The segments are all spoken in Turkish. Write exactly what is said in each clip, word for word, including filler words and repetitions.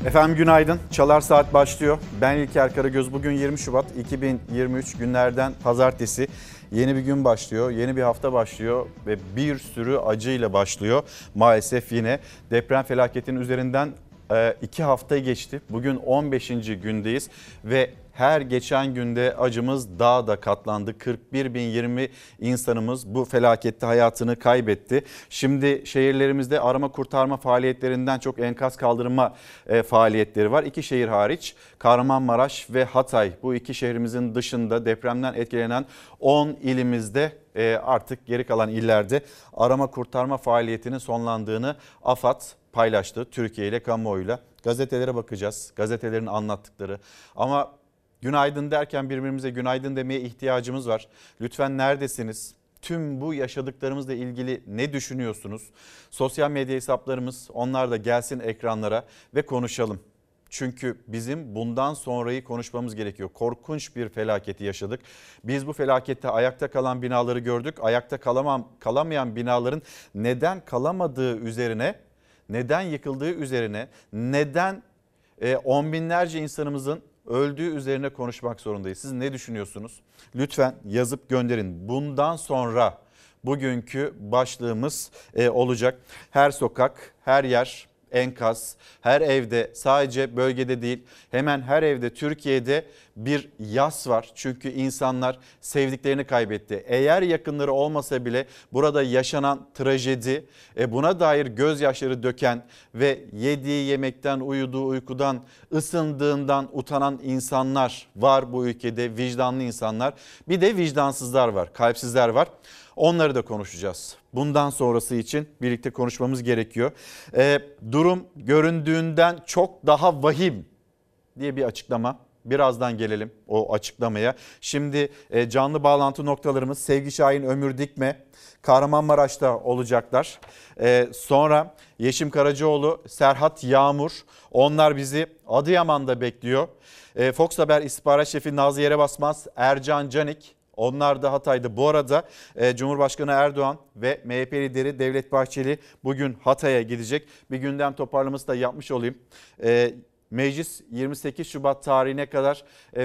Efendim günaydın. Çalar Saat başlıyor. Ben İlker Karagöz. Bugün yirmi Şubat iki bin yirmi üç günlerden pazartesi. Yeni bir gün başlıyor, yeni bir hafta başlıyor ve bir sürü acıyla başlıyor. Maalesef yine deprem felaketinin üzerinden iki hafta geçti. Bugün on beşinci gündeyiz ve her geçen günde acımız daha da katlandı. kırk bir bin yirmi insanımız bu felakette hayatını kaybetti. Şimdi şehirlerimizde arama kurtarma faaliyetlerinden çok enkaz kaldırma e, faaliyetleri var. İki şehir hariç Kahramanmaraş ve Hatay, bu iki şehrimizin dışında depremden etkilenen on ilimizde e, artık geri kalan illerde arama kurtarma faaliyetinin sonlandığını AFAD paylaştı Türkiye ile, kamuoyuyla. Gazetelere bakacağız, gazetelerin anlattıkları ama günaydın derken birbirimize günaydın demeye ihtiyacımız var. Lütfen neredesiniz? Tüm bu yaşadıklarımızla ilgili ne düşünüyorsunuz? Sosyal medya hesaplarımız, onlar da gelsin ekranlara ve konuşalım. Çünkü bizim bundan sonrayı konuşmamız gerekiyor. Korkunç bir felaketi yaşadık. Biz bu felakette ayakta kalan binaları gördük. Ayakta kalamam, kalamayan binaların neden kalamadığı üzerine, neden yıkıldığı üzerine, neden e, on binlerce insanımızın öldüğü üzerine konuşmak zorundayız. Siz ne düşünüyorsunuz? Lütfen yazıp gönderin. Bundan sonra bugünkü başlığımız e, olacak. Her sokak, her yer enkaz, her evde, sadece bölgede değil, hemen her evde Türkiye'de bir yas var. Çünkü insanlar sevdiklerini kaybetti. Eğer yakınları olmasa bile burada yaşanan trajedi, buna dair gözyaşları döken ve yediği yemekten, uyuduğu uykudan, ısındığından utanan insanlar var bu ülkede, vicdanlı insanlar. Bir de vicdansızlar var, kalpsizler var. Onları da konuşacağız. Bundan sonrası için birlikte konuşmamız gerekiyor. Ee, durum göründüğünden çok daha vahim diye bir açıklama. Birazdan gelelim o açıklamaya. Şimdi e, canlı bağlantı noktalarımız Sevgi Şahin, Ömür Dikme Kahramanmaraş'ta olacaklar. E, sonra Yeşim Karacaoğlu, Serhat Yağmur, onlar bizi Adıyaman'da bekliyor. E, Fox Haber İstihbarat Şefi Nazlı Yerebasmaz, Ercan Canik, onlar da Hatay'da. Bu arada e, Cumhurbaşkanı Erdoğan ve M H P lideri Devlet Bahçeli bugün Hatay'a gidecek. Bir gündem toparlaması da yapmış olayım. E, meclis yirmi sekiz Şubat tarihine kadar e,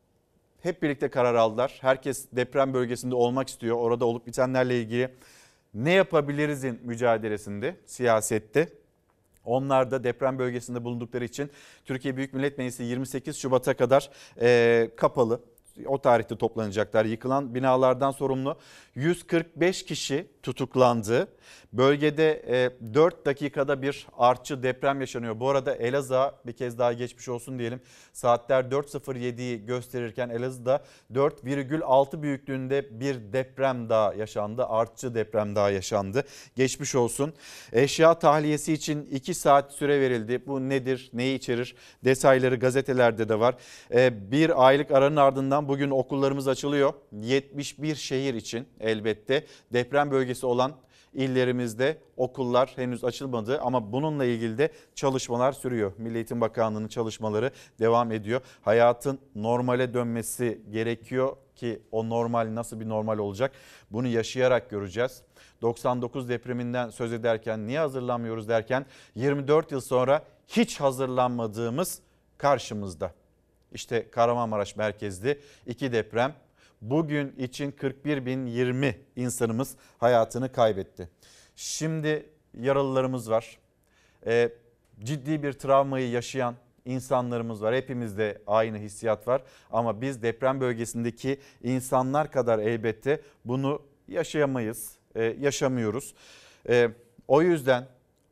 hep birlikte karar aldılar. Herkes deprem bölgesinde olmak istiyor. Orada olup bitenlerle ilgili ne yapabilirizin mücadelesinde, siyasette. Onlar da deprem bölgesinde bulundukları için Türkiye Büyük Millet Meclisi yirmi sekiz Şubat'a kadar e, kapalı. O tarihte toplanacaklar. Yıkılan binalardan sorumlu yüz kırk beş kişi tutuklandı. Bölgede dört dakikada bir artçı deprem yaşanıyor. Bu arada Elazığ'a bir kez daha geçmiş olsun diyelim. Saatler dört sıfır yediyi gösterirken Elazığ'da dört virgül altı büyüklüğünde bir deprem daha yaşandı. Artçı deprem daha yaşandı. Geçmiş olsun. Eşya tahliyesi için iki saat süre verildi. Bu nedir, neyi içerir? Detayları gazetelerde de var. Bir aylık aranın ardından bugün okullarımız açılıyor. yetmiş bir şehir için elbette. Deprem bölgesi olan illerimizde okullar henüz açılmadı ama bununla ilgili de çalışmalar sürüyor. Milli Eğitim Bakanlığı'nın çalışmaları devam ediyor. Hayatın normale dönmesi gerekiyor ki o normal nasıl bir normal olacak? Bunu yaşayarak göreceğiz. doksan dokuz depreminden söz ederken niye hazırlanmıyoruz derken yirmi dört yıl sonra hiç hazırlanmadığımız karşımızda. İşte Kahramanmaraş merkezli iki deprem. Bugün için kırk bir bin yirmi insanımız hayatını kaybetti. Şimdi yaralılarımız var. Ee, ciddi bir travmayı yaşayan insanlarımız var. Hepimizde aynı hissiyat var. Ama biz deprem bölgesindeki insanlar kadar elbette bunu yaşayamayız, e, yaşamıyoruz. E, o yüzden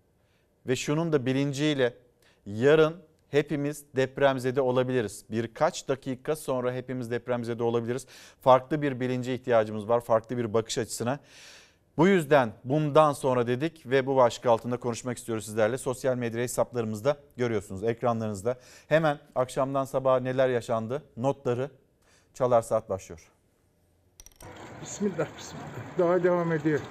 ve şunun da bilinciyle yarın hepimiz depremzede olabiliriz. Birkaç dakika sonra hepimiz depremzede olabiliriz. Farklı bir bilince ihtiyacımız var, farklı bir bakış açısına. Bu yüzden bundan sonra dedik ve bu başlık altında konuşmak istiyoruz sizlerle. Sosyal medya hesaplarımızda görüyorsunuz, ekranlarınızda. Hemen akşamdan sabaha neler yaşandı notları Çalar Saat başlıyor. Bismillah, bismillah. Daha devam ediyor.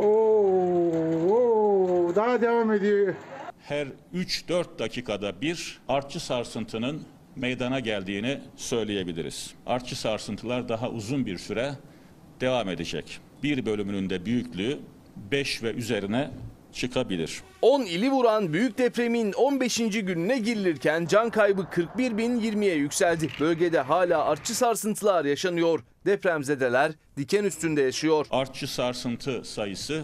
Oo, oo, daha devam ediyor. Her üç dört dakikada bir artçı sarsıntının meydana geldiğini söyleyebiliriz. Artçı sarsıntılar daha uzun bir süre devam edecek. Bir bölümünün de büyüklüğü beş ve üzerine çıkabilir. on ili vuran büyük depremin on beşinci gününe girilirken can kaybı kırk bir bin yirmiye yükseldi. Bölgede hala artçı sarsıntılar yaşanıyor. Depremzedeler diken üstünde yaşıyor. Artçı sarsıntı sayısı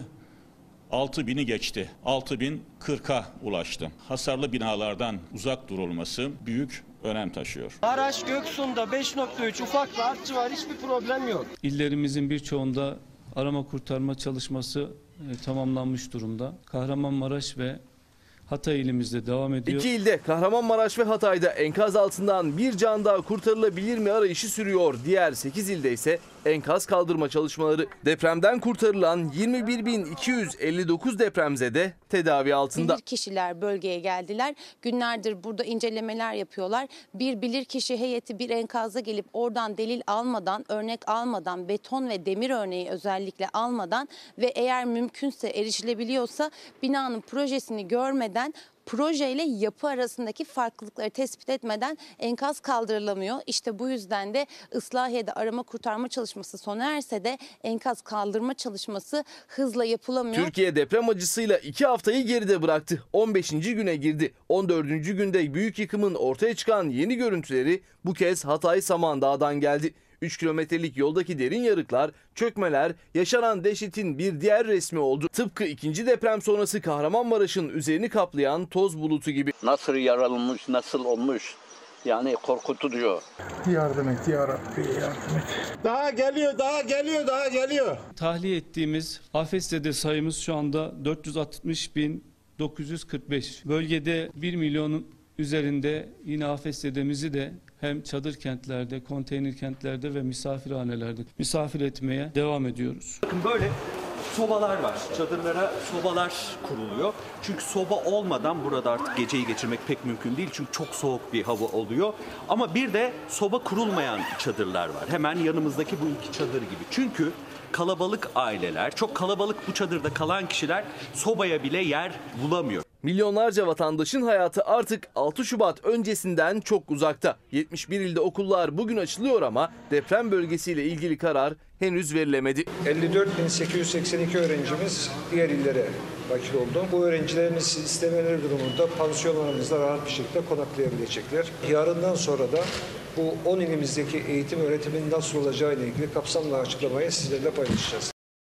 altı bini geçti. altı bin kırka ulaştı. Hasarlı binalardan uzak durulması büyük önem taşıyor. Maraş Göksu'nda beş nokta üç ufak bir artçı var, hiçbir problem yok. İllerimizin birçoğunda arama kurtarma çalışması e, tamamlanmış durumda. Kahramanmaraş ve Hatay ilimizde devam ediyor. İki ilde Kahramanmaraş ve Hatay'da enkaz altından bir can daha kurtarılabilir mi arayışı sürüyor. Diğer sekiz ilde ise enkaz kaldırma çalışmaları. Depremden kurtarılan yirmi bir bin iki yüz elli dokuz depremzede tedavi altında. Bilirkişiler bölgeye geldiler. Günlerdir burada incelemeler yapıyorlar. Bir bilirkişi heyeti bir enkaza gelip oradan delil almadan, örnek almadan, beton ve demir örneği özellikle almadan ve eğer mümkünse erişilebiliyorsa binanın projesini görmeden, projeyle yapı arasındaki farklılıkları tespit etmeden enkaz kaldırılamıyor. İşte bu yüzden de Islahiye'de arama kurtarma çalışması sona erse de enkaz kaldırma çalışması hızla yapılamıyor. Türkiye deprem acısıyla iki haftayı geride bıraktı. on beşinci güne girdi. on dördüncü günde büyük yıkımın ortaya çıkan yeni görüntüleri bu kez Hatay Samandağ'dan geldi. üç kilometrelik yoldaki derin yarıklar, çökmeler yaşanan dehşetin bir diğer resmi oldu. Tıpkı ikinci deprem sonrası Kahramanmaraş'ın üzerini kaplayan toz bulutu gibi. Nasıl yaralılmış, nasıl olmuş, yani korkutucu. Yardım et ya Rabbi, yardım et. Daha geliyor, daha geliyor, daha geliyor. Tahliye ettiğimiz afetzede sayımız şu anda dört yüz altmış bin dokuz yüz kırk beş. Bölgede bir milyonun üzerinde yine afetzedemizi de hem çadır kentlerde, konteyner kentlerde ve misafirhanelerde misafir etmeye devam ediyoruz. Bakın böyle sobalar var. Çadırlara sobalar kuruluyor. Çünkü soba olmadan burada artık geceyi geçirmek pek mümkün değil. Çünkü çok soğuk bir hava oluyor. Ama bir de soba kurulmayan çadırlar var. Hemen yanımızdaki bu iki çadır gibi. Çünkü kalabalık aileler, çok kalabalık bu çadırda kalan kişiler sobaya bile yer bulamıyor. Milyonlarca vatandaşın hayatı artık altı Şubat öncesinden çok uzakta. yetmiş bir ilde okullar bugün açılıyor ama deprem bölgesiyle ilgili karar henüz verilemedi. elli dört bin sekiz yüz seksen iki öğrencimiz diğer illere vakil oldu. Bu öğrencilerin istemeleri durumunda pansiyonlarımızda rahat bir şekilde konaklayabilecekler. Yarından sonra da bu on ilimizdeki eğitim öğretimin nasıl olacağı ile ilgili kapsamlı açıklamayı sizlerle paylaşacağız.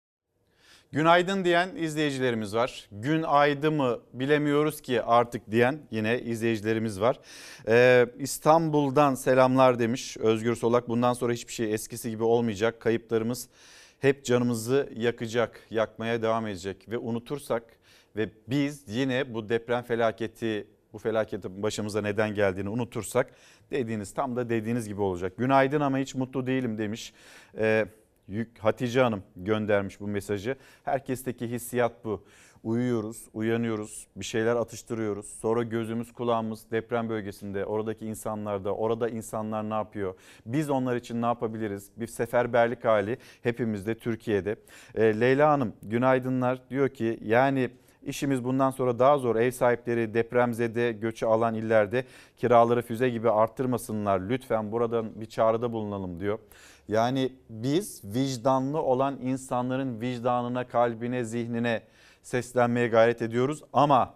Günaydın diyen izleyicilerimiz var. Gün aydı mı bilemiyoruz ki artık diyen yine izleyicilerimiz var. Ee, İstanbul'dan selamlar demiş Özgür Solak. Bundan sonra hiçbir şey eskisi gibi olmayacak. Kayıplarımız hep canımızı yakacak, yakmaya devam edecek. Ve unutursak ve biz yine bu deprem felaketi, bu felaketin başımıza neden geldiğini unutursak dediğiniz tam da dediğiniz gibi olacak. Günaydın ama hiç mutlu değilim demiş. Ee, Hatice Hanım göndermiş bu mesajı. Herkesteki hissiyat bu. Uyuyoruz, uyanıyoruz, bir şeyler atıştırıyoruz. Sonra gözümüz kulağımız deprem bölgesinde, oradaki insanlarda, orada insanlar ne yapıyor? Biz onlar için ne yapabiliriz? Bir seferberlik hali hepimizde Türkiye'de. E, Leyla Hanım günaydınlar, diyor ki yani işimiz bundan sonra daha zor. Ev sahipleri depremzede göçü alan illerde kiraları füze gibi arttırmasınlar. Lütfen buradan bir çağrıda bulunalım diyor. Yani biz vicdanlı olan insanların vicdanına, kalbine, zihnine seslenmeye gayret ediyoruz. Ama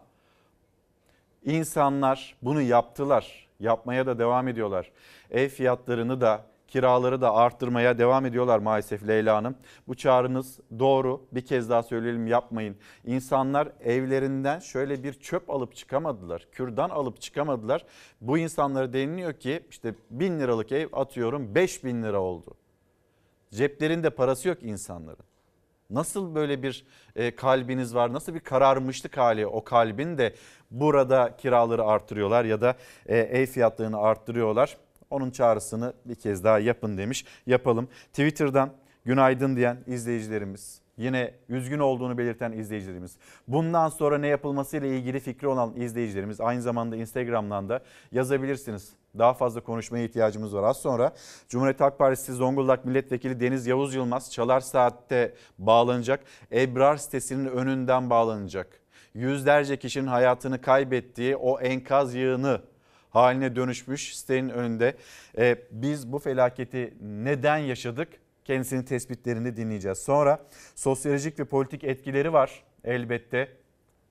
insanlar bunu yaptılar, yapmaya da devam ediyorlar. Ev fiyatlarını da, kiraları da arttırmaya devam ediyorlar maalesef Leyla Hanım. Bu çağrınız doğru, bir kez daha söyleyelim, yapmayın. İnsanlar evlerinden şöyle bir çöp alıp çıkamadılar, kürdan alıp çıkamadılar. Bu insanlara deniliyor ki işte bin liralık ev atıyorum beş bin lira oldu. Ceplerinde parası yok insanların. Nasıl böyle bir e, kalbiniz var? Nasıl bir kararmışlık hali o kalbin de burada kiraları arttırıyorlar ya da e, ev fiyatlarını arttırıyorlar. Onun çağrısını bir kez daha yapın demiş. Yapalım. Twitter'dan günaydın diyen izleyicilerimiz, yine üzgün olduğunu belirten izleyicilerimiz, bundan sonra ne yapılmasıyla ilgili fikri olan izleyicilerimiz, aynı zamanda Instagram'dan da yazabilirsiniz. Daha fazla konuşmaya ihtiyacımız var. Az sonra Cumhuriyet Halk Partisi Zonguldak Milletvekili Deniz Yavuz Yılmaz Çalar Saat'te bağlanacak. Ebrar sitesinin önünden bağlanacak. Yüzlerce kişinin hayatını kaybettiği o enkaz yığını haline dönüşmüş sitenin önünde. Ee, biz bu felaketi neden yaşadık? Kendisinin tespitlerini dinleyeceğiz. Sonra sosyolojik ve politik etkileri var elbette.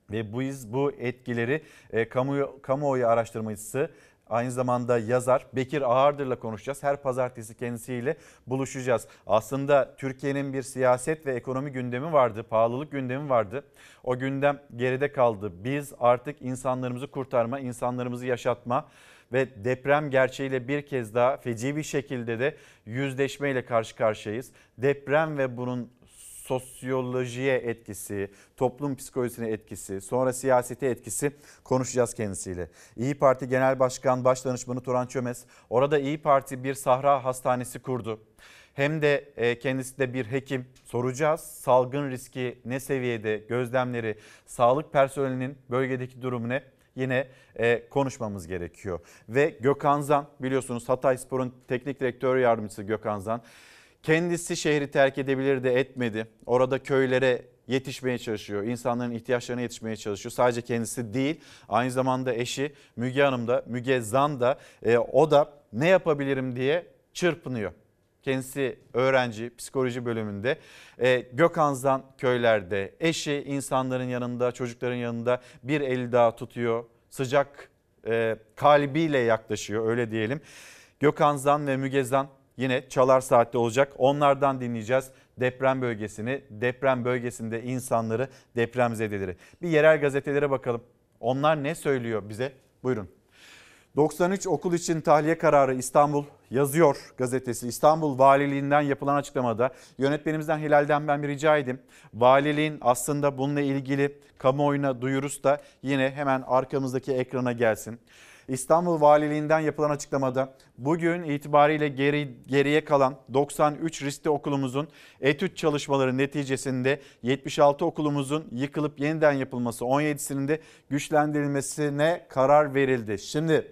Ve bu iz bu etkileri e, kamuoyu, kamuoyu araştırmacısı, aynı zamanda yazar Bekir Ağırdır'la konuşacağız. Her pazartesi kendisiyle buluşacağız. Aslında Türkiye'nin bir siyaset ve ekonomi gündemi vardı, pahalılık gündemi vardı. O gündem geride kaldı. Biz artık insanlarımızı kurtarma, insanlarımızı yaşatma ve deprem gerçeğiyle bir kez daha feci bir şekilde de yüzleşmeyle karşı karşıyayız. Deprem ve bunun sosyolojiye etkisi, toplum psikolojisine etkisi, sonra siyasete etkisi konuşacağız kendisiyle. İyi Parti Genel Başkan Başdanışmanı Turan Çömez, orada İyi Parti bir sahra hastanesi kurdu. Hem de kendisi de bir hekim. Soracağız, salgın riski ne seviyede, gözlemleri, sağlık personelinin bölgedeki durumu ne? Yine e, konuşmamız gerekiyor. Ve Gökhan Zan, biliyorsunuz Hatayspor'un teknik direktör yardımcısı Gökhan Zan. Kendisi şehri terk edebilir de etmedi. Orada köylere yetişmeye çalışıyor. İnsanların ihtiyaçlarına yetişmeye çalışıyor. Sadece kendisi değil, aynı zamanda eşi Müge Hanım da, Müge Zan da e, o da ne yapabilirim diye çırpınıyor. Kendisi öğrenci, psikoloji bölümünde. E, Gökhan Zan köylerde, eşi insanların yanında, çocukların yanında bir eli daha tutuyor. Sıcak e, kalbiyle yaklaşıyor, öyle diyelim. Gökhan Zan ve Müge Zan yine Çalar Saat'te olacak. Onlardan dinleyeceğiz deprem bölgesini, deprem bölgesinde insanları, depremzedeleri. Bir yerel gazetelere bakalım. Onlar ne söylüyor bize? Buyurun. doksan üç okul için tahliye kararı İstanbul yazıyor gazetesi. İstanbul Valiliğinden yapılan açıklamada yönetmenimizden Hilal'den ben bir rica edeyim. Valiliğin aslında bununla ilgili kamuoyuna duyurusu da yine hemen arkamızdaki ekrana gelsin. İstanbul Valiliğinden yapılan açıklamada bugün itibariyle geri, geriye kalan doksan üç riskli okulumuzun etüt çalışmaları neticesinde yetmiş altı okulumuzun yıkılıp yeniden yapılması, on yedisinin de güçlendirilmesine karar verildi. Şimdi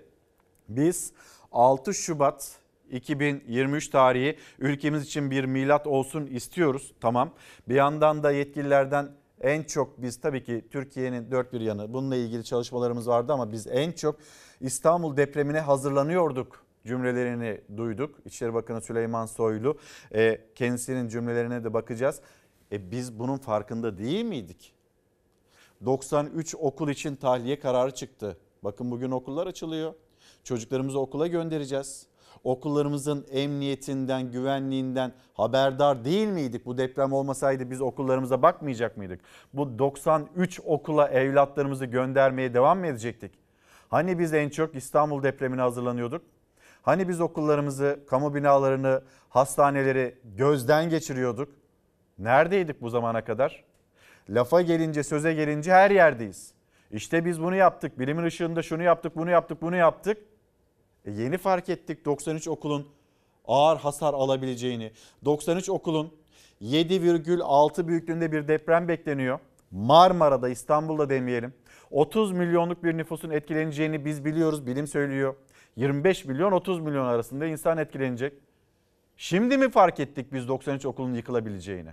biz altı Şubat iki bin yirmi üç tarihi ülkemiz için bir milat olsun istiyoruz. Tamam. Bir yandan da yetkililerden en çok biz tabii ki Türkiye'nin dört bir yanı bununla ilgili çalışmalarımız vardı ama biz en çok İstanbul depremine hazırlanıyorduk cümlelerini duyduk. İçişleri Bakanı Süleyman Soylu, e, kendisinin cümlelerine de bakacağız. E, biz bunun farkında değil miydik? doksan üç okul için tahliye kararı çıktı. Bakın bugün okullar açılıyor. Çocuklarımızı okula göndereceğiz. Okullarımızın emniyetinden, güvenliğinden haberdar değil miydik? Bu deprem olmasaydı biz okullarımıza bakmayacak mıydık? Bu doksan üç okula evlatlarımızı göndermeye devam mı edecektik? Hani biz en çok İstanbul depremine hazırlanıyorduk? Hani biz okullarımızı, kamu binalarını, hastaneleri gözden geçiriyorduk? Neredeydik bu zamana kadar? Lafa gelince, söze gelince her yerdeyiz. İşte biz bunu yaptık, bilimin ışığında şunu yaptık, bunu yaptık, bunu yaptık. E yeni fark ettik doksan üç okulun ağır hasar alabileceğini. doksan üç okulun yedi virgül altı büyüklüğünde bir deprem bekleniyor. Marmara'da, İstanbul'da demeyelim. otuz milyonluk bir nüfusun etkileneceğini biz biliyoruz, bilim söylüyor. yirmi beş milyon otuz milyon arasında insan etkilenecek. Şimdi mi fark ettik biz doksan üç okulun yıkılabileceğini?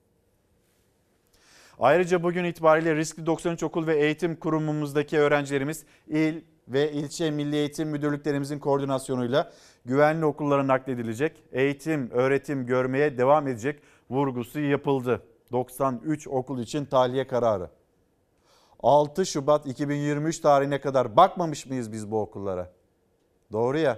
Ayrıca bugün itibariyle riskli doksan üç okul ve eğitim kurumumuzdaki öğrencilerimiz il ve ilçe milli eğitim müdürlüklerimizin koordinasyonuyla güvenli okullara nakledilecek. Eğitim, öğretim görmeye devam edecek vurgusu yapıldı. doksan üç okul için tahliye kararı. altı Şubat iki bin yirmi üç tarihine kadar bakmamış mıyız biz bu okullara? Doğru ya.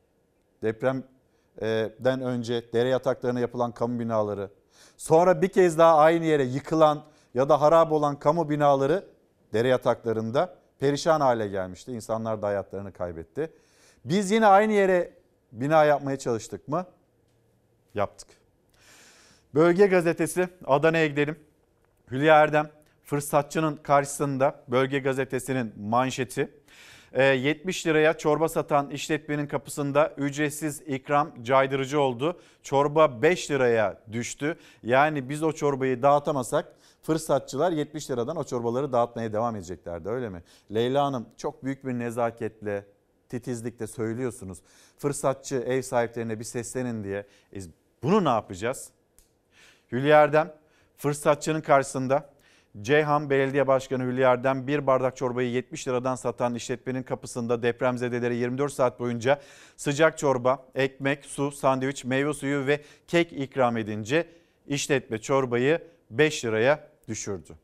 Depremden önce dere yataklarına yapılan kamu binaları, sonra bir kez daha aynı yere yıkılan ya da harap olan kamu binaları dere yataklarında perişan hale gelmişti. İnsanlar da hayatlarını kaybetti. Biz yine aynı yere bina yapmaya çalıştık mı? Yaptık. Bölge gazetesi, Adana'ya gidelim. Hülya Erdem, fırsatçının karşısında, Bölge gazetesinin manşeti. yetmiş liraya çorba satan işletmenin kapısında ücretsiz ikram caydırıcı oldu. Çorba beş liraya düştü. Yani biz o çorbayı dağıtamasak fırsatçılar yetmiş liradan o çorbaları dağıtmaya devam edeceklerdi, öyle mi? Leyla Hanım, çok büyük bir nezaketle, titizlikle söylüyorsunuz. Fırsatçı ev sahiplerine bir seslenin diye. E, bunu ne yapacağız? Hülya Erdem, fırsatçının karşısında. Ceyhan Belediye Başkanı Hülya Erdem bir bardak çorbayı yetmiş liradan satan işletmenin kapısında depremzedeleri yirmi dört saat boyunca sıcak çorba, ekmek, su, sandviç, meyve suyu ve kek ikram edince işletme çorbayı beş liraya düşürdü.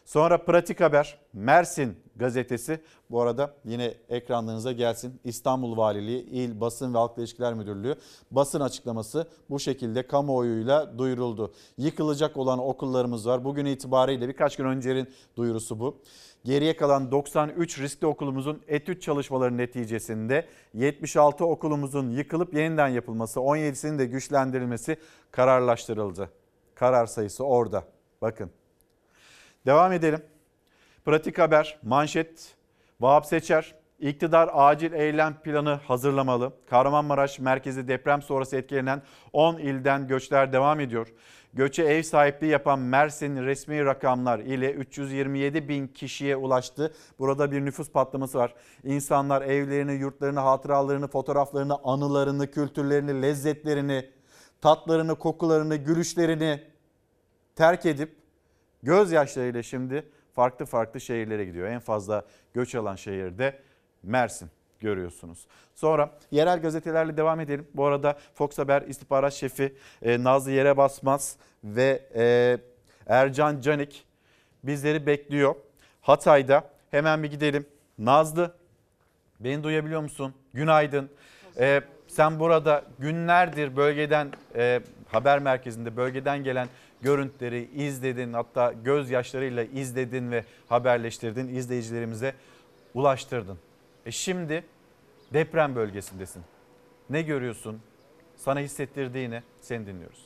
Sonra pratik haber, Mersin gazetesi. Bu arada yine ekranlarınıza gelsin. İstanbul Valiliği, İl Basın ve Halkla İlişkiler Müdürlüğü basın açıklaması bu şekilde kamuoyuyla duyuruldu. Yıkılacak olan okullarımız var. Bugün itibariyle birkaç gün öncenin duyurusu bu. Geriye kalan doksan üç riskli okulumuzun etüt çalışmaları neticesinde yetmiş altı okulumuzun yıkılıp yeniden yapılması, on yedisinin de güçlendirilmesi kararlaştırıldı. Karar sayısı orada. Bakın. Devam edelim. Pratik haber, manşet, Vahap Seçer, iktidar acil eylem planı hazırlamalı. Kahramanmaraş merkezi deprem sonrası etkilenen on ilden göçler devam ediyor. Göçe ev sahipliği yapan Mersin resmi rakamlar ile üç yüz yirmi yedi bin kişiye ulaştı. Burada bir nüfus patlaması var. İnsanlar evlerini, yurtlarını, hatıralarını, fotoğraflarını, anılarını, kültürlerini, lezzetlerini, tatlarını, kokularını, gülüşlerini terk edip gözyaşlarıyla şimdi farklı farklı şehirlere gidiyor. En fazla göç alan şehirde Mersin görüyorsunuz. Sonra yerel gazetelerle devam edelim. Bu arada Fox Haber İstihbarat Şefi e, Nazlı Yerebasmaz ve e, Ercan Canik bizleri bekliyor. Hatay'da hemen bir gidelim. Nazlı, beni duyabiliyor musun? Günaydın. E, sen burada günlerdir bölgeden e, haber merkezinde bölgeden gelen görüntüleri izledin, hatta gözyaşlarıyla izledin ve haberleştirdin, izleyicilerimize ulaştırdın. E şimdi deprem bölgesindesin. Ne görüyorsun? Sana hissettirdiğini seni dinliyoruz.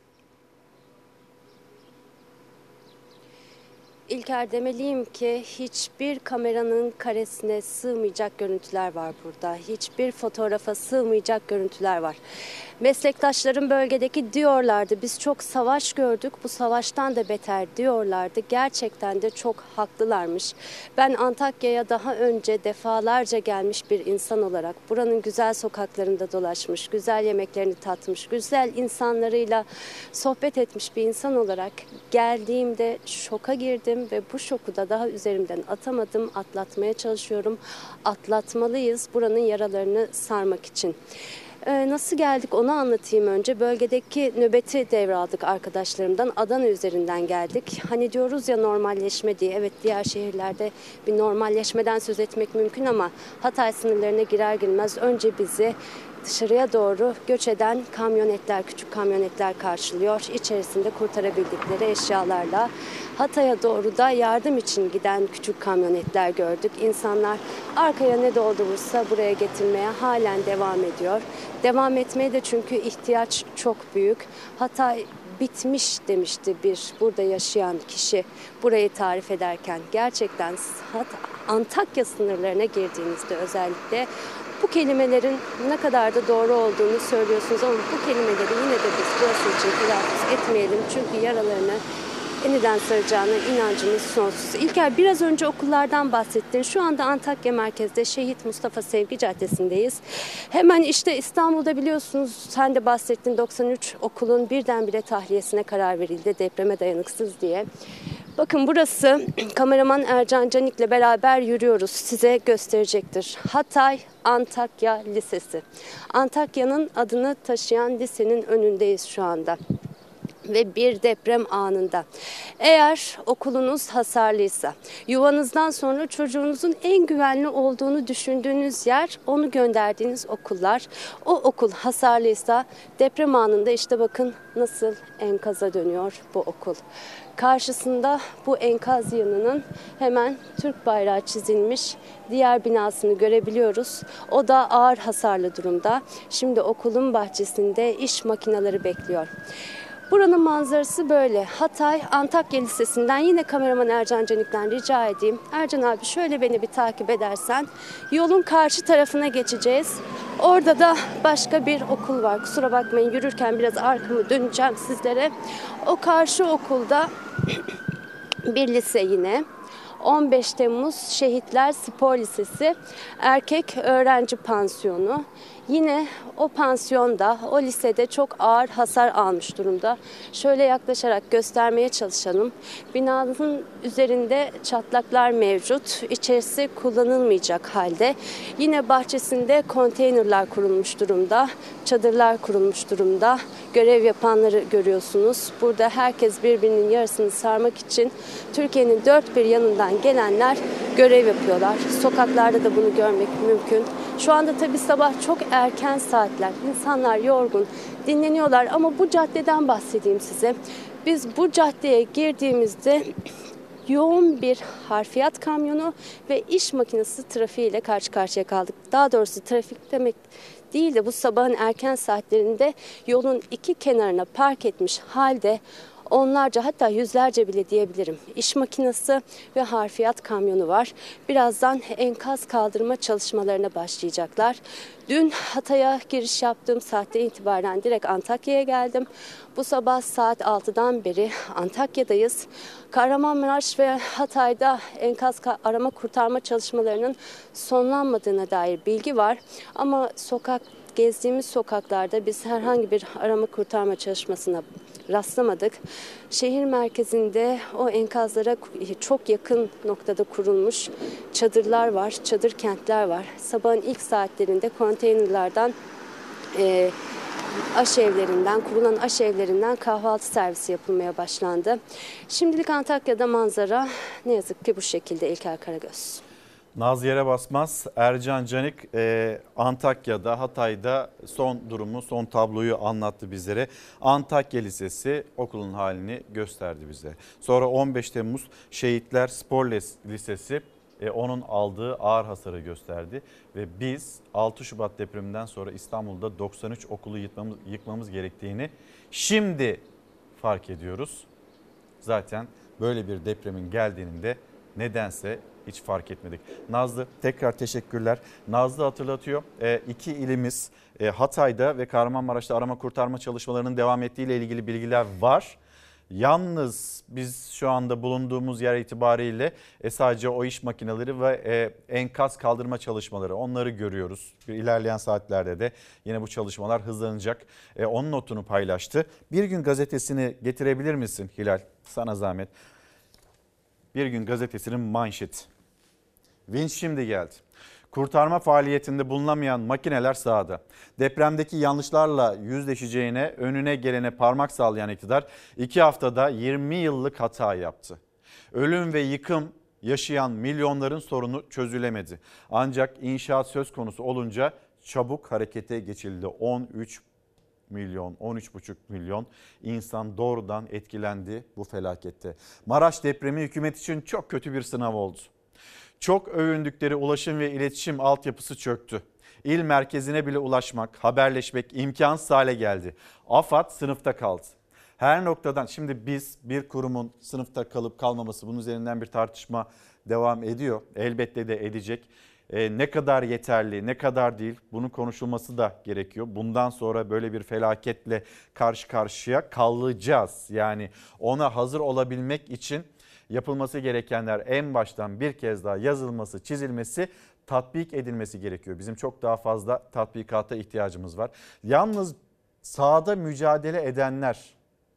İlker, demeliyim ki hiçbir kameranın karesine sığmayacak görüntüler var burada. Hiçbir fotoğrafa sığmayacak görüntüler var. Meslektaşlarım bölgedeki diyorlardı, biz çok savaş gördük, bu savaştan da beter diyorlardı. Gerçekten de çok haklılarmış. Ben Antakya'ya daha önce defalarca gelmiş bir insan olarak buranın güzel sokaklarında dolaşmış, güzel yemeklerini tatmış, güzel insanlarıyla sohbet etmiş bir insan olarak geldiğimde şoka girdim ve bu şoku da daha üzerimden atamadım, atlatmaya çalışıyorum. Atlatmalıyız buranın yaralarını sarmak için. Ee, nasıl geldik onu anlatayım önce. Bölgedeki nöbeti devraldık arkadaşlarımdan. Adana üzerinden geldik. Hani diyoruz ya normalleşme diye. Evet, diğer şehirlerde bir normalleşmeden söz etmek mümkün ama Hatay sınırlarına girer girmez önce bizi dışarıya doğru göç eden kamyonetler, küçük kamyonetler karşılıyor. İçerisinde kurtarabildikleri eşyalarla Hatay'a doğru da yardım için giden küçük kamyonetler gördük. İnsanlar arkaya ne doldurursa buraya getirmeye halen devam ediyor. Devam etmeye de çünkü ihtiyaç çok büyük. Hatay bitmiş demişti bir burada yaşayan kişi burayı tarif ederken. Gerçekten Antakya sınırlarına girdiğinizde özellikle bu kelimelerin ne kadar da doğru olduğunu söylüyorsunuz ama bu kelimeleri yine de biz burası için telaffuz etmeyelim. Çünkü yaralarını yeniden saracağına inancımız sonsuz. İlker, biraz önce okullardan bahsettin. Şu anda Antakya merkezde Şehit Mustafa Sevgi Caddesi'ndeyiz. Hemen işte İstanbul'da biliyorsunuz, sen de bahsettin, doksan üç okulun birdenbire tahliyesine karar verildi depreme dayanıksız diye. Bakın burası, kameraman Ercan Canik'le beraber yürüyoruz, size gösterecektir. Hatay Antakya Lisesi. Antakya'nın adını taşıyan lisenin önündeyiz şu anda. Ve bir deprem anında. Eğer okulunuz hasarlıysa, yuvanızdan sonra çocuğunuzun en güvenli olduğunu düşündüğünüz yer, onu gönderdiğiniz okullar. O okul hasarlıysa deprem anında işte bakın nasıl enkaza dönüyor bu okul. Karşısında bu enkaz yanının hemen Türk bayrağı çizilmiş diğer binasını görebiliyoruz. O da ağır hasarlı durumda. Şimdi okulun bahçesinde iş makineleri bekliyor. Buranın manzarası böyle. Hatay Antakya Lisesi'nden yine kameraman Ercan Canik'ten rica edeyim. Ercan abi, şöyle beni bir takip edersen. Yolun karşı tarafına geçeceğiz. Orada da başka bir okul var. Kusura bakmayın, yürürken biraz arkamı döneceğim sizlere. O karşı okulda bir lise yine. on beş Temmuz Şehitler Spor Lisesi, erkek öğrenci pansiyonu. Yine o pansiyonda, o lisede çok ağır hasar almış durumda. Şöyle yaklaşarak göstermeye çalışalım. Binanın üzerinde çatlaklar mevcut. İçerisi kullanılmayacak halde. Yine bahçesinde konteynerler kurulmuş durumda. Çadırlar kurulmuş durumda. Görev yapanları görüyorsunuz. Burada herkes birbirinin yarısını sarmak için Türkiye'nin dört bir yanından gelenler görev yapıyorlar. Sokaklarda da bunu görmek mümkün. Şu anda tabii sabah çok erken saatler. İnsanlar yorgun, dinleniyorlar ama bu caddeden bahsedeyim size. Biz bu caddeye girdiğimizde yoğun bir harfiyat kamyonu ve iş makinesi trafiğiyle karşı karşıya kaldık. Daha doğrusu trafik demek değil de bu sabahın erken saatlerinde yolun iki kenarına park etmiş halde onlarca, hatta yüzlerce bile diyebilirim, İş makinesi ve harfiyat kamyonu var. Birazdan enkaz kaldırma çalışmalarına başlayacaklar. Dün Hatay'a giriş yaptığım saatte itibaren direkt Antakya'ya geldim. Bu sabah saat altıdan beri Antakya'dayız. Kahramanmaraş ve Hatay'da enkaz arama kurtarma çalışmalarının sonlanmadığına dair bilgi var. Ama sokak gezdiğimiz sokaklarda biz herhangi bir arama kurtarma çalışmasına rastlamadık. Şehir merkezinde o enkazlara çok yakın noktada kurulmuş çadırlar var, çadır kentler var. Sabahın ilk saatlerinde konteynerlardan, e, aşevlerinden, kurulan aşevlerinden kahvaltı servisi yapılmaya başlandı. Şimdilik Antakya'da manzara ne yazık ki bu şekilde İlker Karagöz. Naz yere basmaz. Ercan Canik e, Antakya'da, Hatay'da son durumu, son tabloyu anlattı bizlere. Antakya Lisesi okulun halini gösterdi bize. Sonra on beş Temmuz Şehitler Spor Lisesi e, onun aldığı ağır hasarı gösterdi. Ve biz altı Şubat depreminden sonra İstanbul'da doksan üç okulu yıkmamız, yıkmamız gerektiğini şimdi fark ediyoruz. Zaten böyle bir depremin geldiğinin de nedense hiç fark etmedik. Nazlı, tekrar teşekkürler. Nazlı hatırlatıyor. E, iki ilimiz e, Hatay'da ve Kahramanmaraş'ta arama kurtarma çalışmalarının devam ettiği ile ilgili bilgiler var. Yalnız biz şu anda bulunduğumuz yer itibariyle e, sadece o iş makineleri ve e, enkaz kaldırma çalışmaları, onları görüyoruz. Bir ilerleyen saatlerde de yine bu çalışmalar hızlanacak. E, onun notunu paylaştı. Bir Gün Gazetesi'ni getirebilir misin Hilal? Sana zahmet. Bir Gün Gazetesi'nin manşeti. Vinç şimdi geldi. Kurtarma faaliyetinde bulunamayan makineler sahada. Depremdeki yanlışlarla yüzleşeceğine, önüne gelene parmak sallayan iktidar iki haftada yirmi yıllık hata yaptı. Ölüm ve yıkım yaşayan milyonların sorunu çözülemedi. Ancak inşaat söz konusu olunca çabuk harekete geçildi. on üç milyon, on üç buçuk milyon insan doğrudan etkilendi bu felakette. Maraş depremi hükümet için çok kötü bir sınav oldu. Çok övündükleri ulaşım ve iletişim altyapısı çöktü. İl merkezine bile ulaşmak, haberleşmek imkansız hale geldi. AFAD sınıfta kaldı. Her noktadan, şimdi biz bir kurumun sınıfta kalıp kalmaması, bunun üzerinden bir tartışma devam ediyor. Elbette de edecek. Ee, ne kadar yeterli, ne kadar değil, bunun konuşulması da gerekiyor. Bundan sonra böyle bir felaketle karşı karşıya kalacağız. Yani ona hazır olabilmek için yapılması gerekenler en baştan bir kez daha yazılması, çizilmesi, tatbik edilmesi gerekiyor. Bizim çok daha fazla tatbikata ihtiyacımız var. Yalnız sahada mücadele edenler,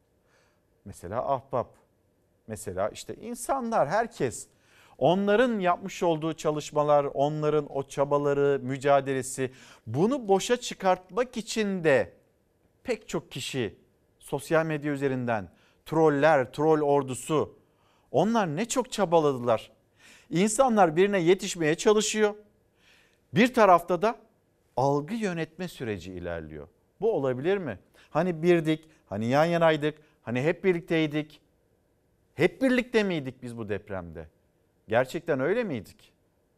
mesela ahbap, mesela işte insanlar, herkes, onların yapmış olduğu çalışmalar, onların o çabaları, mücadelesi, bunu boşa çıkartmak için de pek çok kişi sosyal medya üzerinden, troller, troll ordusu, onlar ne çok çabaladılar. İnsanlar birine yetişmeye çalışıyor. Bir tarafta da algı yönetme süreci ilerliyor. Bu olabilir mi? Hani birdik, hani yan yanaydık, hani hep birlikteydik. Hep birlikte miydik biz bu depremde? Gerçekten öyle miydik?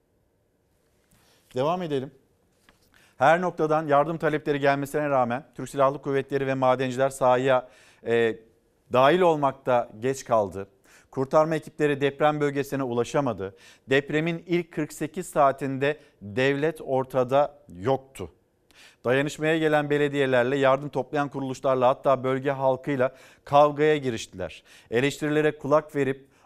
Devam edelim. Her noktadan yardım talepleri gelmesine rağmen Türk Silahlı Kuvvetleri ve madenciler sahaya e, dahil olmakta geç kaldı. Kurtarma ekipleri deprem bölgesine ulaşamadı. Depremin ilk kırk sekiz saatinde devlet ortada yoktu. Dayanışmaya gelen belediyelerle, yardım toplayan kuruluşlarla, hatta bölge halkıyla kavgaya giriştiler. Eleştirilere kulak verip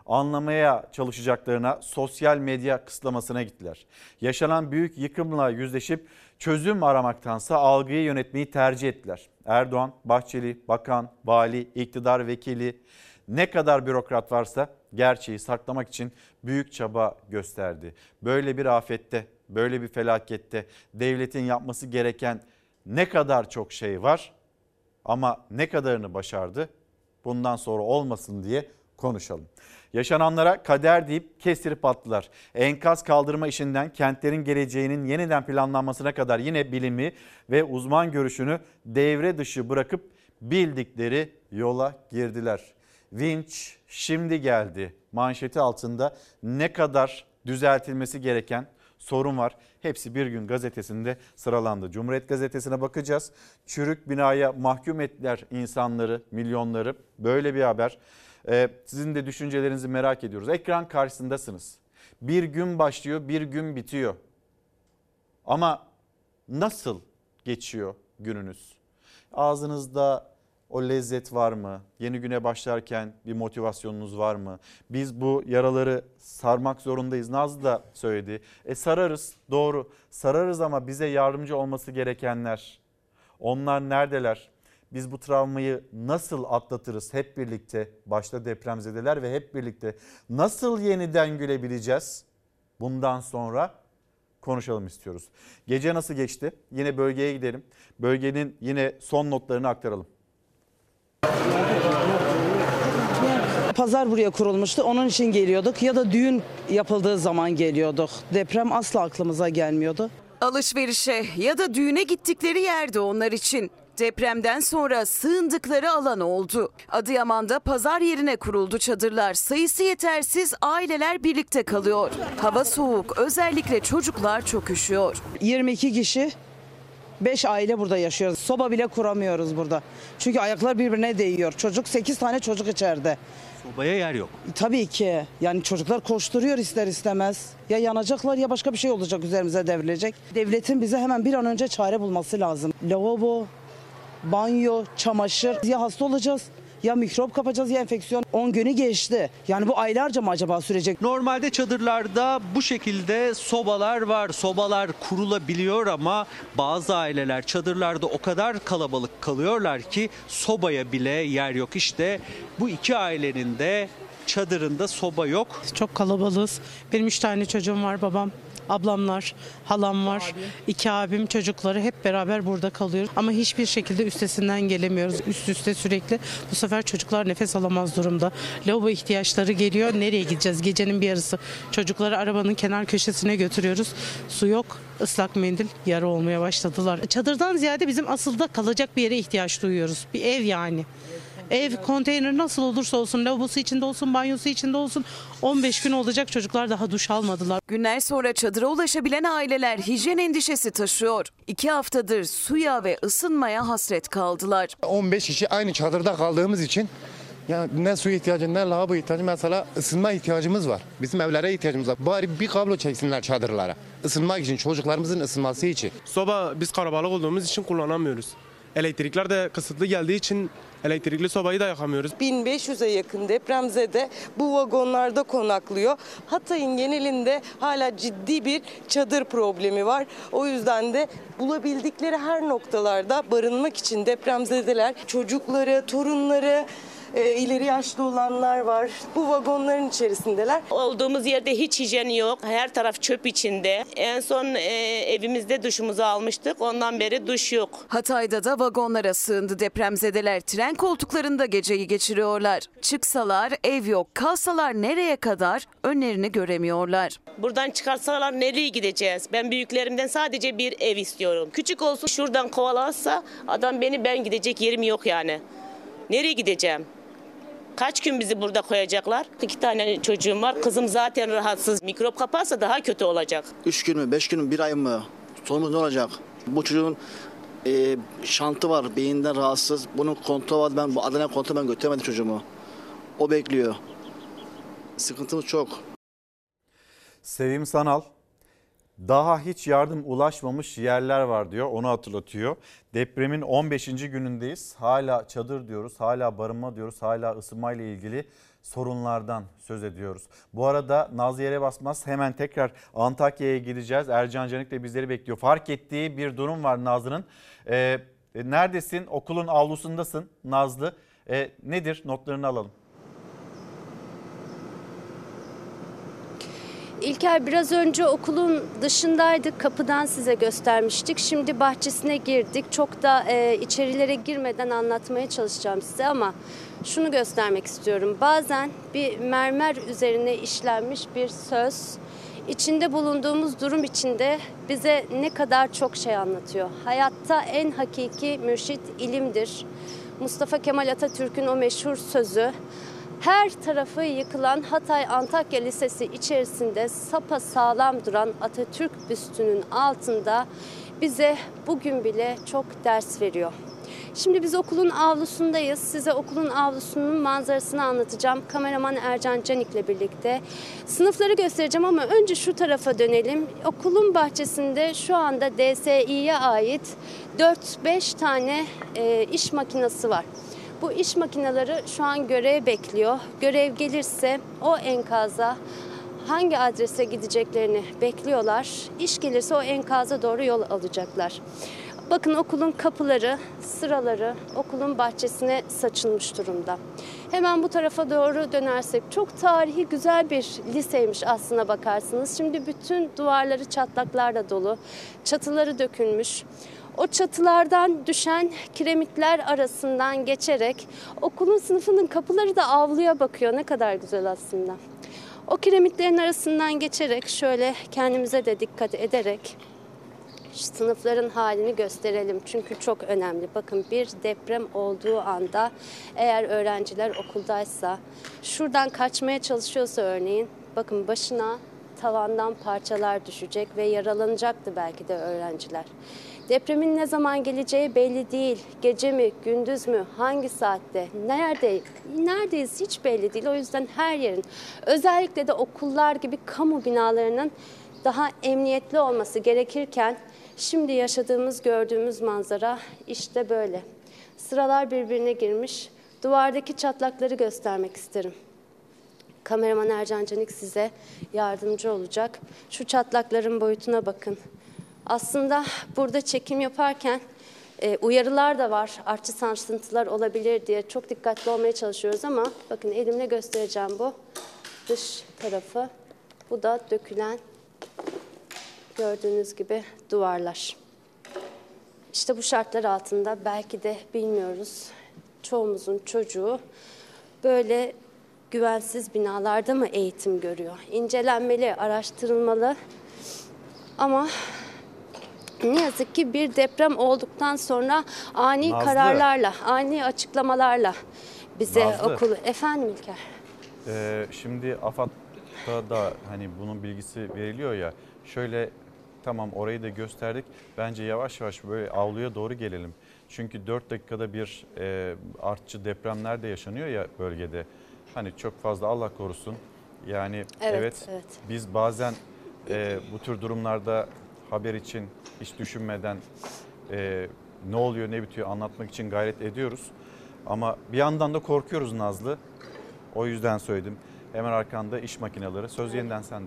Anlamaya çalışacaklarına sosyal medya kısıtlamasına gittiler. Yaşanan büyük yıkımla yüzleşip çözüm aramaktansa algıyı yönetmeyi tercih ettiler. Erdoğan, Bahçeli, bakan, vali, iktidar vekili, ne kadar bürokrat varsa gerçeği saklamak için büyük çaba gösterdi. Böyle bir afette, böyle bir felakette devletin yapması gereken ne kadar çok şey var ama ne kadarını başardı? Bundan sonra olmasın diye konuşalım. Yaşananlara kader deyip kestirip attılar. Enkaz kaldırma işinden kentlerin geleceğinin yeniden planlanmasına kadar yine bilimi ve uzman görüşünü devre dışı bırakıp bildikleri yola girdiler. Vinç şimdi geldi manşeti altında ne kadar düzeltilmesi gereken sorun var. Hepsi Bir Gün gazetesinde sıralandı. Cumhuriyet gazetesine bakacağız. Çürük binaya mahkum ettiler insanları, milyonları. Böyle bir haber. Ee, sizin de düşüncelerinizi merak ediyoruz. Ekran karşısındasınız. Bir gün başlıyor, bir gün bitiyor. Ama nasıl geçiyor gününüz? Ağzınızda o lezzet var mı? Yeni güne başlarken bir motivasyonunuz var mı? Biz bu yaraları sarmak zorundayız. Nazlı da söyledi. E sararız, doğru. Sararız ama bize yardımcı olması gerekenler. Onlar neredeler? Biz bu travmayı nasıl atlatırız hep birlikte? Başta depremzedeler ve hep birlikte nasıl yeniden gülebileceğiz? Bundan sonra konuşalım istiyoruz. Gece nasıl geçti? Yine bölgeye gidelim. Bölgenin yine son notlarını aktaralım. Pazar buraya kurulmuştu. Onun için geliyorduk ya da düğün yapıldığı zaman geliyorduk. Deprem asla aklımıza gelmiyordu. Alışverişe ya da düğüne gittikleri yerde onlar için. Depremden sonra sığındıkları alan oldu. Adıyaman'da pazar yerine kuruldu çadırlar. Sayısı yetersiz, aileler birlikte kalıyor. Hava soğuk, özellikle çocuklar çok üşüyor. yirmi iki kişi, beş aile burada yaşıyoruz. Soba bile kuramıyoruz burada. Çünkü ayaklar birbirine değiyor. Çocuk sekiz tane çocuk içeride. Sobaya yer yok. Tabii ki. Yani çocuklar koşturuyor ister istemez. Ya yanacaklar ya başka bir şey olacak, üzerimize devrilecek. Devletin bize hemen bir an önce çare bulması lazım. Lavabo, banyo, çamaşır. Ya hasta olacağız, ya mikrop kapacağız, ya enfeksiyon. on günü geçti. Yani bu aylarca mı acaba sürecek? Normalde çadırlarda bu şekilde sobalar var. Sobalar kurulabiliyor ama bazı aileler çadırlarda o kadar kalabalık kalıyorlar ki sobaya bile yer yok. İşte bu iki ailenin de çadırında soba yok. Çok kalabalığız. Benim üç tane çocuğum var, babam, ablamlar, halam var. Abi. İki abim, çocukları hep beraber burada kalıyoruz. Ama hiçbir şekilde üstesinden gelemiyoruz. Üst üste sürekli. Bu sefer çocuklar nefes alamaz durumda. Lavabo ihtiyaçları geliyor. Nereye gideceğiz? Gecenin bir yarısı. Çocukları arabanın kenar köşesine götürüyoruz. Su yok. Islak mendil yara olmaya başladılar. Çadırdan ziyade bizim asıl da kalacak bir yere ihtiyaç duyuyoruz. Bir ev yani. Ev, konteyner nasıl olursa olsun, lavabosu içinde olsun, banyosu içinde olsun. on beş gün olacak, çocuklar daha duş almadılar. Günler sonra çadıra ulaşabilen aileler hijyen endişesi taşıyor. İki haftadır suya ve ısınmaya hasret kaldılar. on beş kişi aynı çadırda kaldığımız için yani ne su ihtiyacı ne lavabo ihtiyacı, mesela ısınma ihtiyacımız var. Bizim evlere ihtiyacımız var. Bari bir kablo çeksinler çadırlara. Isınmak için, çocuklarımızın ısınması için. Soba biz kalabalık olduğumuz için kullanamıyoruz. Elektrikler de kısıtlı geldiği için elektrikli sobayı da yakamıyoruz. bin beş yüze yakın depremzede bu vagonlarda konaklıyor. Hatay'ın genelinde hala ciddi bir çadır problemi var. O yüzden de bulabildikleri her noktalarda barınmak için depremzedeler, çocukları, torunları, E, ileri yaşlı olanlar var. Bu vagonların içerisindeler. Olduğumuz yerde hiç hijyen yok. Her taraf çöp içinde. En son e, evimizde duşumuzu almıştık. Ondan beri duş yok. Hatay'da da vagonlara sığındı depremzedeler. Tren koltuklarında geceyi geçiriyorlar. Çıksalar ev yok. Kalsalar nereye kadar önlerini göremiyorlar. Buradan çıkarsalar nereye gideceğiz? Ben büyüklerimden sadece bir ev istiyorum. Küçük olsun, şuradan kovalarsa adam beni, ben gidecek yerim yok yani. Nereye gideceğim? Kaç gün bizi burada koyacaklar? İki tane çocuğum var. Kızım zaten rahatsız. Mikrop kaparsa daha kötü olacak. Üç gün mü, beş gün mü, bir ay mı? Sonumuz ne olacak? Bu çocuğun e, şantı var, beyinden rahatsız. Bunun kontrolü var. Ben bu Adana kontrolü ben götüremedim çocuğumu. O bekliyor. Sıkıntımız çok. Sevim Sanal Daha hiç yardım ulaşmamış yerler var diyor, onu hatırlatıyor. Depremin on beşinci günündeyiz. Hala çadır diyoruz, hala barınma diyoruz, hala ısınmayla ilgili sorunlardan söz ediyoruz. Bu arada Nazlı yere basmaz, hemen tekrar Antakya'ya gideceğiz. Ercan Canik de bizleri bekliyor. Fark ettiği bir durum var Nazlı'nın. Ee, neredesin? Okulun avlusundasın Nazlı. Ee, nedir? Notlarını alalım. İlker, biraz önce okulun dışındaydık. Kapıdan size göstermiştik. Şimdi bahçesine girdik. Çok da e, içerilere girmeden anlatmaya çalışacağım size ama şunu göstermek istiyorum. Bazen bir mermer üzerine işlenmiş bir söz içinde bulunduğumuz durum içinde bize ne kadar çok şey anlatıyor. Hayatta en hakiki mürşit ilimdir. Mustafa Kemal Atatürk'ün o meşhur sözü. Her tarafı yıkılan Hatay Antakya Lisesi içerisinde sapasağlam duran Atatürk büstünün altında bize bugün bile çok ders veriyor. Şimdi biz okulun avlusundayız. Size okulun avlusunun manzarasını anlatacağım. Kameraman Ercan Canik'le birlikte. Sınıfları göstereceğim ama önce şu tarafa dönelim. Okulun bahçesinde şu anda D S İ'ye ait dört beş tane e, iş makinesi var. Bu iş makineleri şu an görev bekliyor. Görev gelirse o enkaza hangi adrese gideceklerini bekliyorlar. İş gelirse o enkaza doğru yol alacaklar. Bakın okulun kapıları, sıraları okulun bahçesine saçılmış durumda. Hemen bu tarafa doğru dönersek çok tarihi güzel bir liseymiş aslına bakarsınız. Şimdi bütün duvarları çatlaklarla dolu, çatıları dökülmüş. O çatılardan düşen kiremitler arasından geçerek okulun sınıfının kapıları da avluya bakıyor. Ne kadar güzel aslında. O kiremitlerin arasından geçerek şöyle kendimize de dikkat ederek sınıfların halini gösterelim. Çünkü çok önemli. Bakın bir deprem olduğu anda eğer öğrenciler okuldaysa, şuradan kaçmaya çalışıyorsa örneğin bakın başına tavandan parçalar düşecek ve yaralanacaktı belki de öğrenciler. Depremin ne zaman geleceği belli değil. Gece mi, gündüz mü, hangi saatte, nerede, neredeyiz hiç belli değil. O yüzden her yerin, özellikle de okullar gibi kamu binalarının daha emniyetli olması gerekirken şimdi yaşadığımız, gördüğümüz manzara işte böyle. Sıralar birbirine girmiş. Duvardaki çatlakları göstermek isterim. Kameraman Ercan Canik size yardımcı olacak. Şu çatlakların boyutuna bakın. Aslında burada çekim yaparken e, uyarılar da var. Artçı sarsıntılar olabilir diye çok dikkatli olmaya çalışıyoruz ama bakın elimle göstereceğim bu dış tarafı. Bu da dökülen gördüğünüz gibi duvarlar. İşte bu şartlar altında belki de bilmiyoruz çoğumuzun çocuğu böyle güvensiz binalarda mı eğitim görüyor? İncelenmeli, araştırılmalı ama ne yazık ki bir deprem olduktan sonra ani Nazlı. kararlarla, ani açıklamalarla bize Nazlı. okulu... Efendim İlker? Ee, şimdi AFAD'da da hani bunun bilgisi veriliyor ya. Şöyle tamam orayı da gösterdik. Bence yavaş yavaş böyle avluya doğru gelelim. Çünkü dört dakikada bir e, artçı depremler de yaşanıyor ya bölgede. Hani çok fazla Allah korusun. Yani Evet, evet, evet. biz bazen e, bu tür durumlarda haber için hiç düşünmeden e, ne oluyor ne bitiyor anlatmak için gayret ediyoruz. Ama bir yandan da korkuyoruz Nazlı. O yüzden söyledim. Hemen arkanda iş makineleri. Söz yeniden sende.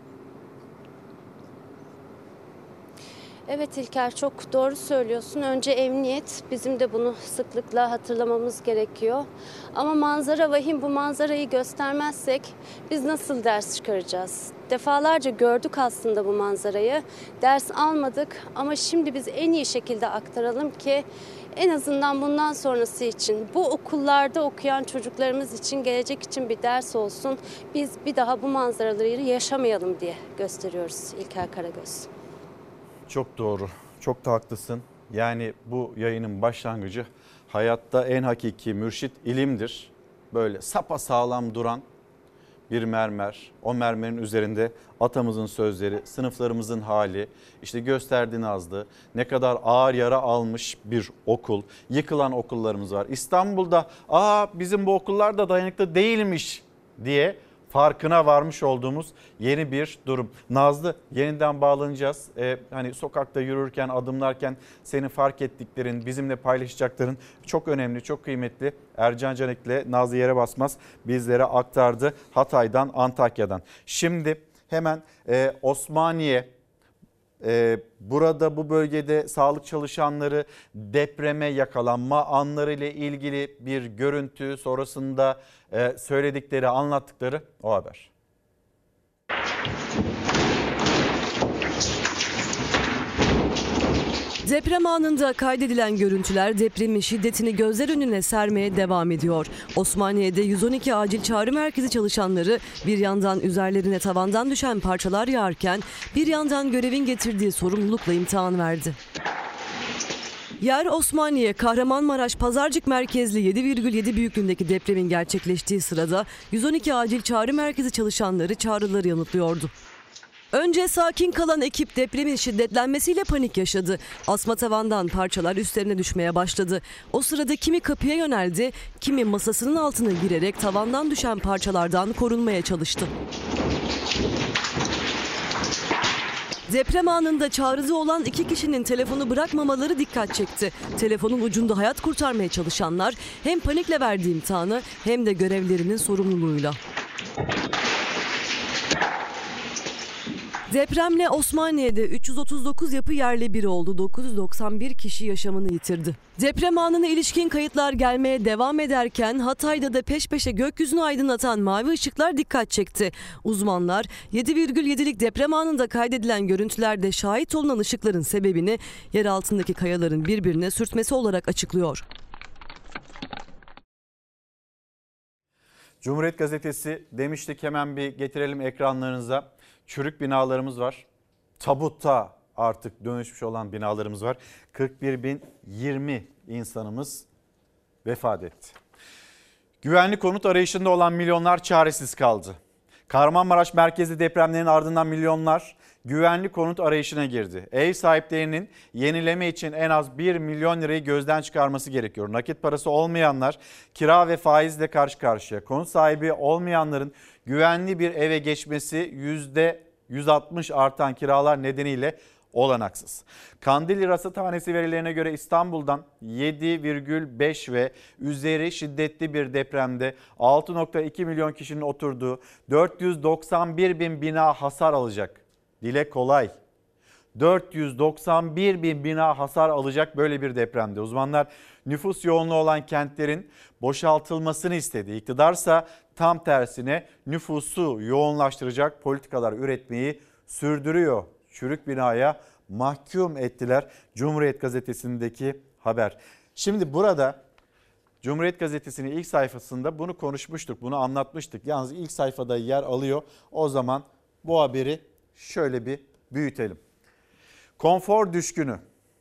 Evet İlker, çok doğru söylüyorsun. Önce emniyet, bizim de bunu sıklıkla hatırlamamız gerekiyor. Ama manzara vahim, bu manzarayı göstermezsek biz nasıl ders çıkaracağız? Defalarca gördük aslında bu manzarayı. Ders almadık ama şimdi biz en iyi şekilde aktaralım ki en azından bundan sonrası için, bu okullarda okuyan çocuklarımız için, gelecek için bir ders olsun. Biz bir daha bu manzaraları yaşamayalım diye gösteriyoruz İlker Karagöz. Çok doğru. Çok da haklısın. Yani bu yayının başlangıcı hayatta en hakiki mürşit ilimdir. Böyle sapasağlam duran bir mermer. O mermerin üzerinde atamızın sözleri, sınıflarımızın hali, işte gösterdiği Nazlı, ne kadar ağır yara almış bir okul, yıkılan okullarımız var. İstanbul'da aa bizim bu okullar da dayanıklı değilmiş diye farkına varmış olduğumuz yeni bir durum. Nazlı, yeniden bağlanacağız. Ee, hani sokakta yürürken, adımlarken seni fark ettiklerin, bizimle paylaşacakların çok önemli, çok kıymetli. Ercan Canik'le Nazlı Yere Basmaz bizlere aktardı Hatay'dan, Antakya'dan. Şimdi hemen e, Osmaniye, e, burada bu bölgede sağlık çalışanları depreme yakalanma anları ile ilgili bir görüntü, sonrasında e, söyledikleri, anlattıkları o haber. Deprem anında kaydedilen görüntüler depremin şiddetini gözler önüne sermeye devam ediyor. Osmaniye'de yüz on iki acil çağrı merkezi çalışanları bir yandan üzerlerine tavandan düşen parçalar yağarken bir yandan görevin getirdiği sorumlulukla imtihan verdi. Yer Osmaniye, Kahramanmaraş Pazarcık merkezli yedi virgül yedi büyüklüğündeki depremin gerçekleştiği sırada yüz on iki acil çağrı merkezi çalışanları çağrıları yanıtlıyordu. Önce sakin kalan ekip depremin şiddetlenmesiyle panik yaşadı. Asma tavandan parçalar üstlerine düşmeye başladı. O sırada kimi kapıya yöneldi, kimi masasının altına girerek tavandan düşen parçalardan korunmaya çalıştı. Deprem anında çağrıda olan iki kişinin telefonu bırakmamaları dikkat çekti. Telefonun ucunda hayat kurtarmaya çalışanlar hem panikle verdiği imtihanı hem de görevlerinin sorumluluğuyla. Depremle Osmaniye'de üç yüz otuz dokuz yapı yerle bir oldu. dokuz yüz doksan bir kişi yaşamını yitirdi. Deprem anına ilişkin kayıtlar gelmeye devam ederken Hatay'da da peş peşe gökyüzünü aydınlatan mavi ışıklar dikkat çekti. Uzmanlar yedi virgül yedilik deprem anında kaydedilen görüntülerde şahit olunan ışıkların sebebini yer altındaki kayaların birbirine sürtmesi olarak açıklıyor. Cumhuriyet Gazetesi demiştik, hemen bir getirelim ekranlarınıza. Çürük binalarımız var. Tabutta artık dönüşmüş olan binalarımız var. kırk bir bin yirmi insanımız vefat etti. Güvenli konut arayışında olan milyonlar çaresiz kaldı. Kahramanmaraş merkezi depremlerin ardından milyonlar güvenli konut arayışına girdi. Ev sahiplerinin yenileme için en az bir milyon lirayı gözden çıkarması gerekiyor. Nakit parası olmayanlar kira ve faizle karşı karşıya. Konut sahibi olmayanların güvenli bir eve geçmesi yüzde yüz altmış artan kiralar nedeniyle olanaksız. Kandilli Rasathanesi verilerine göre İstanbul'dan yedi virgül beş ve üzeri şiddetli bir depremde altı virgül iki milyon kişinin oturduğu dört yüz doksan bir bin bina hasar alacak. Dile kolay. dört yüz doksan bir bin bina hasar alacak böyle bir depremde. Uzmanlar nüfus yoğunluğu olan kentlerin boşaltılmasını istedi. İktidarsa tam tersine nüfusu yoğunlaştıracak politikalar üretmeyi sürdürüyor. Çürük binaya mahkum ettiler. Cumhuriyet Gazetesi'ndeki haber. Şimdi burada Cumhuriyet Gazetesi'nin ilk sayfasında bunu konuşmuştuk, bunu anlatmıştık. Yalnız ilk sayfada yer alıyor. O zaman bu haberi şöyle bir büyütelim. Konfor düşkünü.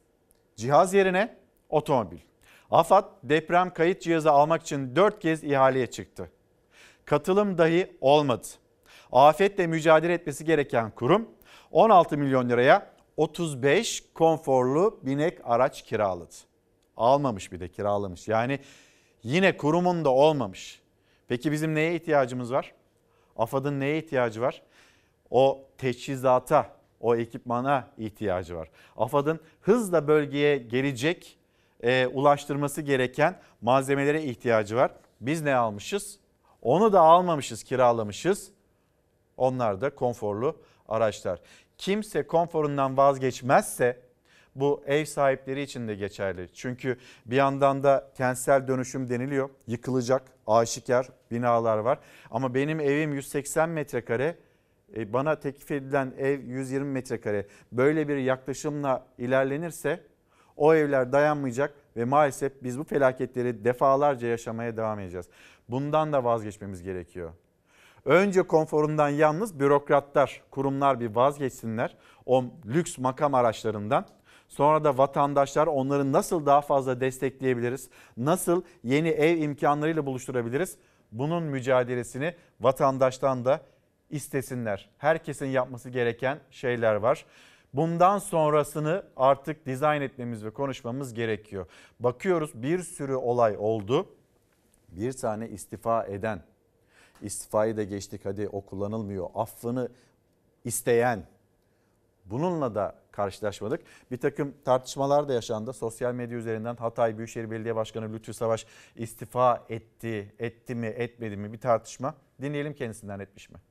Cihaz yerine otomobil. AFAD deprem kayıt cihazı almak için dört kez ihaleye çıktı. Katılım dahi olmadı. Afetle mücadele etmesi gereken kurum on altı milyon liraya otuz beş konforlu binek araç kiraladı. Almamış, bir de kiralamış. Yani yine kurumun da olmamış. Peki bizim neye ihtiyacımız var? AFAD'ın neye ihtiyacı var? O teçhizata, o ekipmana ihtiyacı var. AFAD'ın hızla bölgeye gelecek, e, ulaştırması gereken malzemelere ihtiyacı var. Biz ne almışız? Onu da almamışız, kiralamışız. Onlar da konforlu araçlar. Kimse konforundan vazgeçmezse bu ev sahipleri için de geçerli. Çünkü bir yandan da kentsel dönüşüm deniliyor. Yıkılacak aşikar binalar var. Ama benim evim yüz seksen metrekare, bana teklif edilen ev yüz yirmi metrekare. Böyle bir yaklaşımla ilerlenirse o evler dayanmayacak ve maalesef biz bu felaketleri defalarca yaşamaya devam edeceğiz. Bundan da vazgeçmemiz gerekiyor. Önce konforundan yalnız bürokratlar, kurumlar bir vazgeçsinler o lüks makam araçlarından. Sonra da vatandaşlar onları nasıl daha fazla destekleyebiliriz? Nasıl yeni ev imkanlarıyla buluşturabiliriz? Bunun mücadelesini vatandaştan da istesinler. Herkesin yapması gereken şeyler var. Bundan sonrasını artık dizayn etmemiz ve konuşmamız gerekiyor. Bakıyoruz bir sürü olay oldu. Bir tane istifa eden, istifayı da geçtik, hadi o kullanılmıyor, affını isteyen, bununla da karşılaşmadık. Bir takım tartışmalar da yaşandı. Sosyal medya üzerinden Hatay Büyükşehir Belediye Başkanı Lütfü Savaş istifa etti, etti mi, etmedi mi bir tartışma. Dinleyelim kendisinden, etmiş mi?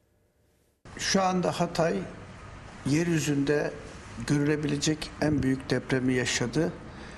Şu anda Hatay yeryüzünde görülebilecek en büyük depremi yaşadı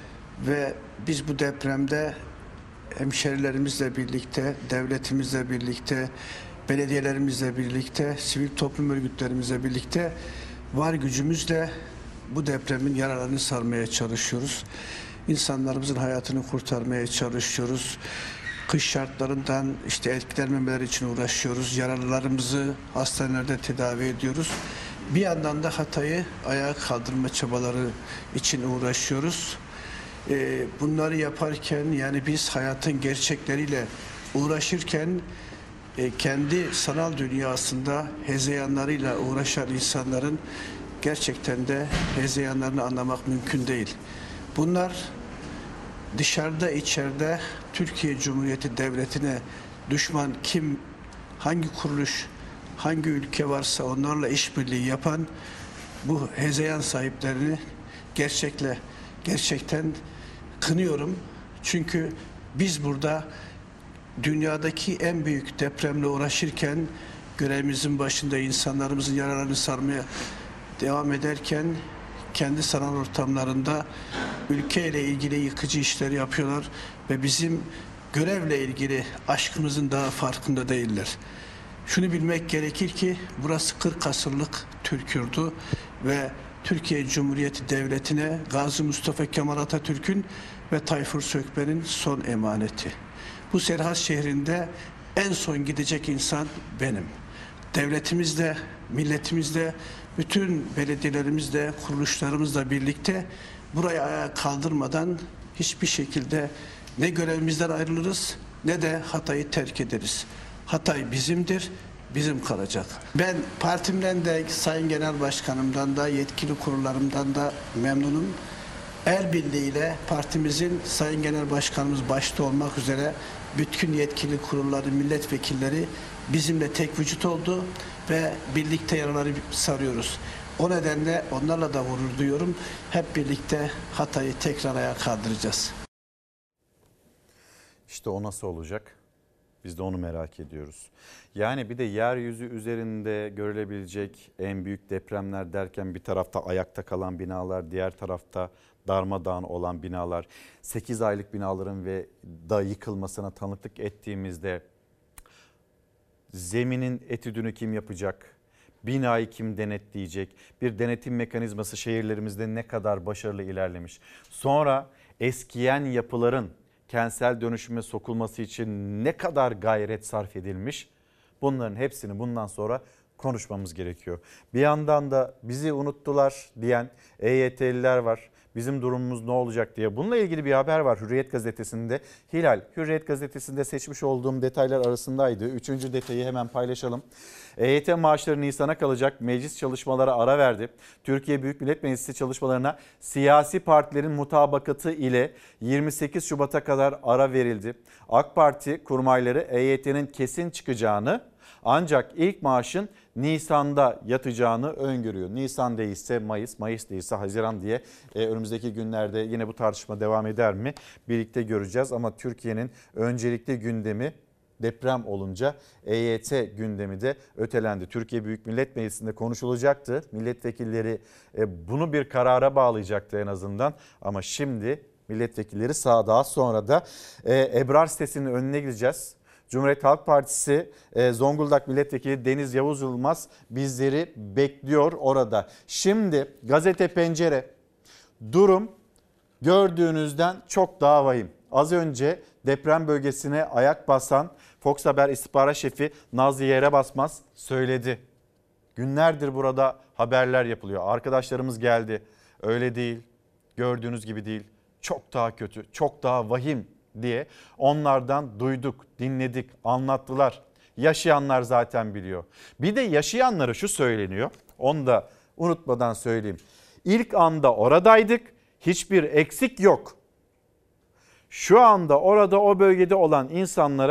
ve biz bu depremde hemşerilerimizle birlikte, devletimizle birlikte, belediyelerimizle birlikte, sivil toplum örgütlerimizle birlikte var gücümüzle bu depremin yaralarını sarmaya çalışıyoruz. İnsanlarımızın hayatını kurtarmaya çalışıyoruz. Kış şartlarından işte etkilenmemeler için uğraşıyoruz. Yaralılarımızı hastanelerde tedavi ediyoruz. Bir yandan da Hatay'ı ayağa kaldırma çabaları için uğraşıyoruz. Ee, bunları yaparken yani biz hayatın gerçekleriyle uğraşırken e, kendi sanal dünyasında hezeyanlarıyla uğraşan insanların gerçekten de hezeyanlarını anlamak mümkün değil. Bunlar dışarıda içeride Türkiye Cumhuriyeti Devleti'ne düşman kim, hangi kuruluş, hangi ülke varsa onlarla işbirliği yapan bu hezeyan sahiplerini gerçekle gerçekten kınıyorum. Çünkü biz burada dünyadaki en büyük depremle uğraşırken görevimizin başında insanlarımızın yaralarını sarmaya devam ederken kendi sanal ortamlarında ülkeyle ilgili yıkıcı işler yapıyorlar ve bizim görevle ilgili aşkımızın daha farkında değiller. Şunu bilmek gerekir ki burası kırk asırlık Türk yurdu ve Türkiye Cumhuriyeti Devleti'ne Gazi Mustafa Kemal Atatürk'ün ve Tayfur Sökmen'in son emaneti. Bu Serhat şehrinde en son gidecek insan benim. Devletimizle, milletimizle, bütün belediyelerimizle, kuruluşlarımızla birlikte burayı ayağa kaldırmadan hiçbir şekilde ne görevimizden ayrılırız ne de Hatay'ı terk ederiz. Hatay bizimdir, bizim kalacak. Ben partimden de, Sayın Genel Başkanımdan da, yetkili kurullarımdan da memnunum. El birliğiyle partimizin Sayın Genel Başkanımız başta olmak üzere bütün yetkili kurulları, milletvekilleri bizimle tek vücut oldu ve birlikte yaraları sarıyoruz. O nedenle onlarla da gurur duyuyorum. Hep birlikte Hatay'ı tekrar ayağa kaldıracağız. İşte o nasıl olacak? Biz de onu merak ediyoruz. Yani bir de yeryüzü üzerinde görülebilecek en büyük depremler derken bir tarafta ayakta kalan binalar, diğer tarafta darmadağın olan binalar, sekiz aylık binaların ve da yıkılmasına tanıklık ettiğimizde zeminin etüdünü kim yapacak? Binayı kim denetleyecek? Bir denetim mekanizması şehirlerimizde ne kadar başarılı ilerlemiş? Sonra eskiyen yapıların kentsel dönüşüme sokulması için ne kadar gayret sarf edilmiş? Bunların hepsini bundan sonra konuşmamız gerekiyor. Bir yandan da bizi unuttular diyen E Y T'liler var. Bizim durumumuz ne olacak diye. Bununla ilgili bir haber var Hürriyet Gazetesi'nde. Hilal, Hürriyet Gazetesi'nde seçmiş olduğum detaylar arasındaydı. Üçüncü detayı hemen paylaşalım. E Y T maaşları Nisan'a kalacak. Meclis çalışmalara ara verdi. Türkiye Büyük Millet Meclisi çalışmalarına siyasi partilerin mutabakatı ile yirmi sekiz Şubat'a kadar ara verildi. AK Parti kurmayları E Y T'nin kesin çıkacağını, ancak ilk maaşın Nisan'da yatacağını öngörüyor. Nisan değilse Mayıs, Mayıs değilse Haziran diye e, önümüzdeki günlerde yine bu tartışma devam eder mi? Birlikte göreceğiz ama Türkiye'nin öncelikli gündemi deprem olunca E Y T gündemi de ötelendi. Türkiye Büyük Millet Meclisi'nde konuşulacaktı. Milletvekilleri e, bunu bir karara bağlayacaktı en azından ama şimdi milletvekilleri sağ daha sonra da e, Ebrar sitesinin önüne gideceğiz. Cumhuriyet Halk Partisi Zonguldak Milletvekili Deniz Yavuz Yılmaz bizleri bekliyor orada. Şimdi Gazete Pencere, durum gördüğünüzden çok daha vahim. Az önce deprem bölgesine ayak basan Fox Haber İstihbarat Şefi Nazlı Yerebasmaz söyledi. Günlerdir burada haberler yapılıyor. Arkadaşlarımız geldi. Öyle değil, gördüğünüz gibi değil. Çok daha kötü, çok daha vahim diye onlardan duyduk, dinledik, anlattılar. Yaşayanlar zaten biliyor. Bir de yaşayanlara şu söyleniyor, onu da unutmadan söyleyeyim. İlk anda oradaydık, hiçbir eksik yok. Şu anda orada o bölgede olan insanlara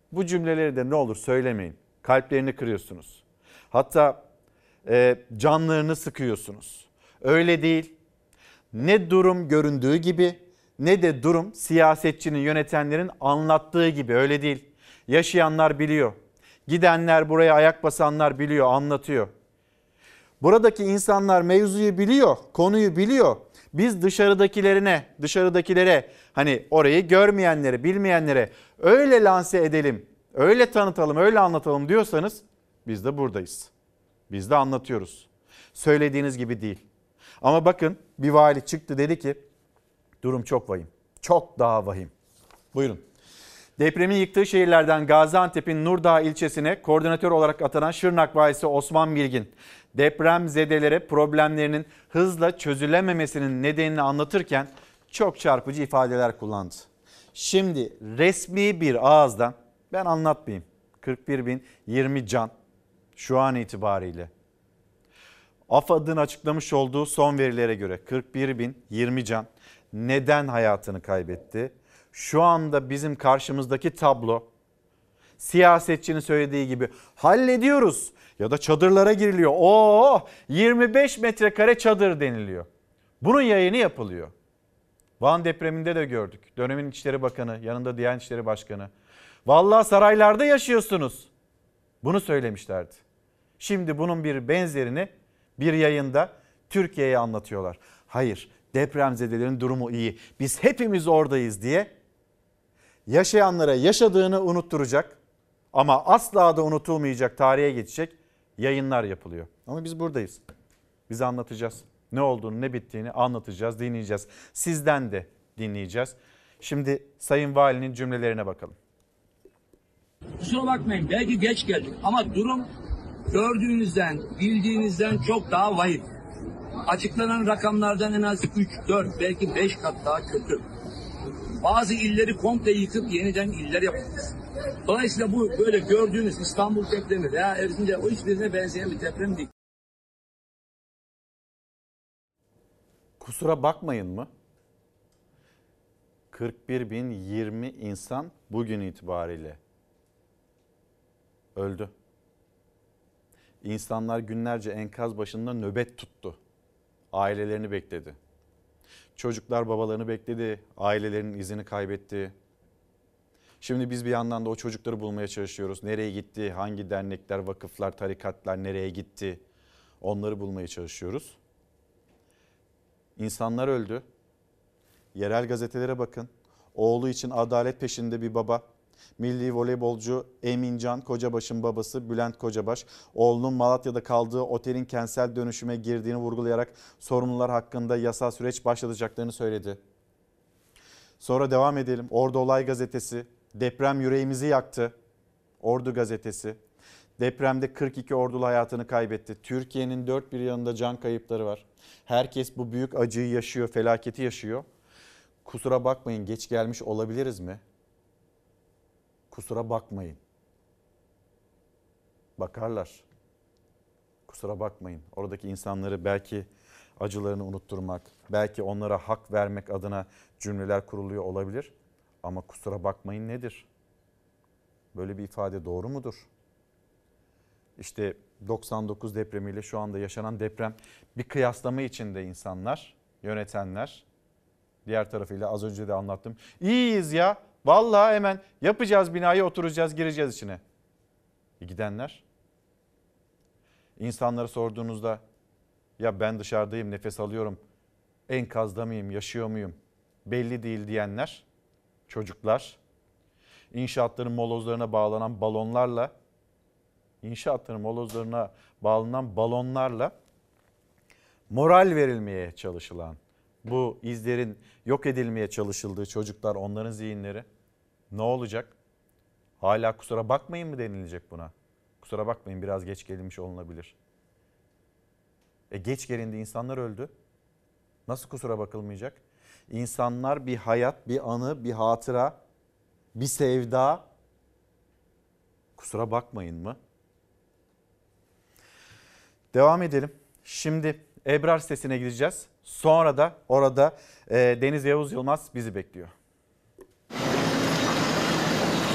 Bu cümleleri de ne olur söylemeyin. Kalplerini kırıyorsunuz. Hatta e, canlarını sıkıyorsunuz. Öyle değil. Ne durum göründüğü gibi ne de durum siyasetçinin, yönetenlerin anlattığı gibi, öyle değil. Yaşayanlar biliyor. Gidenler, buraya ayak basanlar biliyor, anlatıyor. Buradaki insanlar mevzuyu biliyor, konuyu biliyor. Biz dışarıdakilerine, dışarıdakilere, hani orayı görmeyenlere, bilmeyenlere öyle lanse edelim, öyle tanıtalım, öyle anlatalım diyorsanız biz de buradayız. Biz de anlatıyoruz. Söylediğiniz gibi değil. Ama bakın bir vali çıktı, dedi ki durum çok vahim. Çok daha vahim. Buyurun. Depremin yıktığı şehirlerden Gaziantep'in Nurdağ ilçesine koordinatör olarak atanan Şırnak valisi Osman Bilgin, depremzedelere problemlerinin hızla çözülememesinin nedenini anlatırken çok çarpıcı ifadeler kullandı. Şimdi resmi bir ağızdan, ben anlatmayayım, kırk bir bin yirmi can şu an itibariyle. AFAD'ın açıklamış olduğu son verilere göre kırk bir bin yirmi can neden hayatını kaybetti? Şu anda bizim karşımızdaki tablo, siyasetçinin söylediği gibi hallediyoruz ya da çadırlara giriliyor. Oo, yirmi beş metrekare çadır deniliyor. Bunun yayını yapılıyor. Van depreminde de gördük. Dönemin İçişleri Bakanı, yanında Diyanet İşleri Başkanı. Vallahi saraylarda yaşıyorsunuz. Bunu söylemişlerdi. Şimdi bunun bir benzerini bir yayında Türkiye'ye anlatıyorlar. Hayır, depremzedelerin durumu iyi. Biz hepimiz oradayız diye yaşayanlara yaşadığını unutturacak ama asla da unutulmayacak, tarihe geçecek yayınlar yapılıyor. Ama biz buradayız. Biz anlatacağız. Ne olduğunu, ne bittiğini anlatacağız, dinleyeceğiz. Sizden de dinleyeceğiz. Şimdi Sayın Valinin cümlelerine bakalım. Kusura bakmayın, belki geç geldik ama durum gördüğünüzden, bildiğinizden çok daha vahim. Açıklanan rakamlardan en az üç, dört, belki beş kat daha kötü. Bazı illeri komple yıkıp yeniden iller yapacağız. Dolayısıyla bu böyle gördüğünüz İstanbul depremi veya Erzincan o hiçbirine benzeyen bir deprem değil. Kusura bakmayın mı? kırk bir bin yirmi insan bugün itibariyle öldü. İnsanlar günlerce enkaz başında nöbet tuttu. Ailelerini bekledi. Çocuklar babalarını bekledi. Ailelerinin izini kaybetti. Şimdi biz bir yandan da o çocukları bulmaya çalışıyoruz. Nereye gitti? Hangi dernekler, vakıflar, tarikatlar nereye gitti? Onları bulmaya çalışıyoruz. İnsanlar öldü. Yerel gazetelere bakın. Oğlu için adalet peşinde bir baba. Milli voleybolcu Emincan Kocabaş'ın babası Bülent Kocabaş, oğlunun Malatya'da kaldığı otelin kentsel dönüşüme girdiğini vurgulayarak sorumlular hakkında yasal süreç başlatacaklarını söyledi. Sonra devam edelim. Ordu Olay Gazetesi, deprem yüreğimizi yaktı. Ordu Gazetesi, depremde kırk iki ordulu hayatını kaybetti. Türkiye'nin dört bir yanında can kayıpları var. Herkes bu büyük acıyı yaşıyor, felaketi yaşıyor. Kusura bakmayın, geç gelmiş olabiliriz mi? Kusura bakmayın. Bakarlar. Kusura bakmayın. Oradaki insanları belki acılarını unutturmak, belki onlara hak vermek adına cümleler kuruluyor olabilir. Ama kusura bakmayın nedir? Böyle bir ifade doğru mudur? İşte doksan dokuz depremiyle şu anda yaşanan deprem bir kıyaslama içinde insanlar, yönetenler. Diğer tarafıyla az önce de anlattım. İyiyiz ya. Vallahi hemen yapacağız binayı, oturacağız, gireceğiz içine. E gidenler, insanlara sorduğunuzda ya ben dışarıdayım, nefes alıyorum, enkazda mıyım, yaşıyor muyum belli değil diyenler, çocuklar, inşaatların molozlarına bağlanan balonlarla, inşaatların molozlarına bağlanan balonlarla moral verilmeye çalışılan, bu izlerin yok edilmeye çalışıldığı çocuklar, onların zihinleri ne olacak? Hala kusura bakmayın mı denilecek buna? Kusura bakmayın, biraz geç gelinmiş olunabilir. E geç gelindi, insanlar öldü. Nasıl kusura bakılmayacak? İnsanlar bir hayat, bir anı, bir hatıra, bir sevda. Kusura bakmayın mı? Devam edelim. Şimdi Ebrar sitesine gideceğiz. Sonra da orada e, Deniz Yavuz Yılmaz bizi bekliyor.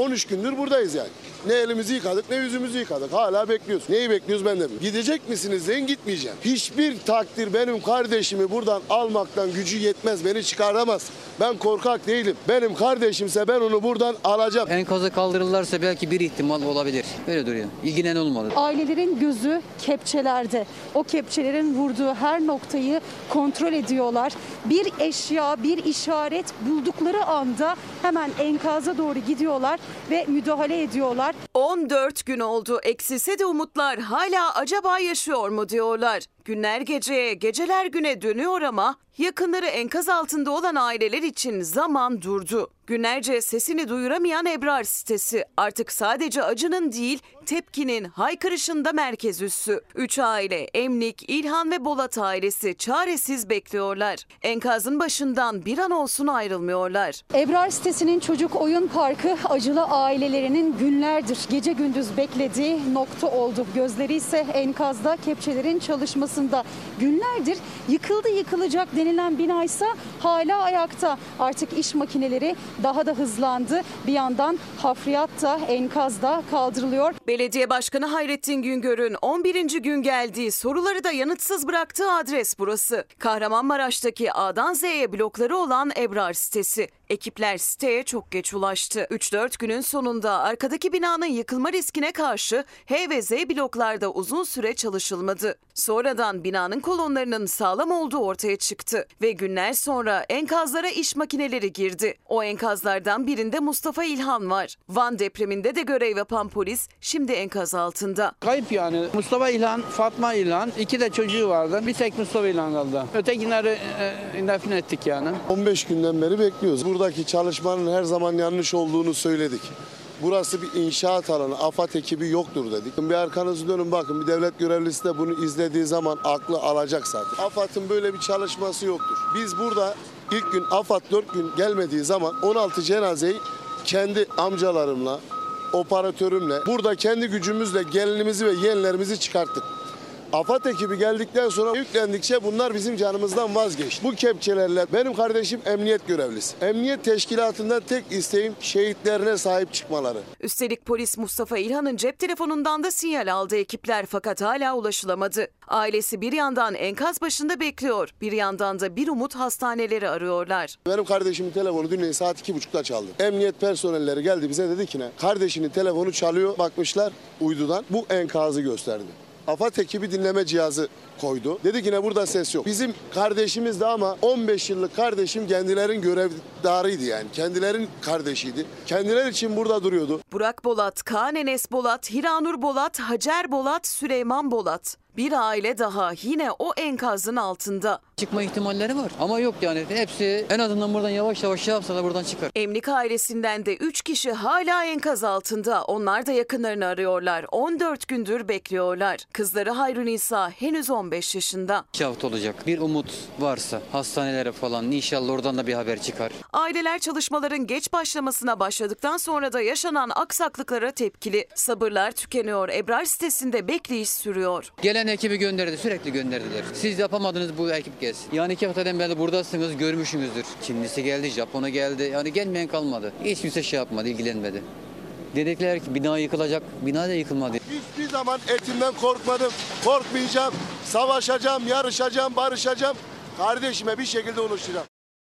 on üç gündür buradayız yani. Ne elimizi yıkadık ne yüzümüzü yıkadık. Hala bekliyoruz. Neyi bekliyoruz ben de bilmiyorum. Gidecek misiniz deyin, gitmeyeceğim. Hiçbir takdir benim kardeşimi buradan almaktan gücü yetmez. Beni çıkaramaz. Ben korkak değilim. Benim kardeşimse ben onu buradan alacağım. Enkazı kaldırırlarsa belki bir ihtimal olabilir. Öyle duruyor. İlgilenen olmadı. Ailelerin gözü kepçelerde. O kepçelerin vurduğu her noktayı kontrol ediyorlar. Bir eşya, bir işaret buldukları anda hemen enkaza doğru gidiyorlar ve müdahale ediyorlar. on dört gün oldu. Eksilse de umutlar hala acaba yaşıyor mu diyorlar. Günler geceye, geceler güne dönüyor ama yakınları enkaz altında olan aileler için zaman durdu. Günlerce sesini duyuramayan Ebrar sitesi artık sadece acının değil, tepkinin, haykırışında merkez üssü. Üç aile, Emlik, İlhan ve Bolat ailesi çaresiz bekliyorlar. Enkazın başından bir an olsun ayrılmıyorlar. Ebrar sitesinin çocuk oyun parkı acılı ailelerinin günlerdir gece gündüz beklediği nokta oldu. Gözleri ise enkazda kepçelerin çalışmasında. Günlerdir yıkıldı yıkılacak denilen bina ise hala ayakta. Artık iş makineleri daha da hızlandı. Bir yandan hafriyat da enkazda kaldırılıyor. Belediye Başkanı Hayrettin Güngör'ün on birinci gün geldiği, soruları da yanıtsız bıraktığı adres burası. Kahramanmaraş'taki A'dan Z'ye blokları olan Ebrar sitesi. Ekipler siteye çok geç ulaştı. üç dört günün sonunda arkadaki binanın yıkılma riskine karşı H ve Z bloklarda uzun süre çalışılmadı. Sonradan binanın kolonlarının sağlam olduğu ortaya çıktı ve günler sonra enkazlara iş makineleri girdi. O enkazlardan birinde Mustafa İlhan var. Van depreminde de görev yapan polis şimdi enkaz altında. Kayıp yani. Mustafa İlhan, Fatma İlhan, iki de çocuğu vardı. Bir tek Mustafa İlhan kaldı. Ötekileri e, defin ettik yani. on beş günden beri bekliyoruz. Buradaki çalışmanın her zaman yanlış olduğunu söyledik. Burası bir inşaat alanı, AFAD ekibi yoktur dedik. Bir arkanızı dönün bakın, bir devlet görevlisi de bunu izlediği zaman aklı alacak zaten. AFAD'ın böyle bir çalışması yoktur. Biz burada ilk gün AFAD dört gün gelmediği zaman on altı cenazeyi kendi amcalarımla, operatörümle, burada kendi gücümüzle gelinimizi ve yeğenlerimizi çıkarttık. AFAD ekibi geldikten sonra yüklendikçe bunlar bizim canımızdan vazgeçti. Bu kepçelerle benim kardeşim emniyet görevlisi. Emniyet teşkilatından tek isteğim şehitlerine sahip çıkmaları. Üstelik polis Mustafa İlhan'ın cep telefonundan da sinyal aldı ekipler fakat hala ulaşılamadı. Ailesi bir yandan enkaz başında bekliyor, bir yandan da bir umut hastaneleri arıyorlar. Benim kardeşimin telefonu dün saat iki buçukta çaldı. Emniyet personelleri geldi bize dedi ki ne? Kardeşinin telefonu çalıyor, bakmışlar uydudan bu enkazı gösterdi. AFAD ekibi dinleme cihazı koydu. Dedi ki ne burada ses yok. Bizim kardeşimiz de ama on beş yıllık kardeşim kendilerin görevdarıydı yani. Kendilerin kardeşiydi. Kendileri için burada duruyordu. Burak Bolat, Kaan Enes Bolat, Hiranur Bolat, Hacer Bolat, Süleyman Bolat. Bir aile daha yine o enkazın altında. Çıkma ihtimalleri var ama yok yani hepsi en azından buradan yavaş yavaş şey yapsa da buradan çıkar. Emlik ailesinden de üç kişi hala enkaz altında. Onlar da yakınlarını arıyorlar. on dört gündür bekliyorlar. Kızları Hayrun İsa henüz on beş yaşında. iki hafta olacak. Bir umut varsa hastanelere falan inşallah oradan da bir haber çıkar. Aileler çalışmaların geç başlamasına başladıktan sonra da yaşanan aksaklıklara tepkili. Sabırlar tükeniyor. Ebrar sitesinde bekleyiş sürüyor. Gelen ekibi gönderdi, sürekli gönderdiler. Siz yapamadınız bu ekip gelsin. Yani iki haftadan beri buradasınız, görmüşsünüzdür. Çinlisi geldi, Japon'a geldi. Yani gelmeyen kalmadı. Hiç kimse şey yapmadı, ilgilenmedi. Dedikler ki bina yıkılacak, bina da yıkılmadı. Hiçbir zaman etimden korkmadım, korkmayacağım, savaşacağım, yarışacağım, barışacağım. Kardeşime bir şekilde ulaşacağım.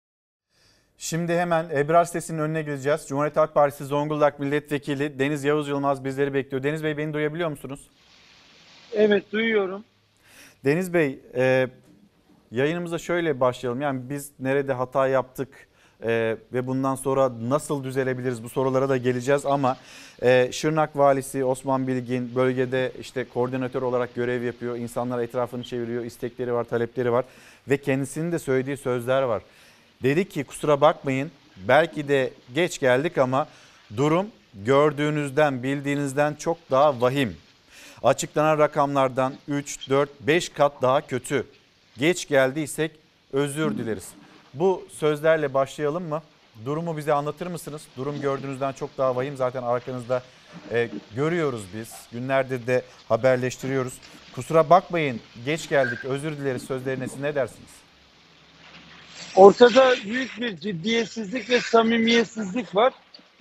Şimdi hemen Ebrar sitesinin önüne gideceğiz. Cumhuriyet Halk Partisi Zonguldak Milletvekili Deniz Yavuz Yılmaz bizleri bekliyor. Deniz Bey, beni duyabiliyor musunuz? Evet, duyuyorum. Deniz Bey, e, yayınımıza şöyle başlayalım. Yani biz nerede hata yaptık e, ve bundan sonra nasıl düzelebiliriz, bu sorulara da geleceğiz. Ama e, Şırnak Valisi Osman Bilgin bölgede işte koordinatör olarak görev yapıyor. İnsanlar etrafını çeviriyor, istekleri var, talepleri var ve kendisinin de söylediği sözler var. Dedi ki kusura bakmayın, belki de geç geldik ama durum gördüğünüzden, bildiğinizden çok daha vahim. Açıklanan rakamlardan üç, dört, beş kat daha kötü. Geç geldiysek özür dileriz. Bu sözlerle başlayalım mı? Durumu bize anlatır mısınız? Durum gördüğünüzden çok daha vahim. Zaten arkanızda e, görüyoruz biz. Günlerdir de haberleştiriyoruz. Kusura bakmayın, geç geldik, özür dileriz sözlerine siz ne dersiniz? Ortada büyük bir ciddiyetsizlik ve samimiyetsizlik var.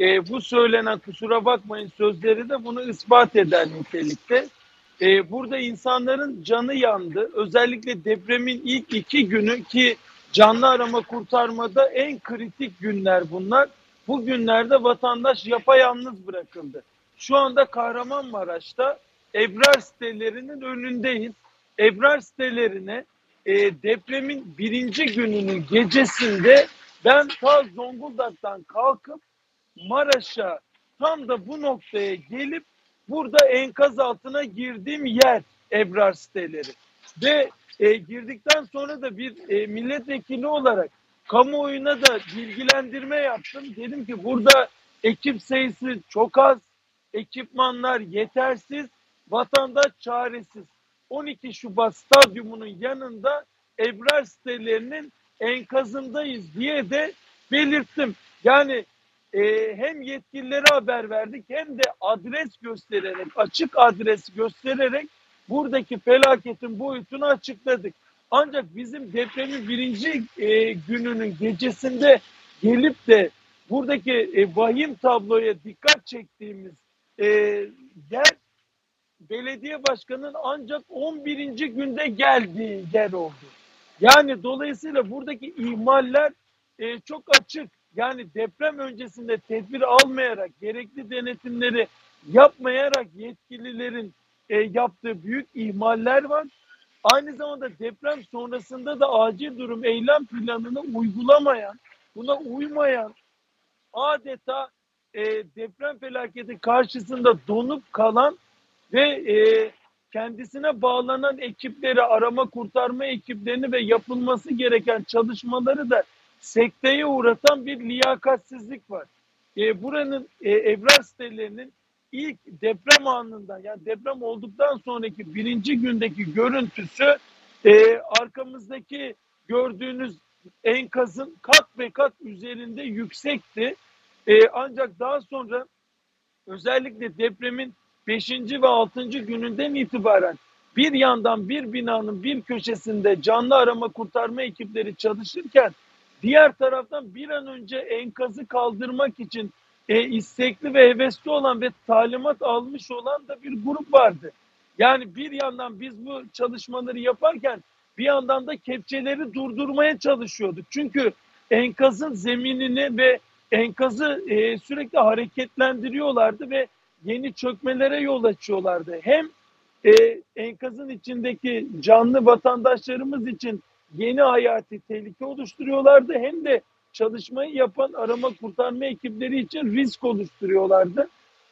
E, bu söylenen kusura bakmayın sözleri de bunu ispat eder nitelikte. E, burada insanların canı yandı. Özellikle depremin ilk iki günü ki canlı arama kurtarmada en kritik günler bunlar. Bu günlerde vatandaş yapayalnız bırakıldı. Şu anda Kahramanmaraş'ta Ebrar sitelerinin önündeyiz. Ebrar sitelerine e, depremin birinci gününün gecesinde ben ta Zonguldak'tan kalkıp Maraş'a tam da bu noktaya gelip burada enkaz altına girdiğim yer Ebrar siteleri. Ve e, girdikten sonra da bir e, milletvekili olarak kamuoyuna da bilgilendirme yaptım. Dedim ki burada ekip sayısı çok az, ekipmanlar yetersiz, vatandaş çaresiz. on iki Şubat stadyumunun yanında Ebrar sitelerinin enkazındayız diye de belirttim. Yani e, hem yetkililere haber verdik hem de adres göstererek, açık adres göstererek buradaki felaketin boyutunu açıkladık. Ancak bizim depremin birinci e, gününün gecesinde gelip de buradaki e, vahim tabloya dikkat çektiğimiz e, yer belediye başkanının ancak on birinci günde geldiği yer oldu. Yani dolayısıyla buradaki ihmaller e, çok açık. Yani deprem öncesinde tedbir almayarak, gerekli denetimleri yapmayarak yetkililerin e, yaptığı büyük ihmaller var. Aynı zamanda deprem sonrasında da acil durum eylem planını uygulamayan, buna uymayan, adeta e, deprem felaketi karşısında donup kalan ve e, kendisine bağlanan ekipleri, arama kurtarma ekiplerini ve yapılması gereken çalışmaları da sekteye uğratan bir liyakatsizlik var. E, buranın e, Ebrar sitelerinin ilk deprem anından, yani deprem olduktan sonraki birinci gündeki görüntüsü e, arkamızdaki gördüğünüz enkazın kat ve kat üzerinde yüksekti. E, ancak daha sonra özellikle depremin beşinci ve altıncı gününden itibaren bir yandan bir binanın bir köşesinde canlı arama kurtarma ekipleri çalışırken diğer taraftan bir an önce enkazı kaldırmak için e, istekli ve hevesli olan ve talimat almış olan da bir grup vardı. Yani bir yandan biz bu çalışmaları yaparken bir yandan da kepçeleri durdurmaya çalışıyorduk. Çünkü enkazın zeminini ve enkazı e, sürekli hareketlendiriyorlardı ve yeni çökmelere yol açıyorlardı. Hem e, enkazın içindeki canlı vatandaşlarımız için yeni hayati tehlike oluşturuyorlardı, hem de çalışmayı yapan arama kurtarma ekipleri için risk oluşturuyorlardı.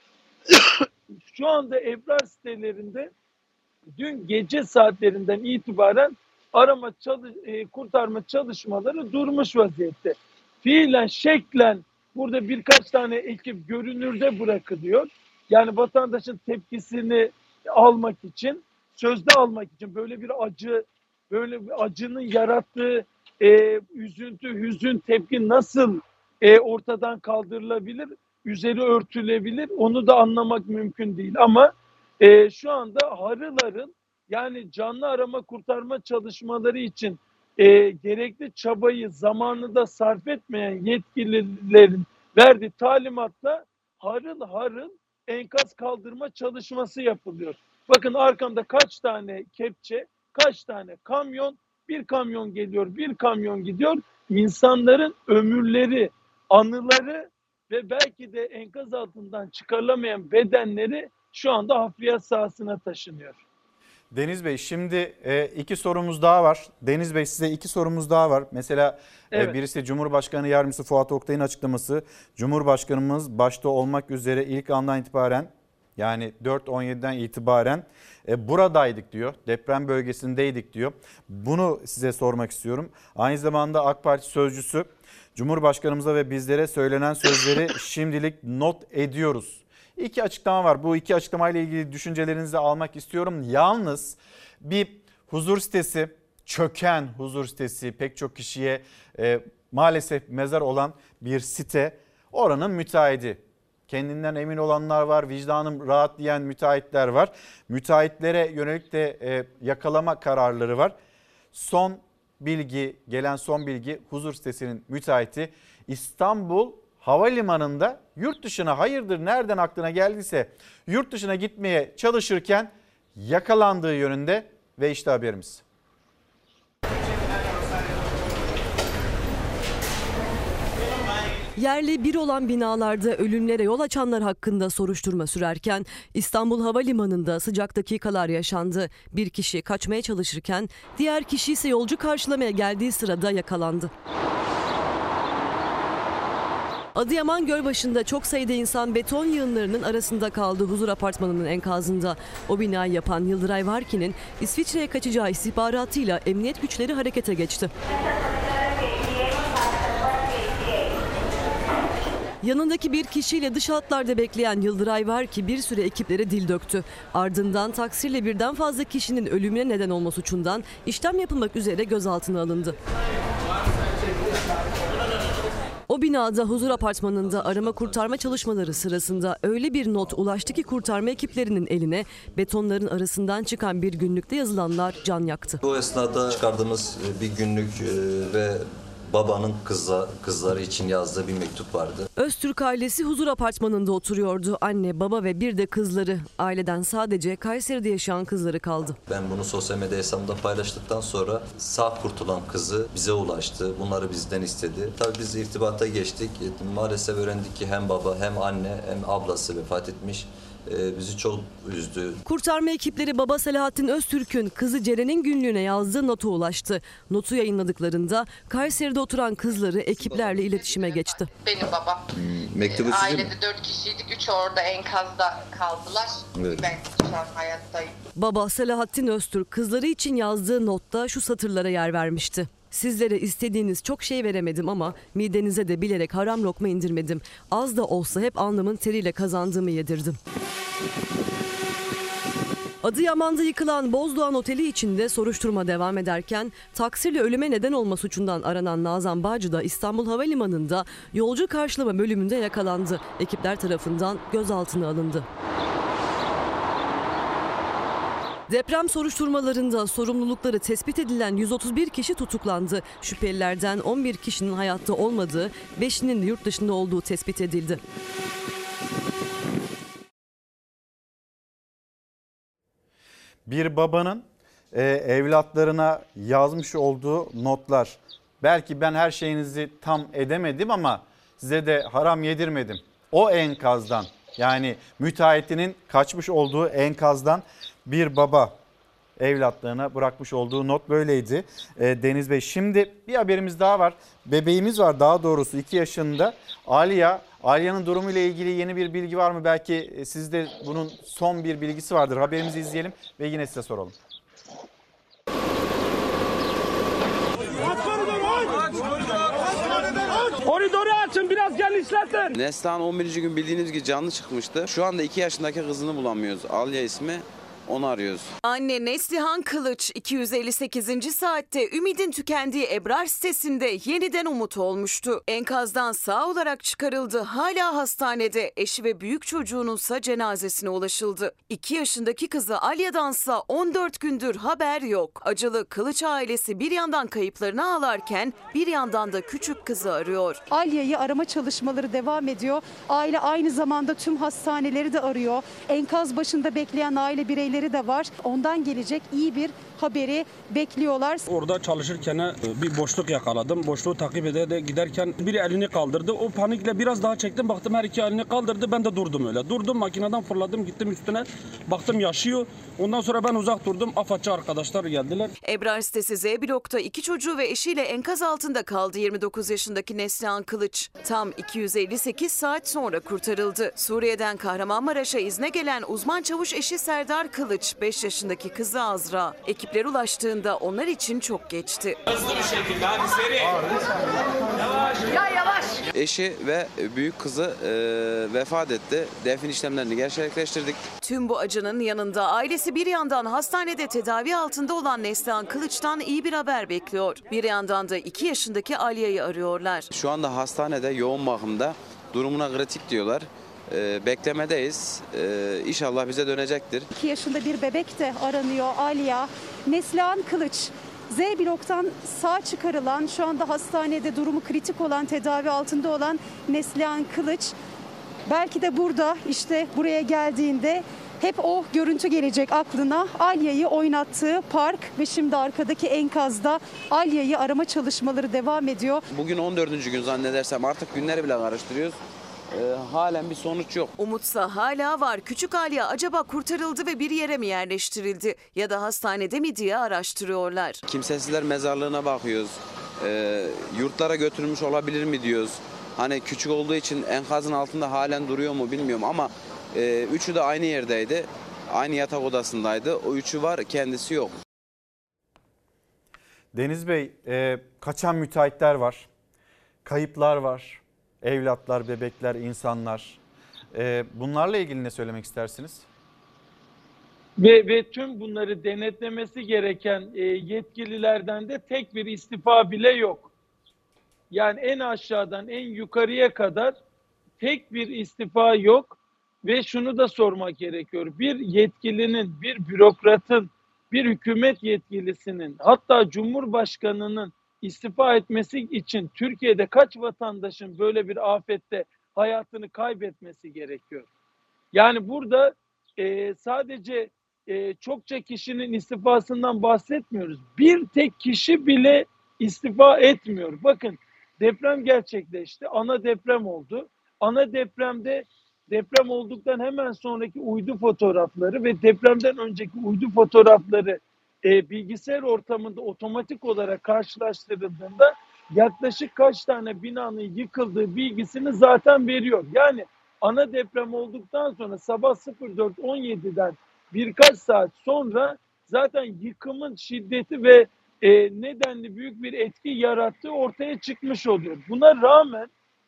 Şu anda Ebrar sitelerinde dün gece saatlerinden itibaren arama çalış, e, kurtarma çalışmaları durmuş vaziyette. Fiilen, şeklen burada birkaç tane ekip görünürde bırakılıyor. Yani vatandaşın tepkisini almak için, sözde almak için, böyle bir acı, böyle bir acının yarattığı e, üzüntü, hüzün, tepki nasıl e, ortadan kaldırılabilir, üzeri örtülebilir, onu da anlamak mümkün değil. Ama e, şu anda harıl harıl, yani canlı arama kurtarma çalışmaları için e, gerekli çabayı zamanında sarf etmeyen yetkililerin verdiği talimatla harıl harıl enkaz kaldırma çalışması yapılıyor. Bakın arkamda kaç tane kepçe, kaç tane kamyon, bir kamyon geliyor, bir kamyon gidiyor. İnsanların ömürleri, anıları ve belki de enkaz altından çıkarılamayan bedenleri şu anda hafriyat sahasına taşınıyor. Deniz Bey, şimdi iki sorumuz daha var. Deniz Bey, size iki sorumuz daha var. Mesela evet. Birisi Cumhurbaşkanı Yardımcısı Fuat Oktay'ın açıklaması. Cumhurbaşkanımız başta olmak üzere ilk andan itibaren, yani dört on yediden itibaren buradaydık diyor. Deprem bölgesindeydik diyor. Bunu size sormak istiyorum. Aynı zamanda AK Parti sözcüsü Cumhurbaşkanımıza ve bizlere söylenen sözleri şimdilik not ediyoruz. İki açıklama var. Bu iki açıklamayla ilgili düşüncelerinizi almak istiyorum. Yalnız bir huzur sitesi, çöken huzur sitesi, pek çok kişiye e, maalesef mezar olan bir site, oranın müteahhidi. Kendinden emin olanlar var, vicdanım rahat diyen müteahhitler var. Müteahhitlere yönelik de e, yakalama kararları var. Son bilgi, gelen son bilgi, huzur sitesinin müteahhiti İstanbul havalimanında yurt dışına hayırdır nereden aklına geldiyse yurt dışına gitmeye çalışırken yakalandığı yönünde ve işte haberimiz. Yerli bir olan binalarda ölümlere yol açanlar hakkında soruşturma sürerken İstanbul Havalimanı'nda sıcak dakikalar yaşandı. Bir kişi kaçmaya çalışırken diğer kişi ise yolcu karşılamaya geldiği sırada yakalandı. Adıyaman Gölbaşı'nda çok sayıda insan beton yığınlarının arasında kaldı huzur apartmanının enkazında. O binayı yapan Yıldıray Varki'nin İsviçre'ye kaçacağı istihbaratıyla emniyet güçleri harekete geçti. Yanındaki bir kişiyle dış hatlarda bekleyen Yıldıray Varki bir süre ekiplere dil döktü. Ardından taksirle birden fazla kişinin ölümüne neden olma suçundan işlem yapılmak üzere gözaltına alındı. O binada huzur apartmanında arama kurtarma çalışmaları sırasında öyle bir not ulaştı ki kurtarma ekiplerinin eline betonların arasından çıkan bir günlükte yazılanlar can yaktı. Bu esnada çıkardığımız bir günlük ve babanın kızla, kızları için yazdığı bir mektup vardı. Öztürk ailesi huzur apartmanında oturuyordu. Anne, baba ve bir de kızları. Aileden sadece Kayseri'de yaşayan kızları kaldı. Ben bunu sosyal medya hesabımda paylaştıktan sonra sağ kurtulan kızı bize ulaştı. Bunları bizden istedi. Tabii biz irtibata geçtik. Maalesef öğrendik ki hem baba hem anne hem ablası vefat etmiş. Bizi çok üzdü. Kurtarma ekipleri baba Selahattin Öztürk'ün kızı Ceren'in günlüğüne yazdığı nota ulaştı. Notu yayınladıklarında Kayseri'de oturan kızları ekiplerle iletişime geçti. Benim babam. Hmm, mektubu sizin Ailede mi? dört kişiydik. Üç orada enkazda kaldılar. Evet. Ben şu an hayattayım. Baba Selahattin Öztürk kızları için yazdığı notta şu satırlara yer vermişti. Sizlere istediğiniz çok şey veremedim ama midenize de bilerek haram lokma indirmedim. Az da olsa hep alnımın teriyle kazandığımı yedirdim. Adıyaman'da yıkılan Bozdoğan Oteli içinde soruşturma devam ederken taksirle ölüme neden olma suçundan aranan Nazan Bağcı da İstanbul Havalimanı'nda yolcu karşılama bölümünde yakalandı. Ekipler tarafından gözaltına alındı. Deprem soruşturmalarında sorumlulukları tespit edilen yüz otuz bir kişi tutuklandı. Şüphelilerden on bir kişinin hayatta olmadığı, beşinin yurt dışında olduğu tespit edildi. Bir babanın e, evlatlarına yazmış olduğu notlar. Belki ben her şeyinizi tam edemedim ama size de haram yedirmedim. O enkazdan, yani müteahhitinin kaçmış olduğu enkazdan bir baba evlatlarına bırakmış olduğu not böyleydi. E, Deniz Bey, şimdi bir haberimiz daha var. Bebeğimiz var, daha doğrusu iki yaşında. Aliya, Aliya'nın durumuyla ilgili yeni bir bilgi var mı? Belki sizde bunun son bir bilgisi vardır. Haberimizi izleyelim ve yine size soralım. Koridoru açın, biraz genişletin. Neslihan on birinci gün bildiğiniz gibi canlı çıkmıştı. Şu anda iki yaşındaki kızını bulamıyoruz. Alya ismi. Onu arıyoruz. Anne Neslihan Kılıç iki yüz elli sekizinci saatte ümidin tükendiği Ebrar sitesinde yeniden umut olmuştu. Enkazdan sağ olarak çıkarıldı. Hala hastanede. Eşi ve büyük çocuğununsa cenazesine ulaşıldı. iki yaşındaki kızı Alya'dansa on dört gündür haber yok. Acılı Kılıç ailesi bir yandan kayıplarını ağlarken bir yandan da küçük kızı arıyor. Alya'yı arama çalışmaları devam ediyor. Aile aynı zamanda tüm hastaneleri de arıyor. Enkaz başında bekleyen aile bireyleri de var. Ondan gelecek iyi bir haberi bekliyorlar. Orada çalışırken bir boşluk yakaladım. Boşluğu takip ederek giderken biri elini kaldırdı. O panikle biraz daha çektim. Baktım her iki elini kaldırdı. Ben de durdum öyle. Durdum, makineden fırladım, gittim üstüne. Baktım yaşıyor. Ondan sonra ben uzak durdum. AFAD'çı arkadaşlar geldiler. Ebrar sitesi Z blokta iki çocuğu ve eşiyle enkaz altında kaldı yirmi dokuz yaşındaki Neslihan Kılıç. Tam iki yüz elli sekiz saat sonra kurtarıldı. Suriye'den Kahramanmaraş'a izne gelen uzman çavuş eşi Serdar Kılıç, beş yaşındaki kızı Azra. Ekipler ulaştığında onlar için çok geçti. Hızlı bir şekilde, hadi seri. Yavaş. Ya yavaş. Eşi ve büyük kızı e, vefat etti. Defin işlemlerini gerçekleştirdik. Tüm bu acının yanında ailesi bir yandan hastanede tedavi altında olan Neslihan Kılıç'tan iyi bir haber bekliyor. Bir yandan da iki yaşındaki Alya'yı arıyorlar. Şu anda hastanede yoğun bakımda, durumuna kritik diyorlar. E, beklemedeyiz. E, İnşallah bize dönecektir. iki yaşında bir bebek de aranıyor Alya. Neslihan Kılıç Z bloktan sağ çıkarılan, şu anda hastanede durumu kritik olan, tedavi altında olan Neslihan Kılıç belki de burada, işte buraya geldiğinde hep o görüntü gelecek aklına. Alya'yı oynattığı park ve şimdi arkadaki enkazda Alya'yı arama çalışmaları devam ediyor. Bugün on dördüncü gün zannedersem, artık günleri bile karıştırıyoruz. Ee, halen bir sonuç yok. Umutsa hala var. Küçük Alya acaba kurtarıldı ve bir yere mi yerleştirildi ya da hastanede mi diye araştırıyorlar. Kimsesizler mezarlığına bakıyoruz. Ee, yurtlara götürülmüş olabilir mi diyoruz. Hani küçük olduğu için enkazın altında halen duruyor mu bilmiyorum ama e, üçü de aynı yerdeydi. Aynı yatak odasındaydı. O üçü var, kendisi yok. Deniz Bey, e, kaçan müteahhitler var, kayıplar var, evlatlar, bebekler, insanlar. E, bunlarla ilgili ne söylemek istersiniz? Ve, ve tüm bunları denetlemesi gereken e, yetkililerden de tek bir istifa bile yok. Yani en aşağıdan en yukarıya kadar tek bir istifa yok ve şunu da sormak gerekiyor. Bir yetkilinin, bir bürokratın, bir hükümet yetkilisinin, hatta Cumhurbaşkanı'nın istifa etmesi için Türkiye'de kaç vatandaşın böyle bir afette hayatını kaybetmesi gerekiyor? Yani burada e, sadece e, çokça kişinin istifasından bahsetmiyoruz. Bir tek kişi bile istifa etmiyor. Bakın, deprem gerçekleşti. Ana deprem oldu. Ana depremde deprem olduktan hemen sonraki uydu fotoğrafları ve depremden önceki uydu fotoğrafları e, bilgisayar ortamında otomatik olarak karşılaştırıldığında yaklaşık kaç tane binanın yıkıldığı bilgisini zaten veriyor. Yani ana deprem olduktan sonra sabah dört on yedi'den birkaç saat sonra zaten yıkımın şiddeti ve e, nedenli büyük bir etki yarattığı ortaya çıkmış oluyor. Buna rağmen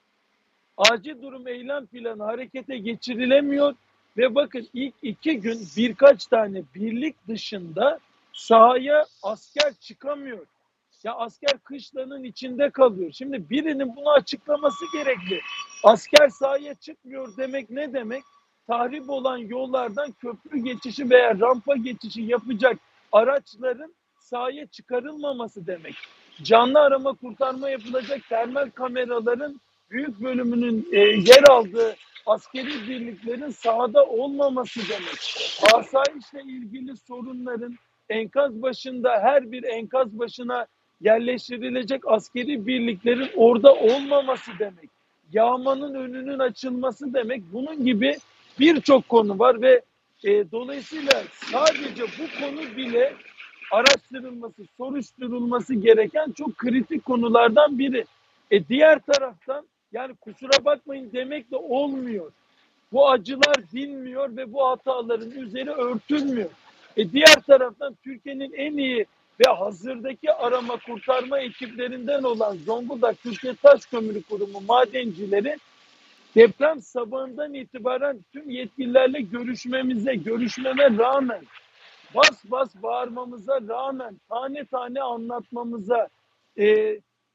acil durum eylem planı harekete geçirilemiyor ve bakın ilk iki gün birkaç tane birlik dışında sahaya asker çıkamıyor. Ya asker kışlanın içinde kalıyor. Şimdi birinin bunu açıklaması gerekli. Asker sahaya çıkmıyor demek ne demek? Tahrip olan yollardan köprü geçişi veya rampa geçişi yapacak araçların sahaya çıkarılmaması demek. Canlı arama kurtarma yapılacak termal kameraların büyük bölümünün e, yer aldığı askeri birliklerin sahada olmaması demek. Asayişle ilgili sorunların enkaz başında, her bir enkaz başına yerleştirilecek askeri birliklerin orada olmaması demek. Yağmanın önünün açılması demek. Bunun gibi birçok konu var ve e, dolayısıyla sadece bu konu bile araştırılması, soruşturulması gereken çok kritik konulardan biri. E, diğer taraftan yani kusura bakmayın demek de olmuyor. Bu acılar dinmiyor ve bu hataların üzeri örtülmüyor. E, diğer taraftan Türkiye'nin en iyi ve hazırdaki arama kurtarma ekiplerinden olan Zonguldak Türkiye Taş Kömürü Kurumu madencileri deprem sabahından itibaren tüm yetkililerle görüşmemize, görüşmeme rağmen, bas bas bağırmamıza rağmen, tane tane anlatmamıza, e, e,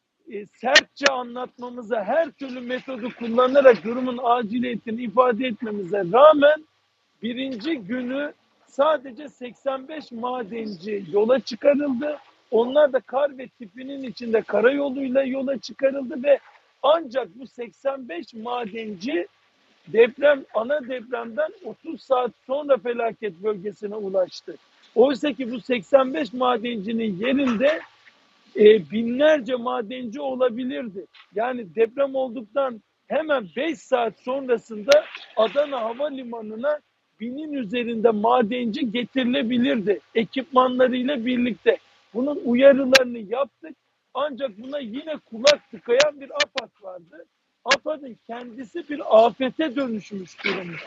sertçe anlatmamıza, her türlü metodu kullanarak durumun aciliyetini ifade etmemize rağmen birinci günü sadece seksen beş madenci yola çıkarıldı. Onlar da kar ve tipinin içinde karayoluyla yola çıkarıldı ve ancak bu seksen beş madenci deprem, ana depremden otuz saat sonra felaket bölgesine ulaştı. Oysa ki bu seksen beş madencinin yerinde e, binlerce madenci olabilirdi. Yani deprem olduktan hemen beş saat sonrasında Adana Havalimanı'na binin üzerinde madenci getirilebilirdi ekipmanlarıyla birlikte. Bunun uyarılarını yaptık ancak buna yine kulak tıkayan bir AFAD vardı. AFAD'ın kendisi bir afete dönüşmüş durumda.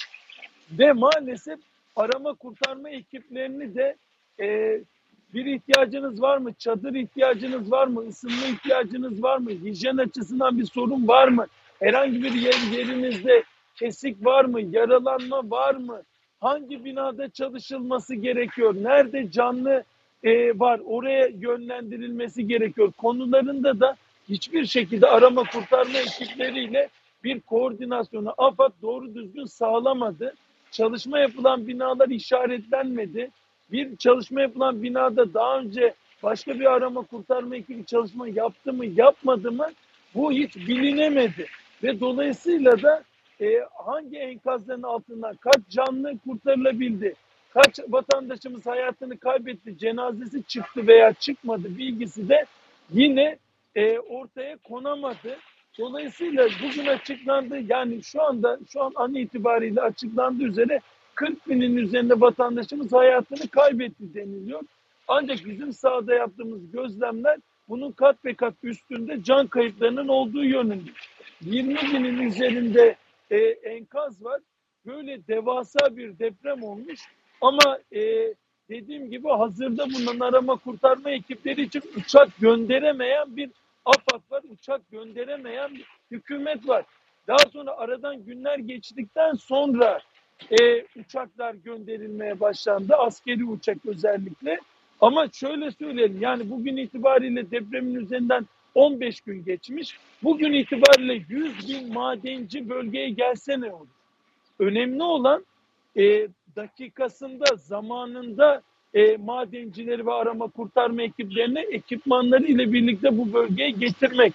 Ve maalesef arama kurtarma ekiplerini de e, bir ihtiyacınız var mı? Çadır ihtiyacınız var mı? Isınma ihtiyacınız var mı? Hijyen açısından bir sorun var mı? Herhangi bir yer, yerinizde kesik var mı? Yaralanma var mı? Hangi binada çalışılması gerekiyor? Nerede canlı e, var? Oraya yönlendirilmesi gerekiyor. Konularında da hiçbir şekilde arama kurtarma ekipleriyle bir koordinasyonu AFAD doğru düzgün sağlamadı. Çalışma yapılan binalar işaretlenmedi. Bir çalışma yapılan binada daha önce başka bir arama kurtarma ekibi çalışma yaptı mı yapmadı mı bu hiç bilinemedi. Ve dolayısıyla da e, hangi enkazların altından kaç canlı kurtarılabildi, kaç vatandaşımız hayatını kaybetti, cenazesi çıktı veya çıkmadı bilgisi de yine e, ortaya konamadı. Dolayısıyla bugün açıklandı, yani şu anda şu an an itibariyle açıklandığı üzere kırk binin üzerinde vatandaşımız hayatını kaybetti deniliyor. Ancak bizim sahada yaptığımız gözlemler bunun kat ve kat üstünde can kayıplarının olduğu yönünde. yirmi binin üzerinde e, enkaz var. Böyle devasa bir deprem olmuş. Ama e, dediğim gibi hazırda bulunan arama kurtarma ekipleri için uçak gönderemeyen bir AFAD var. Uçak gönderemeyen bir hükümet var. Daha sonra aradan günler geçtikten sonra e, uçaklar gönderilmeye başlandı. Askeri uçak özellikle. Ama şöyle söyleyelim, yani bugün itibariyle depremin üzerinden on beş gün geçmiş. Bugün itibariyle yüz bin madenci bölgeye gelse ne olur? Önemli olan e, dakikasında, zamanında e, madencileri ve arama kurtarma ekiplerini ekipmanları ile birlikte bu bölgeye getirmek.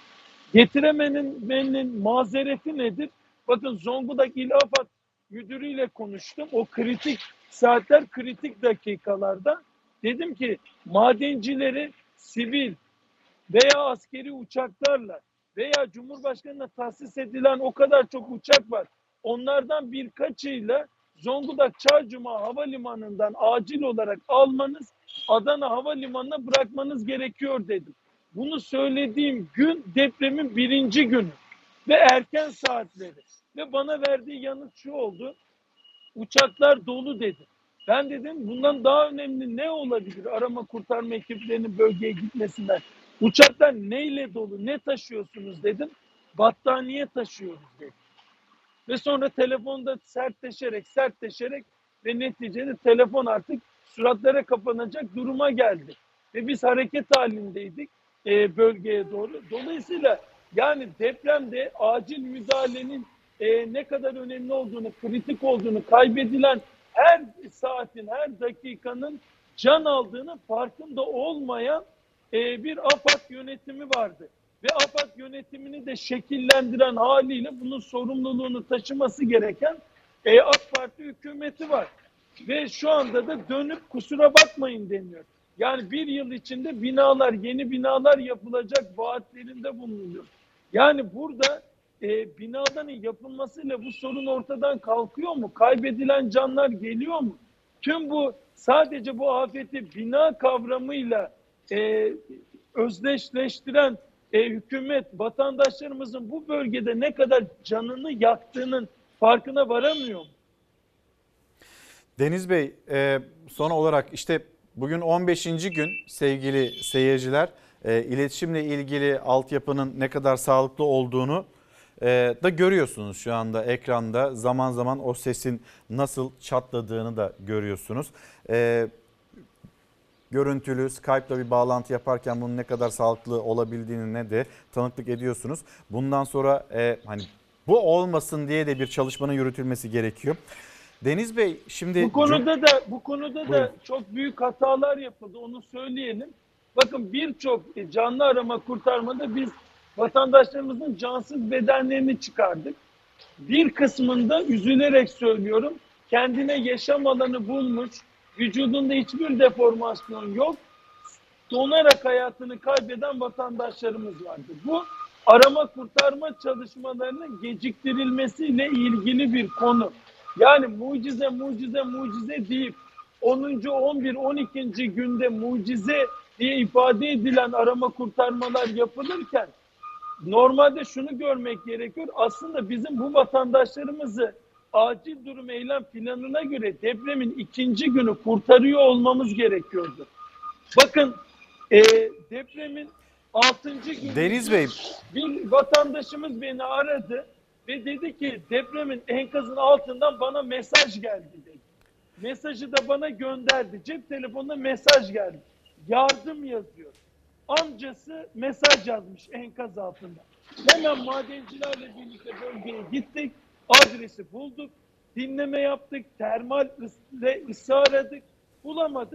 Getirememenin mazereti nedir? Bakın Zonguldak İl AFAD müdürüyle konuştum. O kritik saatler, kritik dakikalarda. Dedim ki madencileri sivil veya askeri uçaklarla veya Cumhurbaşkanı'na tahsis edilen o kadar çok uçak var. Onlardan birkaçıyla Zonguldak Çaycuma Havalimanı'ndan acil olarak almanız, Adana Havalimanı'na bırakmanız gerekiyor dedim. Bunu söylediğim gün depremin birinci günü ve erken saatleri. Ve bana verdiği yanıt şu oldu: uçaklar dolu dedi. Ben dedim bundan daha önemli ne olabilir arama kurtarma ekiplerinin bölgeye gitmesinden? Uçaklar neyle dolu, ne taşıyorsunuz dedim. Battaniye taşıyoruz dedi. Ve sonra telefonda sertleşerek sertleşerek ve neticede telefon artık suratlara kapanacak duruma geldi. Ve biz hareket halindeydik e, bölgeye doğru. Dolayısıyla yani depremde acil müdahalenin e, ne kadar önemli olduğunu, kritik olduğunu, kaybedilen her saatin, her dakikanın can aldığını farkında olmayan e, bir AFAD yönetimi vardı. Ve AFAD yönetimini de şekillendiren haliyle bunun sorumluluğunu taşıması gereken e, AK Parti hükümeti var. Ve şu anda da dönüp kusura bakmayın deniyor. Yani bir yıl içinde binalar, yeni binalar yapılacak vaatlerinde bulunuyor. Yani burada e, binaların yapılmasıyla bu sorun ortadan kalkıyor mu? Kaybedilen canlar geliyor mu? Tüm bu sadece bu afeti bina kavramıyla e, özdeşleştiren e, hükümet vatandaşlarımızın bu bölgede ne kadar canını yaktığının farkına varamıyor mu? Deniz Bey, e, son olarak işte bugün on beşinci gün sevgili seyirciler, e, iletişimle ilgili altyapının ne kadar sağlıklı olduğunu e, da görüyorsunuz şu anda ekranda. Zaman zaman o sesin nasıl çatladığını da görüyorsunuz. E, görüntülü Skype'la bir bağlantı yaparken bunun ne kadar sağlıklı olabildiğini ne de tanıklık ediyorsunuz. Bundan sonra e, hani bu olmasın diye de bir çalışmanın yürütülmesi gerekiyor. Deniz Bey, şimdi bu konuda da bu konuda da Buyurun. Çok büyük hatalar yapıldı. Onu söyleyelim. Bakın birçok canlı arama kurtarmada biz vatandaşlarımızın cansız bedenlerini çıkardık. Bir kısmında üzülerek söylüyorum, kendine yaşam alanı bulmuş, vücudunda hiçbir deformasyon yok, donarak hayatını kaybeden vatandaşlarımız vardı. Bu arama kurtarma çalışmalarının geciktirilmesiyle ilgili bir konu. Yani mucize mucize mucize deyip onuncu on bir on ikinci günde mucize diye ifade edilen arama kurtarmalar yapılırken normalde şunu görmek gerekiyor. Aslında bizim bu vatandaşlarımızı acil durum eylem planına göre depremin ikinci günü kurtarıyor olmamız gerekiyordu. Bakın e, depremin altıncı günü Deniz Bey, bir vatandaşımız beni aradı ve dedi ki depremin enkazın altından bana mesaj geldi dedi. Mesajı da bana gönderdi. Cep telefonuna mesaj geldi. Yardım yazıyor. Amcası mesaj yazmış enkaz altında. Hemen madencilerle birlikte bölgeye gittik. Adresi bulduk. Dinleme yaptık. Termal ısı aradık. Bulamadık.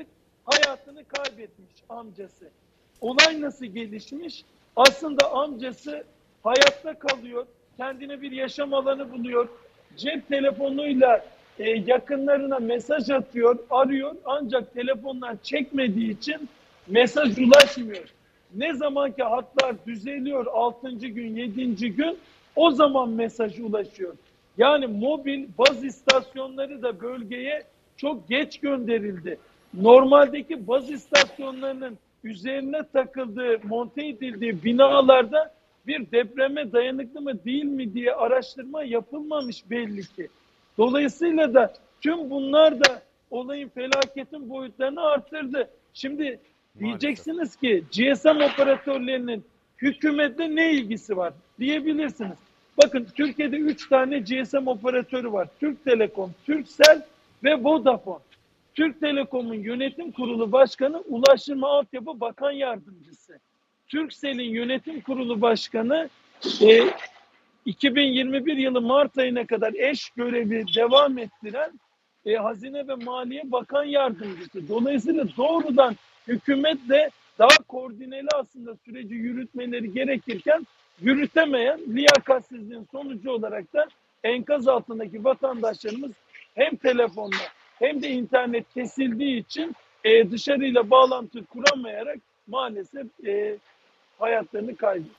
hayatını kaybetmiş amcası. Olay nasıl gelişmiş? Aslında amcası hayatta kalıyor, kendine bir yaşam alanı buluyor, cep telefonuyla e, yakınlarına mesaj atıyor, arıyor ancak telefonlar çekmediği için mesaj ulaşmıyor. Ne zaman ki hatlar düzeliyor altıncı gün, yedinci gün o zaman mesaj ulaşıyor. Yani mobil baz istasyonları da bölgeye çok geç gönderildi. Normaldeki baz istasyonlarının üzerine takıldığı, monte edildiği binalarda bir depreme dayanıklı mı değil mi diye araştırma yapılmamış belli ki. Dolayısıyla da tüm bunlar da olayın, felaketin boyutlarını arttırdı. Şimdi diyeceksiniz ki G S M operatörlerinin hükümetle ne ilgisi var diyebilirsiniz. Bakın Türkiye'de üç tane G S M operatörü var. Türk Telekom, Turkcell ve Vodafone. Türk Telekom'un yönetim kurulu başkanı Ulaştırma Altyapı Bakan Yardımcısı. Turkcell'in yönetim kurulu başkanı e, iki bin yirmi bir yılı Mart ayına kadar eş görevi devam ettiren e, Hazine ve Maliye Bakan Yardımcısı. Dolayısıyla doğrudan hükümetle daha koordineli aslında süreci yürütmeleri gerekirken yürütemeyen, liyakatsizliğin sonucu olarak da enkaz altındaki vatandaşlarımız hem telefonla hem de internet kesildiği için e, dışarıyla bağlantı kuramayarak maalesef e, hayatlarını kaybediyor.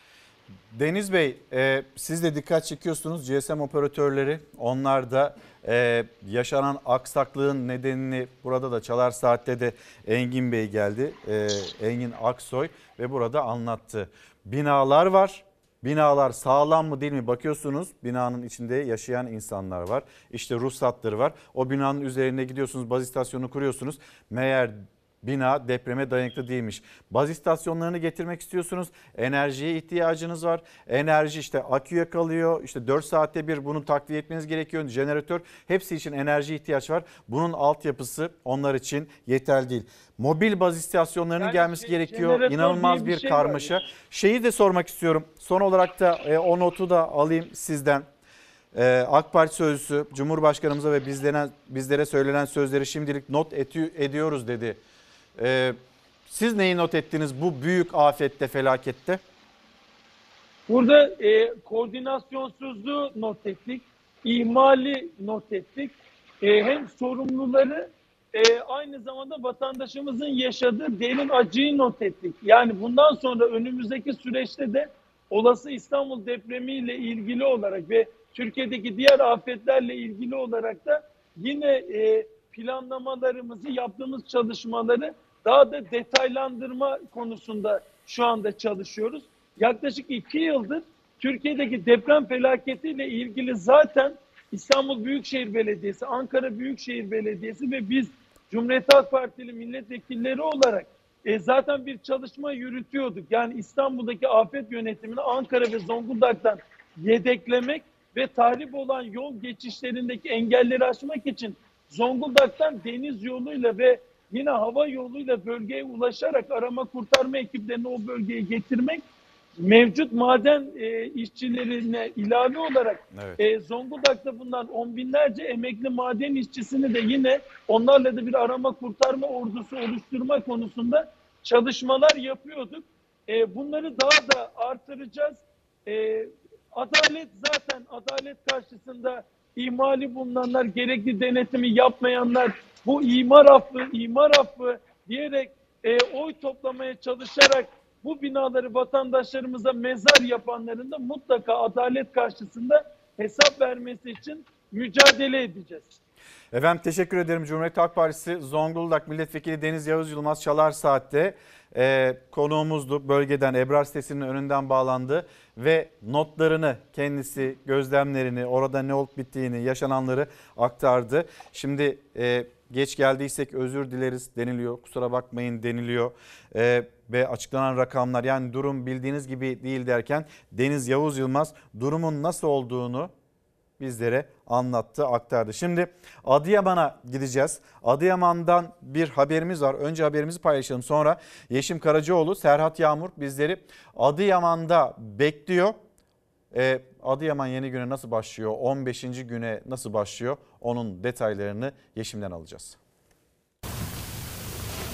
Deniz Bey, e, siz de dikkat çekiyorsunuz, G S M operatörleri. Onlar da e, yaşanan aksaklığın nedenini burada da Çalar Saat'te de Engin Bey geldi. E, Engin Aksoy ve burada anlattı. Binalar var. Binalar sağlam mı değil mi bakıyorsunuz, binanın içinde yaşayan insanlar var. İşte ruhsatları var. O binanın üzerine gidiyorsunuz, baz istasyonunu kuruyorsunuz. Meğer bina depreme dayanıklı değilmiş. Baz istasyonlarını getirmek istiyorsunuz. Enerjiye ihtiyacınız var. Enerji işte aküye kalıyor. İşte dört saatte bir bunu takviye etmeniz gerekiyor. Jeneratör, hepsi için enerji ihtiyaç var. Bunun altyapısı onlar için yeterli değil. Mobil baz istasyonlarının yani gelmesi şey, gerekiyor. İnanılmaz bir, bir şey karmaşa. Var. Şeyi de sormak istiyorum. Son olarak da e, o notu da alayım sizden. Ee, AK Parti sözcüsü Cumhurbaşkanımıza ve bizlere, bizlere söylenen sözleri şimdilik not eti, ediyoruz dedi. Ee, siz neyi not ettiniz bu büyük afette, felakette? Burada e, koordinasyonsuzluğu not ettik, ihmali not ettik. E, hem sorumluları e, aynı zamanda vatandaşımızın yaşadığı derin acıyı not ettik. Yani bundan sonra önümüzdeki süreçte de olası İstanbul depremiyle ilgili olarak ve Türkiye'deki diğer afetlerle ilgili olarak da yine e, planlamalarımızı, yaptığımız çalışmaları daha da detaylandırma konusunda şu anda çalışıyoruz. Yaklaşık iki yıldır Türkiye'deki deprem felaketiyle ilgili zaten İstanbul Büyükşehir Belediyesi, Ankara Büyükşehir Belediyesi ve biz Cumhuriyet Halk Partili milletvekilleri olarak e, zaten bir çalışma yürütüyorduk. Yani İstanbul'daki afet yönetimini Ankara ve Zonguldak'tan yedeklemek ve tahrip olan yol geçişlerindeki engelleri aşmak için Zonguldak'tan deniz yoluyla ve yine hava yoluyla bölgeye ulaşarak arama kurtarma ekiplerini o bölgeye getirmek, mevcut maden e, işçilerine ilave olarak evet. e, Zonguldak'ta bulunan on binlerce emekli maden işçisini de yine onlarla da bir arama kurtarma ordusu oluşturma konusunda çalışmalar yapıyorduk. E, bunları daha da artıracağız. E, adalet zaten adalet karşısında ihmali bulunanlar, gerekli denetimi yapmayanlar, bu imar affı, imar affı diyerek e, oy toplamaya çalışarak bu binaları vatandaşlarımıza mezar yapanların da mutlaka adalet karşısında hesap vermesi için mücadele edeceğiz. Efendim teşekkür ederim. Cumhuriyet Halk Partisi Zonguldak Milletvekili Deniz Yavuz Yılmaz Çalar Saat'te e, konuğumuzdu. Bölgeden Ebrar sitesinin önünden bağlandı ve notlarını, kendisi gözlemlerini, orada ne olup bittiğini, yaşananları aktardı. Şimdi e, geç geldiysek özür dileriz deniliyor, kusura bakmayın deniliyor e, ve açıklanan rakamlar, yani durum bildiğiniz gibi değil derken Deniz Yavuz Yılmaz durumun nasıl olduğunu bizlere anlattı, aktardı. Şimdi Adıyaman'a gideceğiz. Adıyaman'dan bir haberimiz var. Önce haberimizi paylaşalım. Sonra Yeşim Karacaoğlu, Serhat Yağmur bizleri Adıyaman'da bekliyor. Ee, Adıyaman yeni güne nasıl başlıyor? on beşinci güne nasıl başlıyor? Onun detaylarını Yeşim'den alacağız.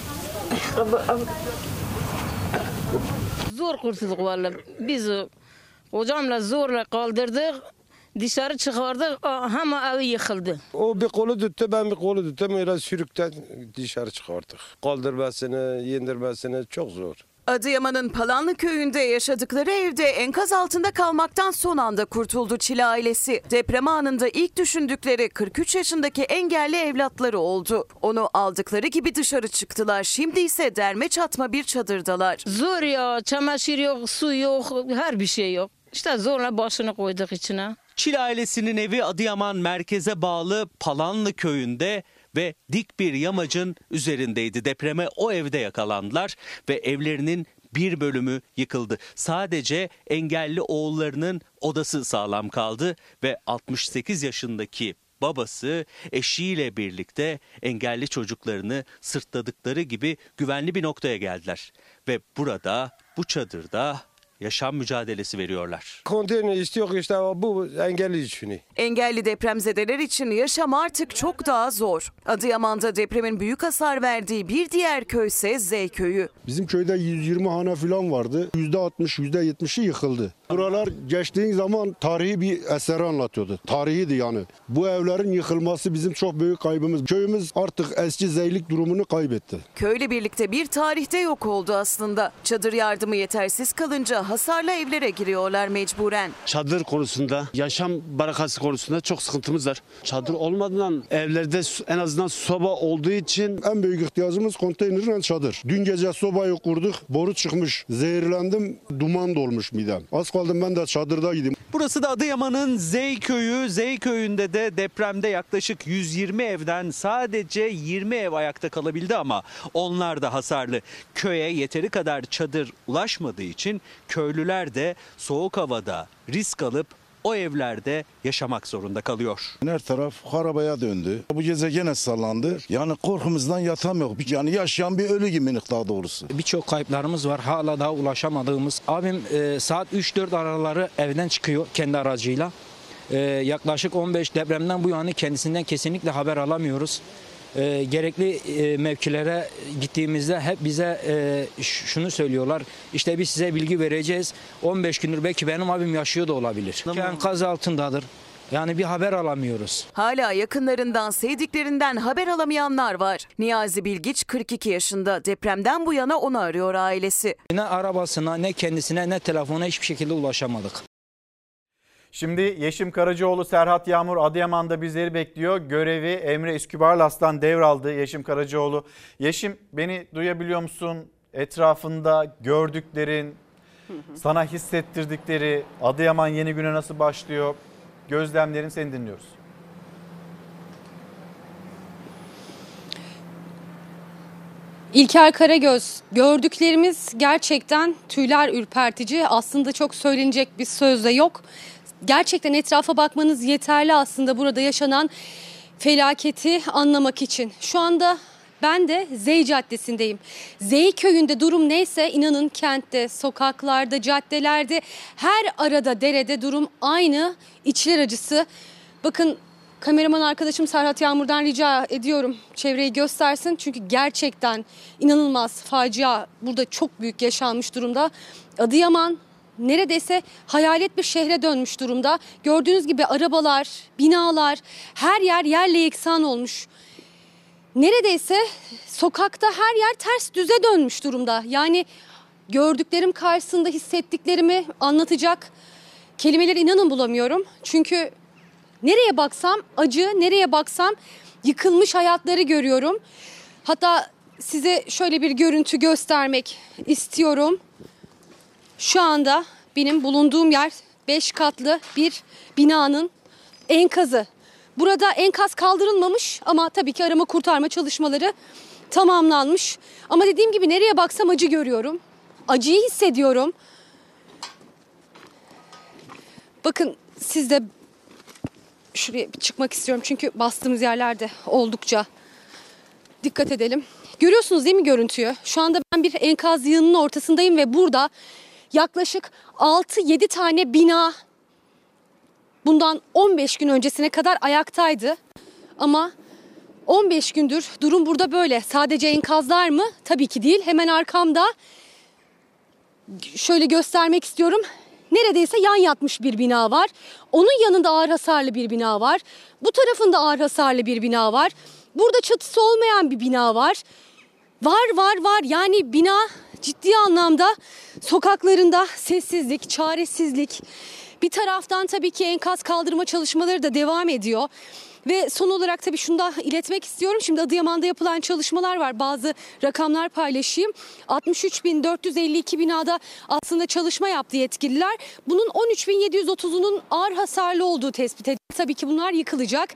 Zor kurtulduk vallahi. Biz hocamla zorla kaldırdık. Dışarı çıkardık ama evi yıkıldı. O bir kolu tuttu, ben bir kolu tuttum. Öyle sürükten dışarı çıkarttık. Kaldırmasını, indirmesini çok zor. Adıyaman'ın Palanlı köyünde yaşadıkları evde enkaz altında kalmaktan son anda kurtuldu Çile ailesi. Deprem anında ilk düşündükleri kırk üç yaşındaki engelli evlatları oldu. Onu aldıkları gibi dışarı çıktılar. Şimdi ise derme çatma bir çadırdalar. Zor ya, çamaşır yok, su yok, her bir şey yok. İşte zorla başını koyduk içine. Çile ailesinin evi Adıyaman merkeze bağlı Palanlı köyünde ve dik bir yamacın üzerindeydi. Depreme o evde yakalandılar ve evlerinin bir bölümü yıkıldı. Sadece engelli oğullarının odası sağlam kaldı ve altmış sekiz yaşındaki babası eşiyle birlikte engelli çocuklarını sırtladıkları gibi güvenli bir noktaya geldiler. Ve burada, bu çadırda yaşam mücadelesi veriyorlar. Konteyner istiyor işte bu engelli için. Engelli depremzedeler için yaşam artık çok daha zor. Adıyaman'da depremin büyük hasar verdiği bir diğer köyse Z köyü. Bizim köyde yüz yirmi hane falan vardı. yüzde altmış, yüzde yetmişi yıkıldı. Buralar geçtiğin zaman tarihi bir eseri anlatıyordu. Tarihiydi yani. Bu evlerin yıkılması bizim çok büyük kaybımız. Köyümüz artık eski zeylik durumunu kaybetti. Köyle birlikte bir tarihte yok oldu aslında. Çadır yardımı yetersiz kalınca hasarlı evlere giriyorlar mecburen. Çadır konusunda, yaşam barakası konusunda çok sıkıntımız var. Çadır olmadan evlerde en azından soba olduğu için en büyük ihtiyacımız konteynerin çadır. Dün gece sobayı kurduk, boru çıkmış, zehirlendim, duman dolmuş midem. Az kaldım ben de çadırda gideyim. Burası da Adıyaman'ın Z köyü. Z köyünde de depremde yaklaşık yüz yirmi evden sadece yirmi ev ayakta kalabildi ama onlar da hasarlı. Köye yeteri kadar çadır ulaşmadığı için köylüler de soğuk havada risk alıp o evlerde yaşamak zorunda kalıyor. Her taraf harabaya döndü. Bu gece gene sallandı. Yani korkumuzdan yatamıyor. Yani yaşayan bir ölü gibi daha doğrusu. Birçok kayıplarımız var. Hala daha ulaşamadığımız. Abim e, saat üç dört araları evden çıkıyor kendi aracıyla. E, yaklaşık on beş depremden bu yana kendisinden kesinlikle haber alamıyoruz. E, gerekli e, mevkilere gittiğimizde hep bize e, şunu söylüyorlar. İşte biz size bilgi vereceğiz. on beş gündür belki benim abim yaşıyor da olabilir. Enkaz altındadır. Yani bir haber alamıyoruz. Hala yakınlarından, sevdiklerinden haber alamayanlar var. Niyazi Bilgiç kırk iki yaşında. Depremden bu yana onu arıyor ailesi. Ne arabasına, ne kendisine, ne telefona hiçbir şekilde ulaşamadık. Şimdi Yeşim Karacaoğlu, Serhat Yağmur Adıyaman'da bizleri bekliyor. Görevi Emre Üskübarlas'tan devraldı Yeşim Karacaoğlu. Yeşim, beni duyabiliyor musun? Etrafında gördüklerin, hı hı. sana hissettirdikleri, Adıyaman yeni güne nasıl başlıyor? Gözlemlerin, seni dinliyoruz. İlker Karagöz, gördüklerimiz gerçekten tüyler ürpertici. Aslında çok söylenecek bir söz de yok. Gerçekten etrafa bakmanız yeterli aslında burada yaşanan felaketi anlamak için. Şu anda ben de Zey Caddesi'ndeyim. Zey köyünde durum neyse inanın kentte, sokaklarda, caddelerde, her arada, derede durum aynı. İçler acısı. Bakın, kameraman arkadaşım Serhat Yağmur'dan rica ediyorum çevreyi göstersin. Çünkü gerçekten inanılmaz facia burada çok büyük yaşanmış durumda. Adıyaman neredeyse hayalet bir şehre dönmüş durumda. Gördüğünüz gibi arabalar, binalar, her yer yerle yeksan olmuş. Neredeyse sokakta her yer ters düze dönmüş durumda. Yani gördüklerim karşısında hissettiklerimi anlatacak kelimeleri inanın bulamıyorum. Çünkü nereye baksam acı, nereye baksam yıkılmış hayatları görüyorum. Hatta size şöyle bir görüntü göstermek istiyorum. Şu anda benim bulunduğum yer beş katlı bir binanın enkazı. Burada enkaz kaldırılmamış ama tabii ki arama kurtarma çalışmaları tamamlanmış. Ama dediğim gibi nereye baksam acı görüyorum. Acıyı hissediyorum. Bakın siz de şuraya çıkmak istiyorum çünkü bastığımız yerlerde oldukça dikkat edelim. Görüyorsunuz değil mi görüntüyü? Şu anda ben bir enkaz yığınının ortasındayım ve burada yaklaşık altı yedi tane bina bundan on beş gün öncesine kadar ayaktaydı. Ama on beş gündür durum burada böyle. Sadece enkazlar mı? Tabii ki değil. Hemen arkamda şöyle göstermek istiyorum. Neredeyse yan yatmış bir bina var. Onun yanında ağır hasarlı bir bina var. Bu tarafında ağır hasarlı bir bina var. Burada çatısı olmayan bir bina var. Var var var yani bina ciddi anlamda sokaklarında sessizlik, çaresizlik. Bir taraftan tabii ki enkaz kaldırma çalışmaları da devam ediyor. Ve son olarak tabii şunu da iletmek istiyorum. Şimdi Adıyaman'da yapılan çalışmalar var. Bazı rakamlar paylaşayım. altmış üç bin dört yüz elli iki binada aslında çalışma yaptı yetkililer. Bunun on üç bin yedi yüz otuzunun ağır hasarlı olduğu tespit edildi. Tabii ki bunlar yıkılacak.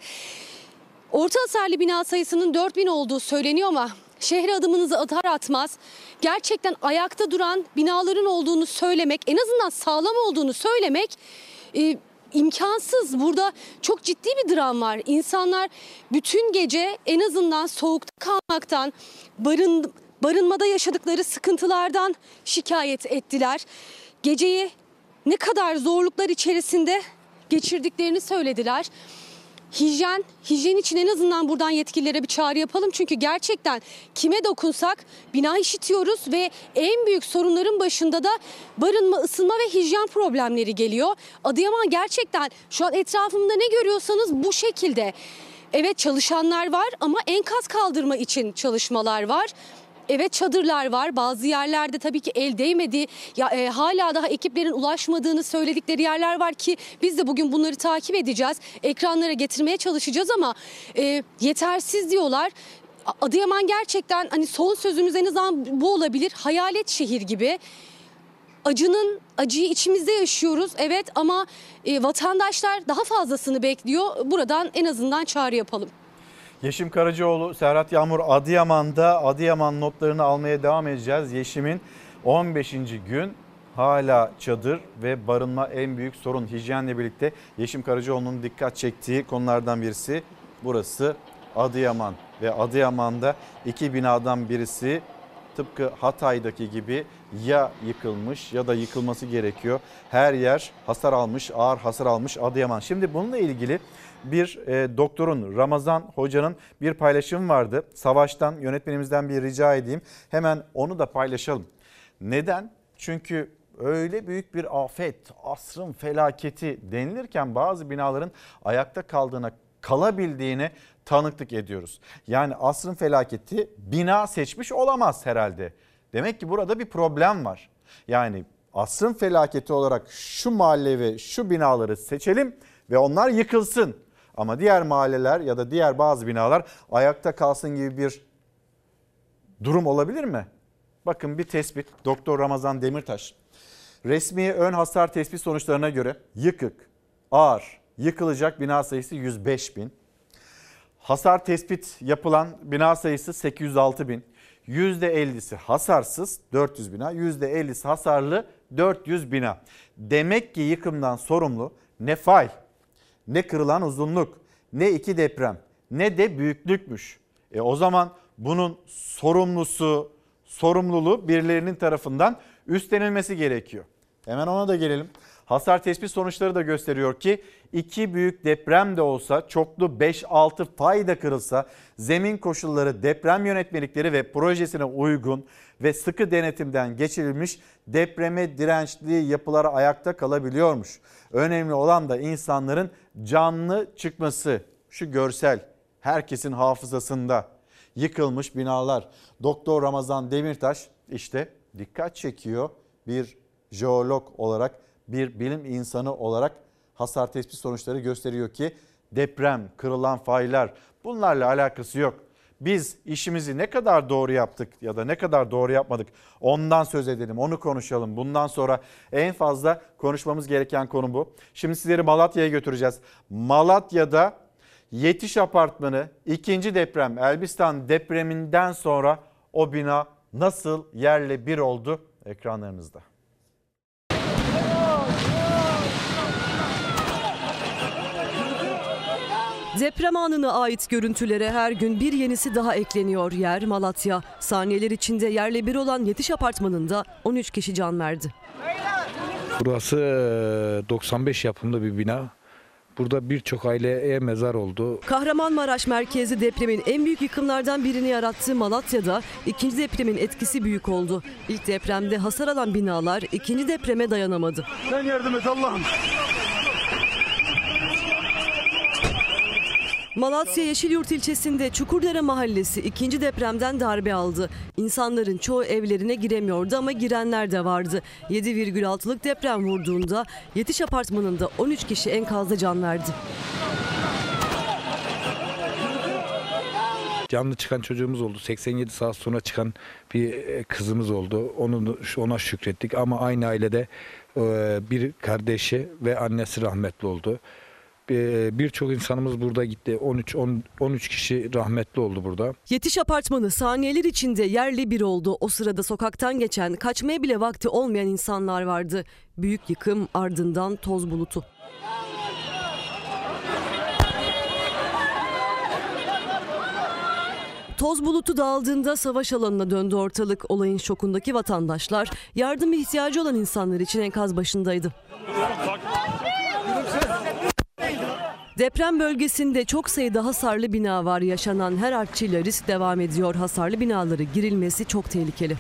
Orta hasarlı bina sayısının dört bin olduğu söyleniyor ama şehre adımınızı atar atmaz gerçekten ayakta duran binaların olduğunu söylemek, en azından sağlam olduğunu söylemek e, imkansız. Burada çok ciddi bir dram var. İnsanlar bütün gece en azından soğukta kalmaktan, barın, barınmada yaşadıkları sıkıntılardan şikayet ettiler. Geceyi ne kadar zorluklar içerisinde geçirdiklerini söylediler. Hijyen, hijyen için en azından buradan yetkililere bir çağrı yapalım. Çünkü gerçekten kime dokunsak bina işitiyoruz ve en büyük sorunların başında da barınma, ısınma ve hijyen problemleri geliyor. Adıyaman gerçekten şu an etrafımda ne görüyorsanız bu şekilde. Evet, çalışanlar var ama enkaz kaldırma için çalışmalar var. Evet, çadırlar var. Bazı yerlerde tabii ki el değmedi. Ya e, hala daha ekiplerin ulaşmadığını söyledikleri yerler var ki biz de bugün bunları takip edeceğiz. Ekranlara getirmeye çalışacağız ama e, yetersiz diyorlar. Adıyaman gerçekten hani son sözümüz en azından bu olabilir. Hayalet şehir gibi. Acının acıyı içimizde yaşıyoruz. Evet ama e, vatandaşlar daha fazlasını bekliyor. Buradan en azından çağrı yapalım. Yeşim Karacaoğlu, Serhat Yağmur Adıyaman'da. Adıyaman notlarını almaya devam edeceğiz. Yeşim'in on beşinci gün hala çadır ve barınma en büyük sorun. Hijyenle birlikte Yeşim Karacaoğlu'nun dikkat çektiği konulardan birisi burası Adıyaman. Ve Adıyaman'da iki binadan birisi tıpkı Hatay'daki gibi ya yıkılmış ya da yıkılması gerekiyor. Her yer hasar almış, ağır hasar almış Adıyaman. Şimdi bununla ilgili bir e, doktorun, Ramazan Hoca'nın bir paylaşım vardı. Savaş'tan, yönetmenimizden bir rica edeyim. Hemen onu da paylaşalım. Neden? Çünkü öyle büyük bir afet, asrın felaketi denilirken bazı binaların ayakta kaldığına, kalabildiğine tanıklık ediyoruz. Yani asrın felaketi bina seçmiş olamaz herhalde. Demek ki burada bir problem var. Yani asrın felaketi olarak şu mahalle ve şu binaları seçelim ve onlar yıkılsın. Ama diğer mahalleler ya da diğer bazı binalar ayakta kalsın gibi bir durum olabilir mi? Bakın bir tespit. Doktor Ramazan Demirtaş. Resmi ön hasar tespit sonuçlarına göre yıkık, ağır, yıkılacak bina sayısı yüz beş bin. Hasar tespit yapılan bina sayısı sekiz yüz altı bin. yüzde ellisi hasarsız dört yüz bina, yüzde ellisi hasarlı dört yüz bina. Demek ki yıkımdan sorumlu ne fay, ne kırılan uzunluk, ne iki deprem, ne de büyüklükmüş. E o zaman bunun sorumlusu, sorumluluğu birilerinin tarafından üstlenilmesi gerekiyor. Hemen ona da gelelim. Hasar tespit sonuçları da gösteriyor ki iki büyük deprem de olsa, çoklu beş altı fay da kırılsa zemin koşulları, deprem yönetmelikleri ve projesine uygun ve sıkı denetimden geçirilmiş depreme dirençli yapılar ayakta kalabiliyormuş. Önemli olan da insanların canlı çıkması. Şu görsel herkesin hafızasında yıkılmış binalar. Doktor Ramazan Demirtaş işte dikkat çekiyor, bir jeolog olarak, bir bilim insanı olarak hasar tespit sonuçları gösteriyor ki deprem, kırılan faylar bunlarla alakası yok. Biz işimizi ne kadar doğru yaptık ya da ne kadar doğru yapmadık ondan söz edelim, onu konuşalım. Bundan sonra en fazla konuşmamız gereken konu bu. Şimdi sizleri Malatya'ya götüreceğiz. Malatya'da Yetiş Apartmanı ikinci deprem, Elbistan depreminden sonra o bina nasıl yerle bir oldu ekranlarınızda. Deprem anına ait görüntülere her gün bir yenisi daha ekleniyor. Yer Malatya. Saniyeler içinde yerle bir olan Yetiş Apartmanı'nda on üç kişi can verdi. Burası doksan beş yapımlı bir bina. Burada birçok aileye mezar oldu. Kahramanmaraş merkezli depremin en büyük yıkımlardan birini yarattığı Malatya'da ikinci depremin etkisi büyük oldu. İlk depremde hasar alan binalar ikinci depreme dayanamadı. Sen yardım et Allah'ım. Malatya Yeşilyurt ilçesinde Çukurdere mahallesi ikinci depremden darbe aldı. İnsanların çoğu evlerine giremiyordu ama girenler de vardı. yedi virgül altılık deprem vurduğunda Yetiş Apartmanı'nda on üç kişi enkazda can verdi. Canlı çıkan çocuğumuz oldu. seksen yedi saat sonra çıkan bir kızımız oldu. Onu ona şükrettik ama aynı ailede bir kardeşi ve annesi rahmetli oldu. Birçok insanımız burada gitti. on üç on üç kişi rahmetli oldu burada. Yetiş Apartmanı saniyeler içinde yerle bir oldu. O sırada sokaktan geçen, kaçmaya bile vakti olmayan insanlar vardı. Büyük yıkım ardından toz bulutu. Toz bulutu dağıldığında savaş alanına döndü ortalık. Olayın şokundaki vatandaşlar yardıma ihtiyacı olan insanlar için enkaz başındaydı. Deprem bölgesinde çok sayıda hasarlı bina var. Yaşanan her artçıyla risk devam ediyor. Hasarlı binalara girilmesi çok tehlikeli.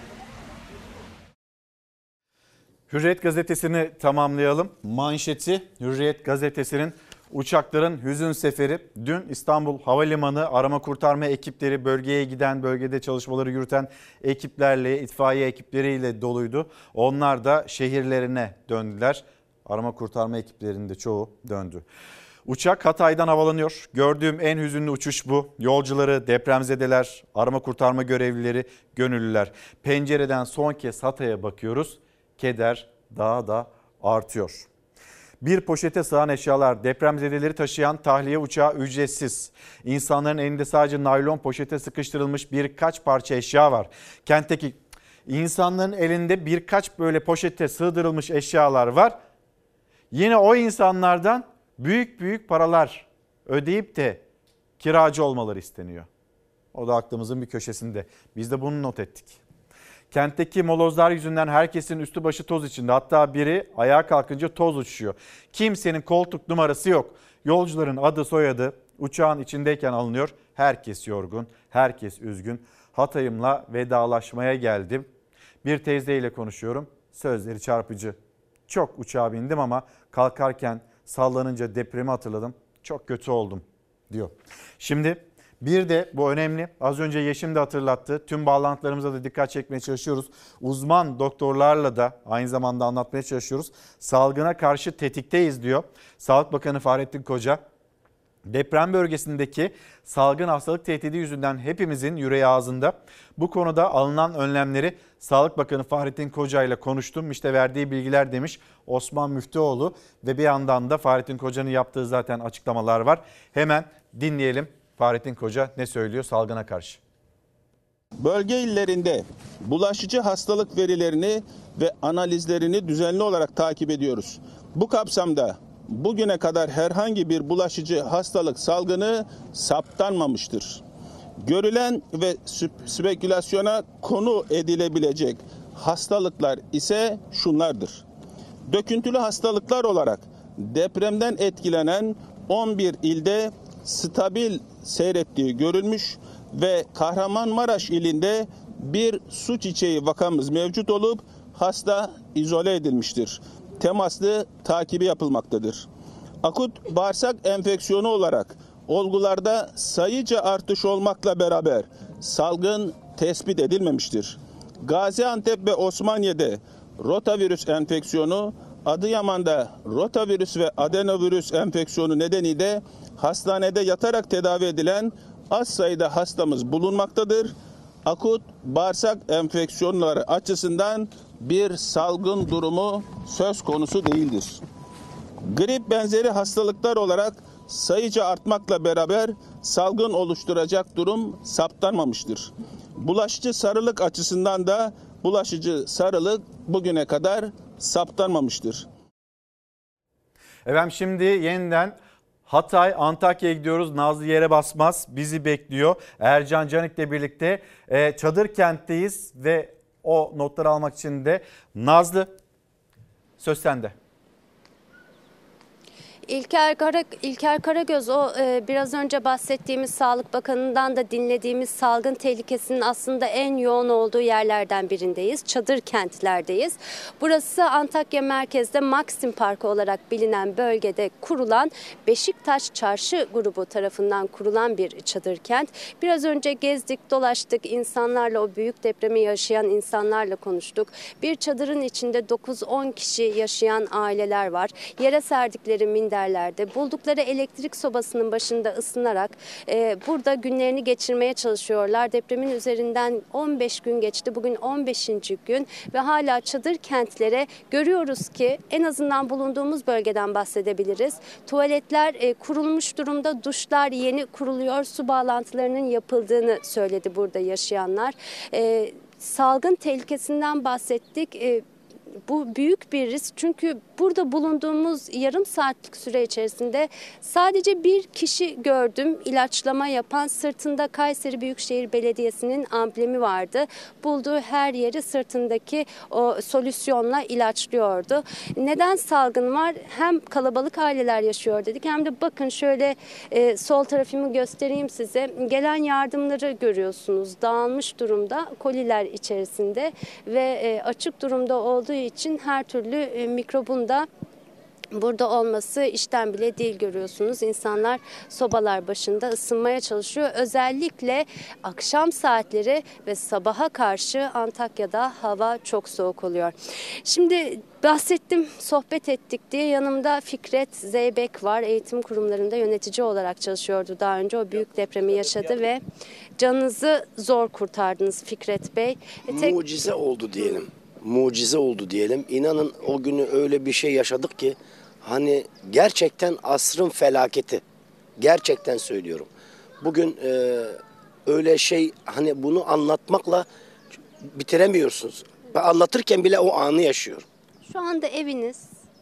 Hürriyet gazetesini tamamlayalım. Manşeti Hürriyet gazetesinin uçakların hüzün seferi. Dün İstanbul Havalimanı arama kurtarma ekipleri bölgeye giden, bölgede çalışmaları yürüten ekiplerle, itfaiye ekipleriyle doluydu. Onlar da şehirlerine döndüler. Arama kurtarma ekiplerinin de çoğu döndü. Uçak Hatay'dan havalanıyor. Gördüğüm en hüzünlü uçuş bu. Yolcuları, depremzedeler, arama kurtarma görevlileri, gönüllüler. Pencereden son kez Hatay'a bakıyoruz. Keder daha da artıyor. Bir poşete sığan eşyalar, depremzedeleri taşıyan tahliye uçağı ücretsiz. İnsanların elinde sadece naylon poşete sıkıştırılmış birkaç parça eşya var. Kentteki insanların elinde birkaç böyle poşete sığdırılmış eşyalar var. Yine o insanlardan büyük büyük paralar ödeyip de kiracı olmaları isteniyor. O da aklımızın bir köşesinde. Biz de bunu not ettik. Kentteki molozlar yüzünden herkesin üstü başı toz içinde. Hatta biri ayağa kalkınca toz uçuşuyor. Kimsenin koltuk numarası yok. Yolcuların adı soyadı uçağın içindeyken alınıyor. Herkes yorgun, herkes üzgün. Hatay'ımla vedalaşmaya geldim. Bir teyzeyle konuşuyorum. Sözleri çarpıcı. Çok uçağa bindim ama kalkarken sallanınca depremi hatırladım. Çok kötü oldum diyor. Şimdi bir de bu önemli. Az önce Yeşim de hatırlattı. Tüm bağlantılarımıza da dikkat çekmeye çalışıyoruz. Uzman doktorlarla da aynı zamanda anlatmaya çalışıyoruz. Salgına karşı tetikteyiz diyor Sağlık Bakanı Fahrettin Koca. Deprem bölgesindeki salgın hastalık tehdidi yüzünden hepimizin yüreği ağzında. Bu konuda alınan önlemleri Sağlık Bakanı Fahrettin Koca ile konuştum. İşte verdiği bilgiler demiş Osman Müftüoğlu ve bir yandan da Fahrettin Koca'nın yaptığı zaten açıklamalar var. Hemen dinleyelim Fahrettin Koca ne söylüyor salgına karşı. Bölge illerinde bulaşıcı hastalık verilerini ve analizlerini düzenli olarak takip ediyoruz. Bu kapsamda bugüne kadar herhangi bir bulaşıcı hastalık salgını saptanmamıştır. Görülen ve spekülasyona konu edilebilecek hastalıklar ise şunlardır. Döküntülü hastalıklar olarak depremden etkilenen on bir ilde stabil seyrettiği görülmüş ve Kahramanmaraş ilinde bir su çiçeği vakamız mevcut olup hasta izole edilmiştir. Temaslı takibi yapılmaktadır. Akut bağırsak enfeksiyonu olarak olgularda sayıca artış olmakla beraber salgın tespit edilmemiştir. Gaziantep ve Osmaniye'de rotavirüs enfeksiyonu, Adıyaman'da rotavirüs ve adenovirüs enfeksiyonu nedeniyle hastanede yatarak tedavi edilen az sayıda hastamız bulunmaktadır. Akut bağırsak enfeksiyonları açısından bir salgın durumu söz konusu değildir. Grip benzeri hastalıklar olarak sayıca artmakla beraber salgın oluşturacak durum saptanmamıştır. Bulaşıcı sarılık açısından da bulaşıcı sarılık bugüne kadar saptanmamıştır. Efendim şimdi yeniden Hatay, Antakya'ya gidiyoruz. Nazlı yere basmaz bizi bekliyor. Ercan Canik'le birlikte e, Çadır Kent'teyiz ve o notları almak için de Nazlı söz sende. İlker, Kara, İlker Karagöz o e, biraz önce bahsettiğimiz Sağlık Bakanı'ndan da dinlediğimiz salgın tehlikesinin aslında en yoğun olduğu yerlerden birindeyiz. Çadır kentlerdeyiz. Burası Antakya merkezde Maxim Parkı olarak bilinen bölgede kurulan Beşiktaş Çarşı grubu tarafından kurulan bir çadır kent. Biraz önce gezdik, dolaştık, insanlarla, o büyük depremi yaşayan insanlarla konuştuk. Bir çadırın içinde dokuz on kişi yaşayan aileler var. Yere serdikleri minderlerde buldukları elektrik sobasının başında ısınarak e, burada günlerini geçirmeye çalışıyorlar. Depremin üzerinden on beş gün geçti. Bugün on beşinci gün ve hala çadır kentlere görüyoruz ki en azından bulunduğumuz bölgeden bahsedebiliriz. Tuvaletler e, kurulmuş durumda, duşlar yeni kuruluyor, su bağlantılarının yapıldığını söyledi burada yaşayanlar. E, salgın tehlikesinden bahsettik. E, Bu büyük bir risk çünkü burada bulunduğumuz yarım saatlik süre içerisinde sadece bir kişi gördüm ilaçlama yapan. Sırtında Kayseri Büyükşehir Belediyesi'nin amblemi vardı. Bulduğu her yeri sırtındaki o solüsyonla ilaçlıyordu. Neden salgın var? Hem kalabalık aileler yaşıyor dedik hem de bakın şöyle e, sol tarafımı göstereyim size. Gelen yardımları görüyorsunuz. Dağılmış durumda koliler içerisinde ve e, açık durumda olduğu için her türlü e, mikrobun da burada olması işten bile değil, görüyorsunuz. İnsanlar sobalar başında ısınmaya çalışıyor. Özellikle akşam saatleri ve sabaha karşı Antakya'da hava çok soğuk oluyor. Şimdi bahsettim, sohbet ettik diye. Yanımda Fikret Zeybek var. Eğitim kurumlarında yönetici olarak çalışıyordu daha önce. O büyük depremi yaşadı ve canınızı zor kurtardınız Fikret Bey. E, tek... Mucize oldu diyelim. Mucize oldu diyelim. İnanın o günü öyle bir şey yaşadık ki hani gerçekten asrın felaketi. Gerçekten söylüyorum. Bugün e, öyle şey, hani bunu anlatmakla bitiremiyorsunuz. Ben anlatırken bile o anı yaşıyorum. Şu anda eviniz?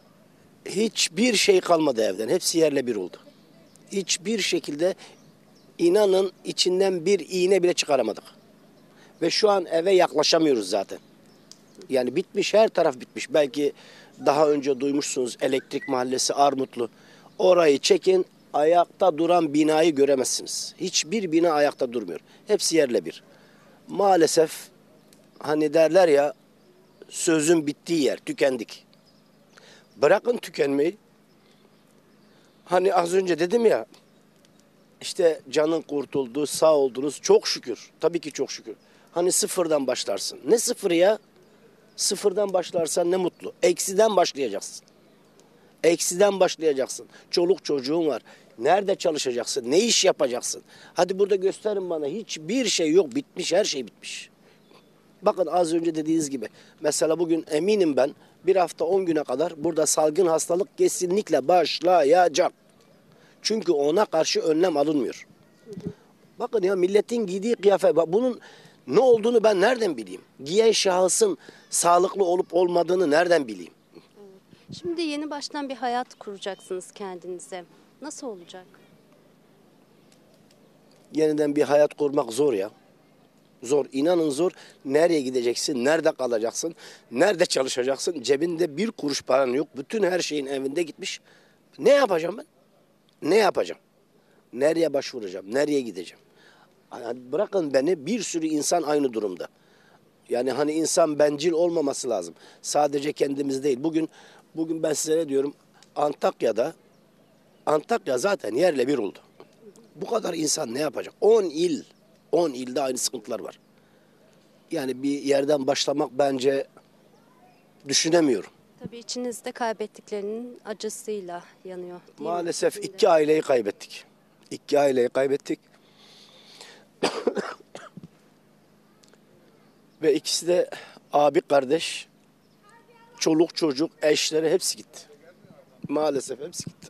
Hiçbir şey kalmadı evden. Hepsi yerle bir oldu. Hiçbir şekilde inanın içinden bir iğne bile çıkaramadık. Ve şu an eve yaklaşamıyoruz zaten. Yani bitmiş, her taraf bitmiş. Belki daha önce duymuşsunuz, Elektrik Mahallesi Armutlu. Orayı çekin, ayakta duran binayı göremezsiniz. Hiçbir bina ayakta durmuyor. Hepsi yerle bir. Maalesef hani derler ya, sözün bittiği yer, tükendik. Bırakın tükenmeyi. Hani az önce dedim ya, işte canın kurtuldu, sağ oldunuz, çok şükür. Tabii ki çok şükür. Hani sıfırdan başlarsın. Ne sıfırı ya? Sıfırdan başlarsan ne mutlu. Eksiden başlayacaksın. Eksiden başlayacaksın. Çoluk çocuğun var. Nerede çalışacaksın? Ne iş yapacaksın? Hadi burada gösterin bana. Hiçbir şey yok. Bitmiş. Her şey bitmiş. Bakın az önce dediğiniz gibi. Mesela bugün eminim ben bir hafta on güne kadar burada salgın hastalık kesinlikle başlayacak. Çünkü ona karşı önlem alınmıyor. Bakın ya, milletin giydiği kıyafet. Bunun ne olduğunu ben nereden bileyim? Giyen şahısın sağlıklı olup olmadığını nereden bileyim? Şimdi yeni baştan bir hayat kuracaksınız kendinize. Nasıl olacak? Yeniden bir hayat kurmak zor ya. Zor, inanın zor. Nereye gideceksin? Nerede kalacaksın? Nerede çalışacaksın? Cebinde bir kuruş paran yok. Bütün her şeyin evinde gitmiş. Ne yapacağım ben? Ne yapacağım? Nereye başvuracağım? Nereye gideceğim? Yani bırakın beni, bir sürü insan aynı durumda. Yani hani insan bencil olmaması lazım. Sadece kendimiz değil. Bugün bugün ben size ne diyorum? Antakya'da Antakya zaten yerle bir oldu. Bu kadar insan ne yapacak? on il, on ilde aynı sıkıntılar var. Yani bir yerden başlamak bence düşünemiyorum. Tabii içinizde kaybettiklerinin acısıyla yanıyor. Maalesef mi? iki aileyi kaybettik. İki aileyi kaybettik. Ve ikisi de abi kardeş, çoluk çocuk, eşleri hepsi gitti. Maalesef hepsi gitti.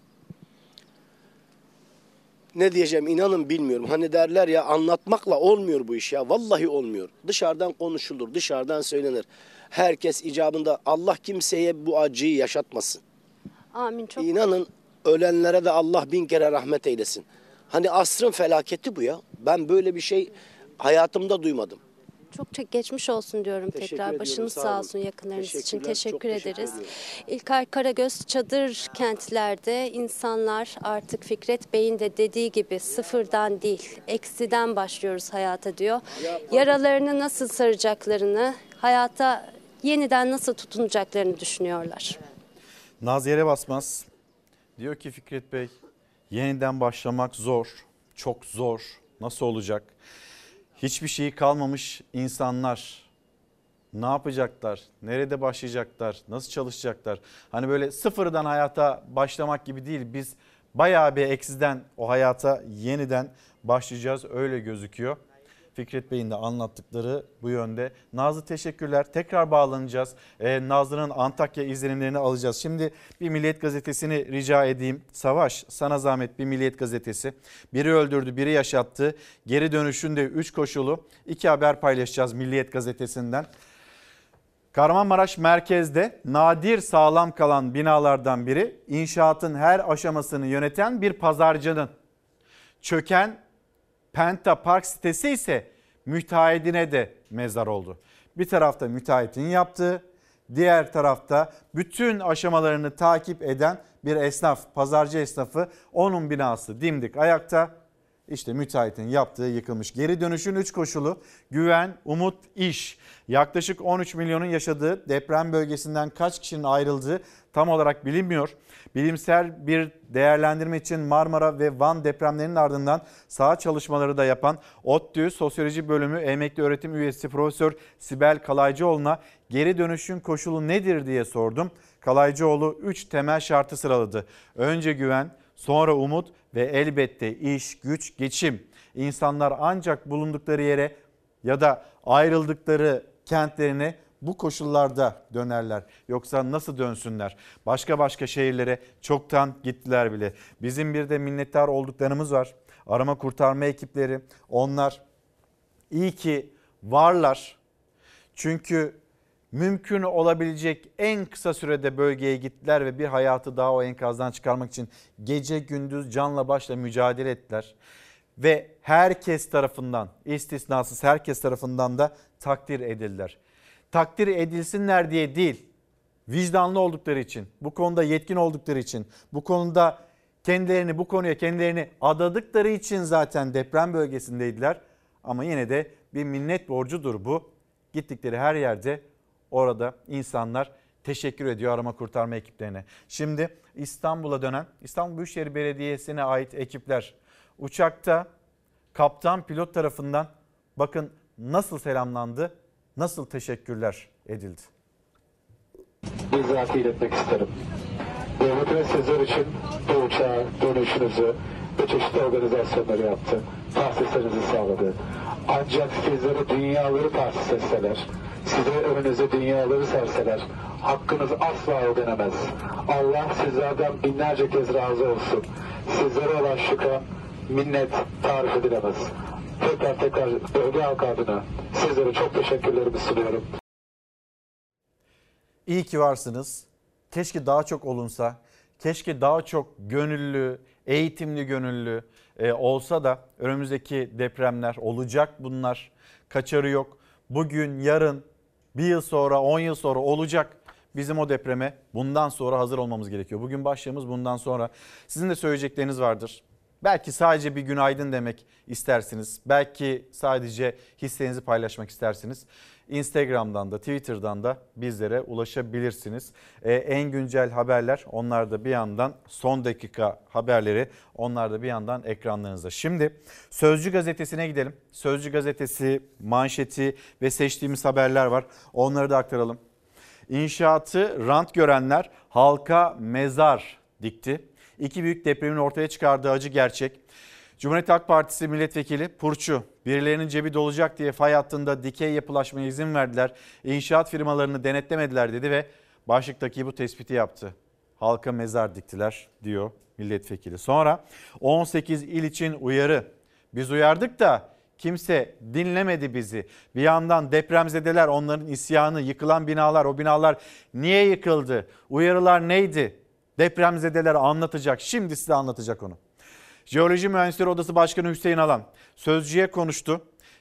Ne diyeceğim inanın bilmiyorum. Hani derler ya, anlatmakla olmuyor bu iş ya. Vallahi olmuyor. Dışarıdan konuşulur, dışarıdan söylenir. Herkes icabında, Allah kimseye bu acıyı yaşatmasın. Amin. Çok İnanın ölenlere de Allah bin kere rahmet eylesin. Hani asrın felaketi bu ya. Ben böyle bir şey hayatımda duymadım. Çok çok geçmiş olsun diyorum Teşekkür tekrar. ediyorum, Başınız sağ sağ olun. olsun yakınlarınız için. Teşekkürler, Teşekkür çok teşekkür ederiz. ediyorum. İlker Karagöz, çadır kentlerde insanlar artık Fikret Bey'in de dediği gibi sıfırdan değil, eksiden başlıyoruz hayata diyor. Yaralarını nasıl saracaklarını, hayata yeniden nasıl tutunacaklarını düşünüyorlar. Naz yere basmaz. Diyor ki Fikret Bey, yeniden başlamak zor, çok zor. Nasıl olacak? Hiçbir şey kalmamış insanlar ne yapacaklar? Nerede başlayacaklar? Nasıl çalışacaklar? Hani böyle sıfırdan hayata başlamak gibi değil. Biz bayağı bir eksiden o hayata yeniden başlayacağız. Öyle gözüküyor. Fikret Bey'in de anlattıkları bu yönde. Nazlı teşekkürler. Tekrar bağlanacağız. Ee, Nazlı'nın Antakya izlenimlerini alacağız. Şimdi bir Milliyet Gazetesi'ni rica edeyim. Savaş, sana zahmet bir Milliyet Gazetesi. Biri öldürdü, biri yaşattı. Geri dönüşünde üç koşulu. İki haber paylaşacağız Milliyet Gazetesi'nden. Kahramanmaraş merkezde nadir sağlam kalan binalardan biri, inşaatın her aşamasını yöneten bir pazarcının. Çöken Penta Park sitesi ise müteahhidine de mezar oldu. Bir tarafta müteahhitin yaptığı, diğer tarafta bütün aşamalarını takip eden bir esnaf, pazarcı esnafı, onun binası dimdik ayakta. İşte müteahhitin yaptığı yıkılmış. Geri dönüşün üç koşulu: güven, umut, iş. Yaklaşık on üç milyonun yaşadığı deprem bölgesinden kaç kişinin ayrıldığı tam olarak bilinmiyor. Bilimsel bir değerlendirme için Marmara ve Van depremlerinin ardından saha çalışmaları da yapan ODTÜ Sosyoloji Bölümü emekli öğretim üyesi Profesör Sibel Kalaycıoğlu'na geri dönüşün koşulu nedir diye sordum. Kalaycıoğlu üç temel şartı sıraladı. Önce güven, sonra umut ve elbette iş, güç, geçim. İnsanlar ancak bulundukları yere ya da ayrıldıkları kentlerine bu koşullarda dönerler. Yoksa nasıl dönsünler? Başka başka şehirlere çoktan gittiler bile. Bizim bir de minnettar olduklarımız var. Arama kurtarma ekipleri, onlar iyi ki varlar. Çünkü mümkün olabilecek en kısa sürede bölgeye gittiler ve bir hayatı daha o enkazdan çıkarmak için gece gündüz canla başla mücadele ettiler. Ve herkes tarafından, istisnasız herkes tarafından da takdir edildiler. Takdir edilsinler diye değil, vicdanlı oldukları için, bu konuda yetkin oldukları için, bu konuda kendilerini bu konuya kendilerini adadıkları için zaten deprem bölgesindeydiler. Ama yine de bir minnet borcudur bu. Gittikleri her yerde orada insanlar teşekkür ediyor arama kurtarma ekiplerine. Şimdi İstanbul'a dönen İstanbul Büyükşehir Belediyesi'ne ait ekipler uçakta kaptan pilot tarafından bakın nasıl selamlandı, nasıl teşekkürler edildi. Bizzat iletmek isterim. Devlet ve sizler için bu uçağa dönüşünüzü ve çeşitli organizasyonları yaptı. Tahsislerinizi sağladı. Ancak sizlere dünyaları tahsis etseler, size önünüze dünyaları serseler, hakkınız asla ödenemez. Allah sizlerden binlerce kez razı olsun. Sizlere olan şükran, minnet tarif edilemez. Tekrar tekrar bölge halkı adına sizlere çok teşekkürlerimi sunuyorum. İyi ki varsınız. Keşke daha çok olunsa, keşke daha çok gönüllü, eğitimli gönüllü e, olsa da önümüzdeki depremler olacak bunlar. Kaçarı yok. Bugün, yarın, bir yıl sonra, on yıl sonra olacak. Bizim o depreme bundan sonra hazır olmamız gerekiyor. Bugün başlığımız bundan sonra. Sizin de söyleyecekleriniz vardır. Belki sadece bir günaydın demek istersiniz. Belki sadece hislerinizi paylaşmak istersiniz. Instagram'dan da Twitter'dan da bizlere ulaşabilirsiniz. Ee, en güncel haberler, onlar da bir yandan son dakika haberleri, onlar da bir yandan ekranlarınızda. Şimdi Sözcü Gazetesi'ne gidelim. Sözcü Gazetesi manşeti ve seçtiğimiz haberler var. Onları da aktaralım. İnşaatı rant görenler halka mezar dikti. İki büyük depremin ortaya çıkardığı acı gerçek. Cumhuriyet Halk Partisi milletvekili Purçu, birilerinin cebi dolacak diye fay hattında dikey yapılaşmaya izin verdiler. İnşaat firmalarını denetlemediler dedi ve başlıktaki bu tespiti yaptı. Halka mezar diktiler diyor milletvekili. Sonra on sekiz il için uyarı. Biz uyardık da kimse dinlemedi bizi. Bir yandan depremzedeler, onların isyanı, yıkılan binalar, o binalar niye yıkıldı? Uyarılar neydi? Depremzedeler anlatacak. Şimdi size anlatacak onu. Jeoloji Mühendisleri Odası Başkanı Hüseyin Alan Sözcü'ye konuştu.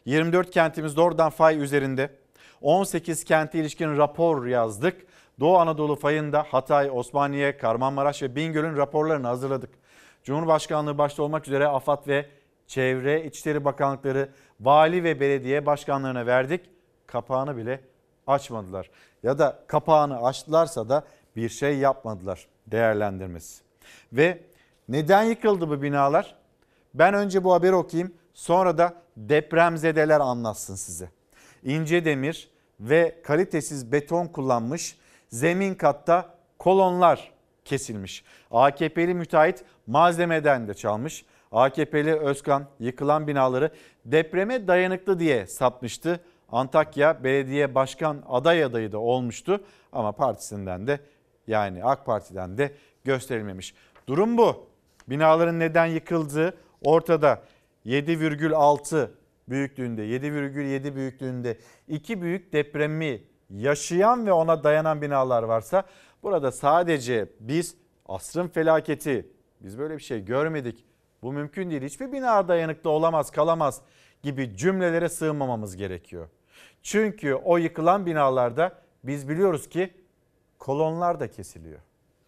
yirmi dört kentimizde oradan fay üzerinde. on sekiz kente ilişkin rapor yazdık. Doğu Anadolu fayında Hatay, Osmaniye, Kahramanmaraş ve Bingöl'ün raporlarını hazırladık. Cumhurbaşkanlığı başta olmak üzere AFAD ve Çevre, İçişleri Bakanlıkları, vali ve belediye başkanlarına verdik. Kapağını bile açmadılar. Ya da kapağını açtılarsa da bir şey yapmadılar değerlendirmesi. Ve neden yıkıldı bu binalar? Ben önce bu haberi okuyayım, sonra da depremzedeler anlatsın size. İnce demir ve kalitesiz beton kullanmış, zemin katta kolonlar kesilmiş. A K P'li müteahhit malzemeden de çalmış. A K P'li Özkan yıkılan binaları depreme dayanıklı diye satmıştı. Antakya Belediye Başkan aday adayı da olmuştu ama partisinden de, yani AK Parti'den de gösterilmemiş. Durum bu. Binaların neden yıkıldığı ortada. yedi virgül altı büyüklüğünde, yedi virgül yedi büyüklüğünde iki büyük depremi yaşayan ve ona dayanan binalar varsa, burada sadece biz asrın felaketi, biz böyle bir şey görmedik, bu mümkün değil, hiçbir bina dayanıklı olamaz, kalamaz gibi cümlelere sığınmamamız gerekiyor. Çünkü o yıkılan binalarda biz biliyoruz ki kolonlar da kesiliyor.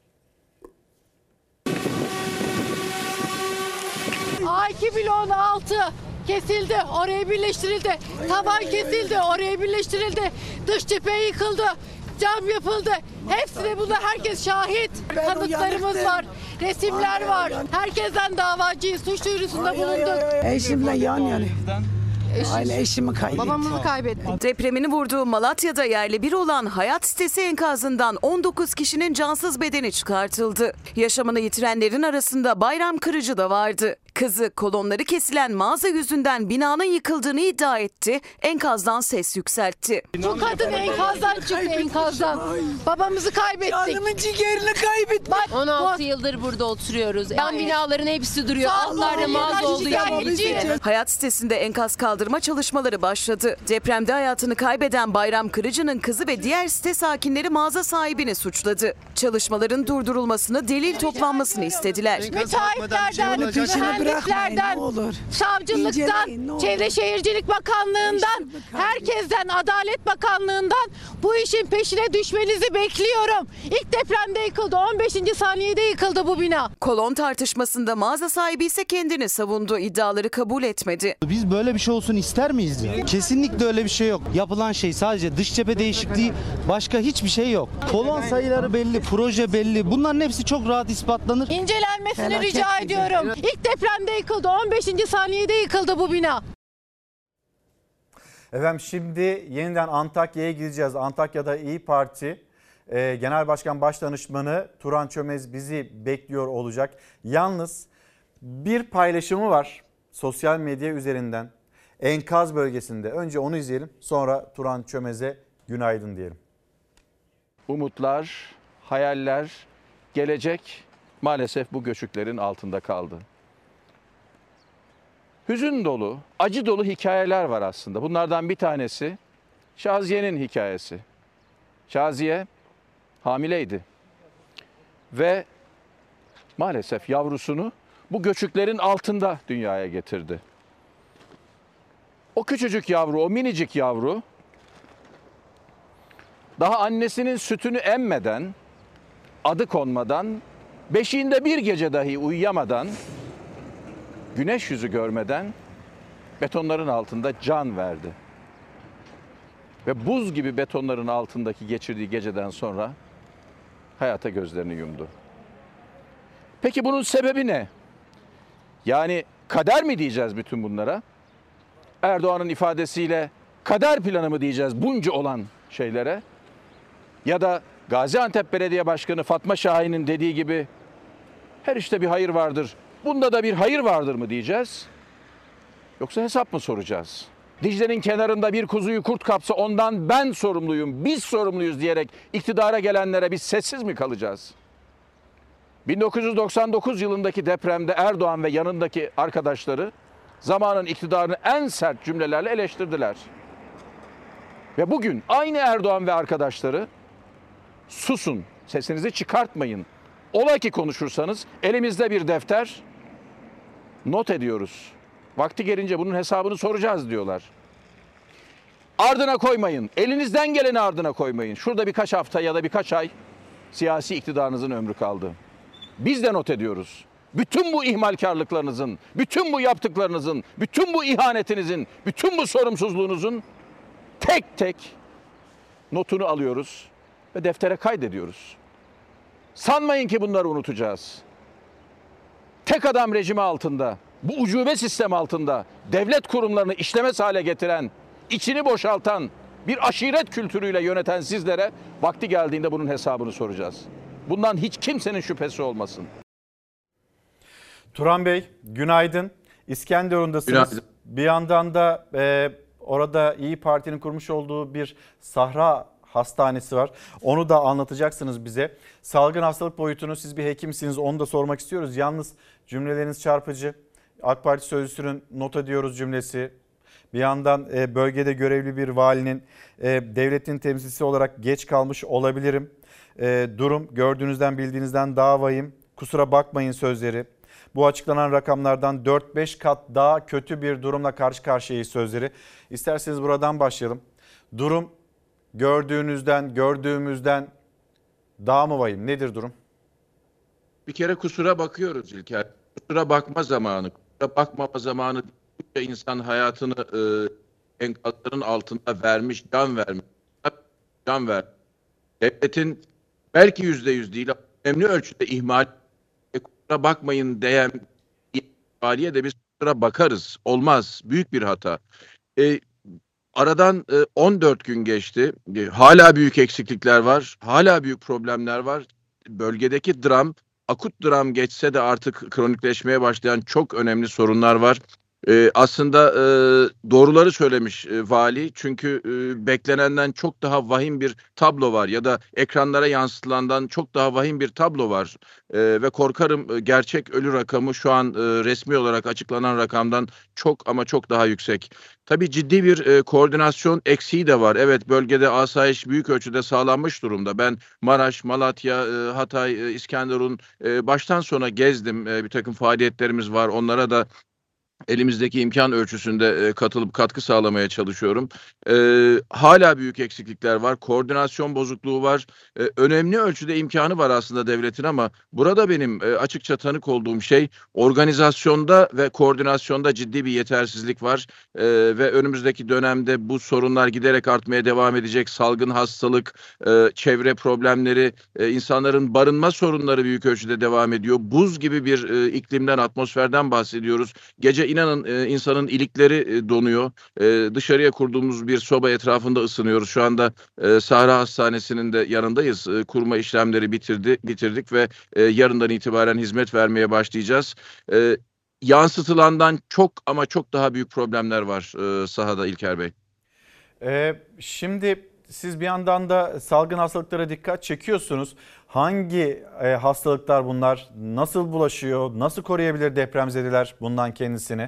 A iki bloğun altı kesildi, oraya birleştirildi. Tavan kesildi, oraya birleştirildi. Dış cephe yıkıldı, cam yapıldı. Hepsine bunlar herkes şahit. Kanıtlarımız var, resimler var. Herkesten davacıyız, suç duyurusunda bulunduk. Eşimle yan yana. Aile eşimi kaybettim. Babamızı kaybettim. Depremini vurduğu Malatya'da yerle bir olan Hayat sitesi enkazından on dokuz kişinin cansız bedeni çıkartıldı. Yaşamını yitirenlerin arasında Bayram Kırıcı da vardı. Kızı kolonları kesilen mağaza yüzünden binanın yıkıldığını iddia etti, enkazdan ses yükseltti. Bu kadın enkazdan çıktı, enkazdan. Babamızı kaybettik. Canımın ciğerini kaybettim. on altı yıldır burada oturuyoruz. Yan binaların hepsi duruyor. Altlarda mağaza olduğu için. Hayat sitesinde enkaz kaldırma çalışmaları başladı. Depremde hayatını kaybeden Bayram Kırıcı'nın kızı ve diğer site sakinleri mağaza sahibini suçladı. Çalışmaların durdurulmasını, delil toplanmasını istediler. Müteahhitlerden, mühendislerden, savcılıktan, Çevre Şehircilik Bakanlığı'ndan, herkesten, Adalet Bakanlığı'ndan bu işin peşine düşmenizi bekliyorum. İlk depremde yıkıldı, on beşinci saniyede yıkıldı bu bina. Kolon tartışmasında mağaza sahibi ise kendini savundu, iddiaları kabul etmedi. Biz böyle bir şey olsun ister miyiz? Kesinlikle öyle bir şey yok. Yapılan şey sadece dış cephe değişikliği, başka hiçbir şey yok. Kolon sayıları belli, proje belli. Bunların hepsi çok rahat ispatlanır. İncelenmesini Felaket rica gibi. ediyorum. İlk depremde yıkıldı, on beşinci saniyede yıkıldı bu bina. Efendim şimdi yeniden Antakya'ya gideceğiz. Antakya'da İYİ Parti e, Genel Başkan Başdanışmanı Turan Çömez bizi bekliyor olacak. Yalnız bir paylaşımı var sosyal medya üzerinden enkaz bölgesinde. Önce onu izleyelim, sonra Turan Çömez'e günaydın diyelim. Umutlar, hayaller, gelecek maalesef bu göçüklerin altında kaldı. Hüzün dolu, acı dolu hikayeler var aslında. Bunlardan bir tanesi Şaziye'nin hikayesi. Şaziye hamileydi ve maalesef yavrusunu bu göçüklerin altında dünyaya getirdi. O küçücük yavru, o minicik yavru daha annesinin sütünü emmeden, adı konmadan, beşiğinde bir gece dahi uyuyamadan, güneş yüzü görmeden betonların altında can verdi. Ve buz gibi betonların altındaki geçirdiği geceden sonra hayata gözlerini yumdu. Peki bunun sebebi ne? Yani kader mi diyeceğiz bütün bunlara? Erdoğan'ın ifadesiyle kader planı mı diyeceğiz bunca olan şeylere? Ya da Gaziantep Belediye Başkanı Fatma Şahin'in dediği gibi her işte bir hayır vardır, bunda da bir hayır vardır mı diyeceğiz? Yoksa hesap mı soracağız? Dicle'nin kenarında bir kuzuyu kurt kapsa ondan ben sorumluyum, biz sorumluyuz diyerek iktidara gelenlere biz sessiz mi kalacağız? bin dokuz yüz doksan dokuz yılındaki depremde Erdoğan ve yanındaki arkadaşları zamanın iktidarını en sert cümlelerle eleştirdiler. Ve bugün aynı Erdoğan ve arkadaşları susun, sesinizi çıkartmayın. Ola ki konuşursanız elimizde bir defter, not ediyoruz. Vakti gelince bunun hesabını soracağız diyorlar. ardına koymayın. Elinizden geleni ardına koymayın. Şurada birkaç hafta ya da birkaç ay siyasi iktidarınızın ömrü kaldı. Biz de not ediyoruz. Bütün bu ihmalkarlıklarınızın, bütün bu yaptıklarınızın, bütün bu ihanetinizin, bütün bu sorumsuzluğunuzun tek tek notunu alıyoruz ve deftere kaydediyoruz. Sanmayın ki bunları unutacağız. Tek adam rejimi altında, bu ucube sistem altında devlet kurumlarını işlemez hale getiren, içini boşaltan, bir aşiret kültürüyle yöneten sizlere vakti geldiğinde bunun hesabını soracağız. Bundan hiç kimsenin şüphesi olmasın. Turan Bey, günaydın. İskenderun'dasınız. Günaydın. Bir yandan da e, orada İyi Parti'nin kurmuş olduğu bir sahra hastanesi var. Onu da anlatacaksınız bize. Salgın hastalık boyutunu, siz bir hekimsiniz, onu da sormak istiyoruz. Yalnız cümleleriniz çarpıcı. AK Parti sözcüsünün not ediyoruz cümlesi. Bir yandan e, bölgede görevli bir valinin e, devletin temsilcisi olarak geç kalmış olabilirim. E, durum gördüğünüzden bildiğinizden daha vahim. Kusura bakmayın sözleri. Bu açıklanan rakamlardan dört beş kat daha kötü bir durumla karşı karşıyayız sözleri. İsterseniz buradan başlayalım. Durum gördüğünüzden, gördüğümüzden daha mı vahim? Nedir durum? Bir kere kusura bakıyoruz İlker. Kusura bakma zamanı, kusura bakmama zamanı. İnsan hayatını e, enkazların altında vermiş, can vermiş. Can ver. Devletin belki yüzde yüz değil, önemli ölçüde ihmal, e, kusura bakmayın diyen ihmaliye de biz kusura bakarız. Olmaz. Büyük bir hata. E, aradan e, on dört gün geçti. E, hala büyük eksiklikler var. Hala büyük problemler var. Bölgedeki dram, akut dram geçse de artık kronikleşmeye başlayan çok önemli sorunlar var. Ee, aslında e, doğruları söylemiş e, vali, çünkü e, beklenenden çok daha vahim bir tablo var ya da ekranlara yansıtılandan çok daha vahim bir tablo var e, ve korkarım e, gerçek ölü rakamı şu an e, resmi olarak açıklanan rakamdan çok ama çok daha yüksek. Tabii ciddi bir e, koordinasyon eksiği de var. Evet, bölgede asayiş büyük ölçüde sağlanmış durumda. Ben Maraş, Malatya, e, Hatay, e, İskenderun e, baştan sona gezdim. E, bir takım faaliyetlerimiz var. Onlara da elimizdeki imkan ölçüsünde katılıp katkı sağlamaya çalışıyorum. Ee, hala büyük eksiklikler var. Koordinasyon bozukluğu var. Ee, önemli ölçüde imkanı var aslında devletin, ama burada benim e, açıkça tanık olduğum şey organizasyonda ve koordinasyonda ciddi bir yetersizlik var. Ee, ve önümüzdeki dönemde bu sorunlar giderek artmaya devam edecek. Salgın hastalık, e, çevre problemleri, e, insanların barınma sorunları büyük ölçüde devam ediyor. Buz gibi bir e, iklimden, atmosferden bahsediyoruz. Gece İnanın e, insanın ilikleri e, donuyor. E, dışarıya kurduğumuz bir soba etrafında ısınıyoruz. Şu anda e, Sahra Hastanesi'nin de yanındayız. E, kurma işlemleri bitirdi, bitirdik ve e, yarından itibaren hizmet vermeye başlayacağız. E, yansıtılandan çok ama çok daha büyük problemler var e, sahada İlker Bey. Ee, şimdi siz bir yandan da salgın hastalıklara dikkat çekiyorsunuz. Hangi e, hastalıklar bunlar? Nasıl bulaşıyor? Nasıl koruyabilir depremzedeler bundan kendisini?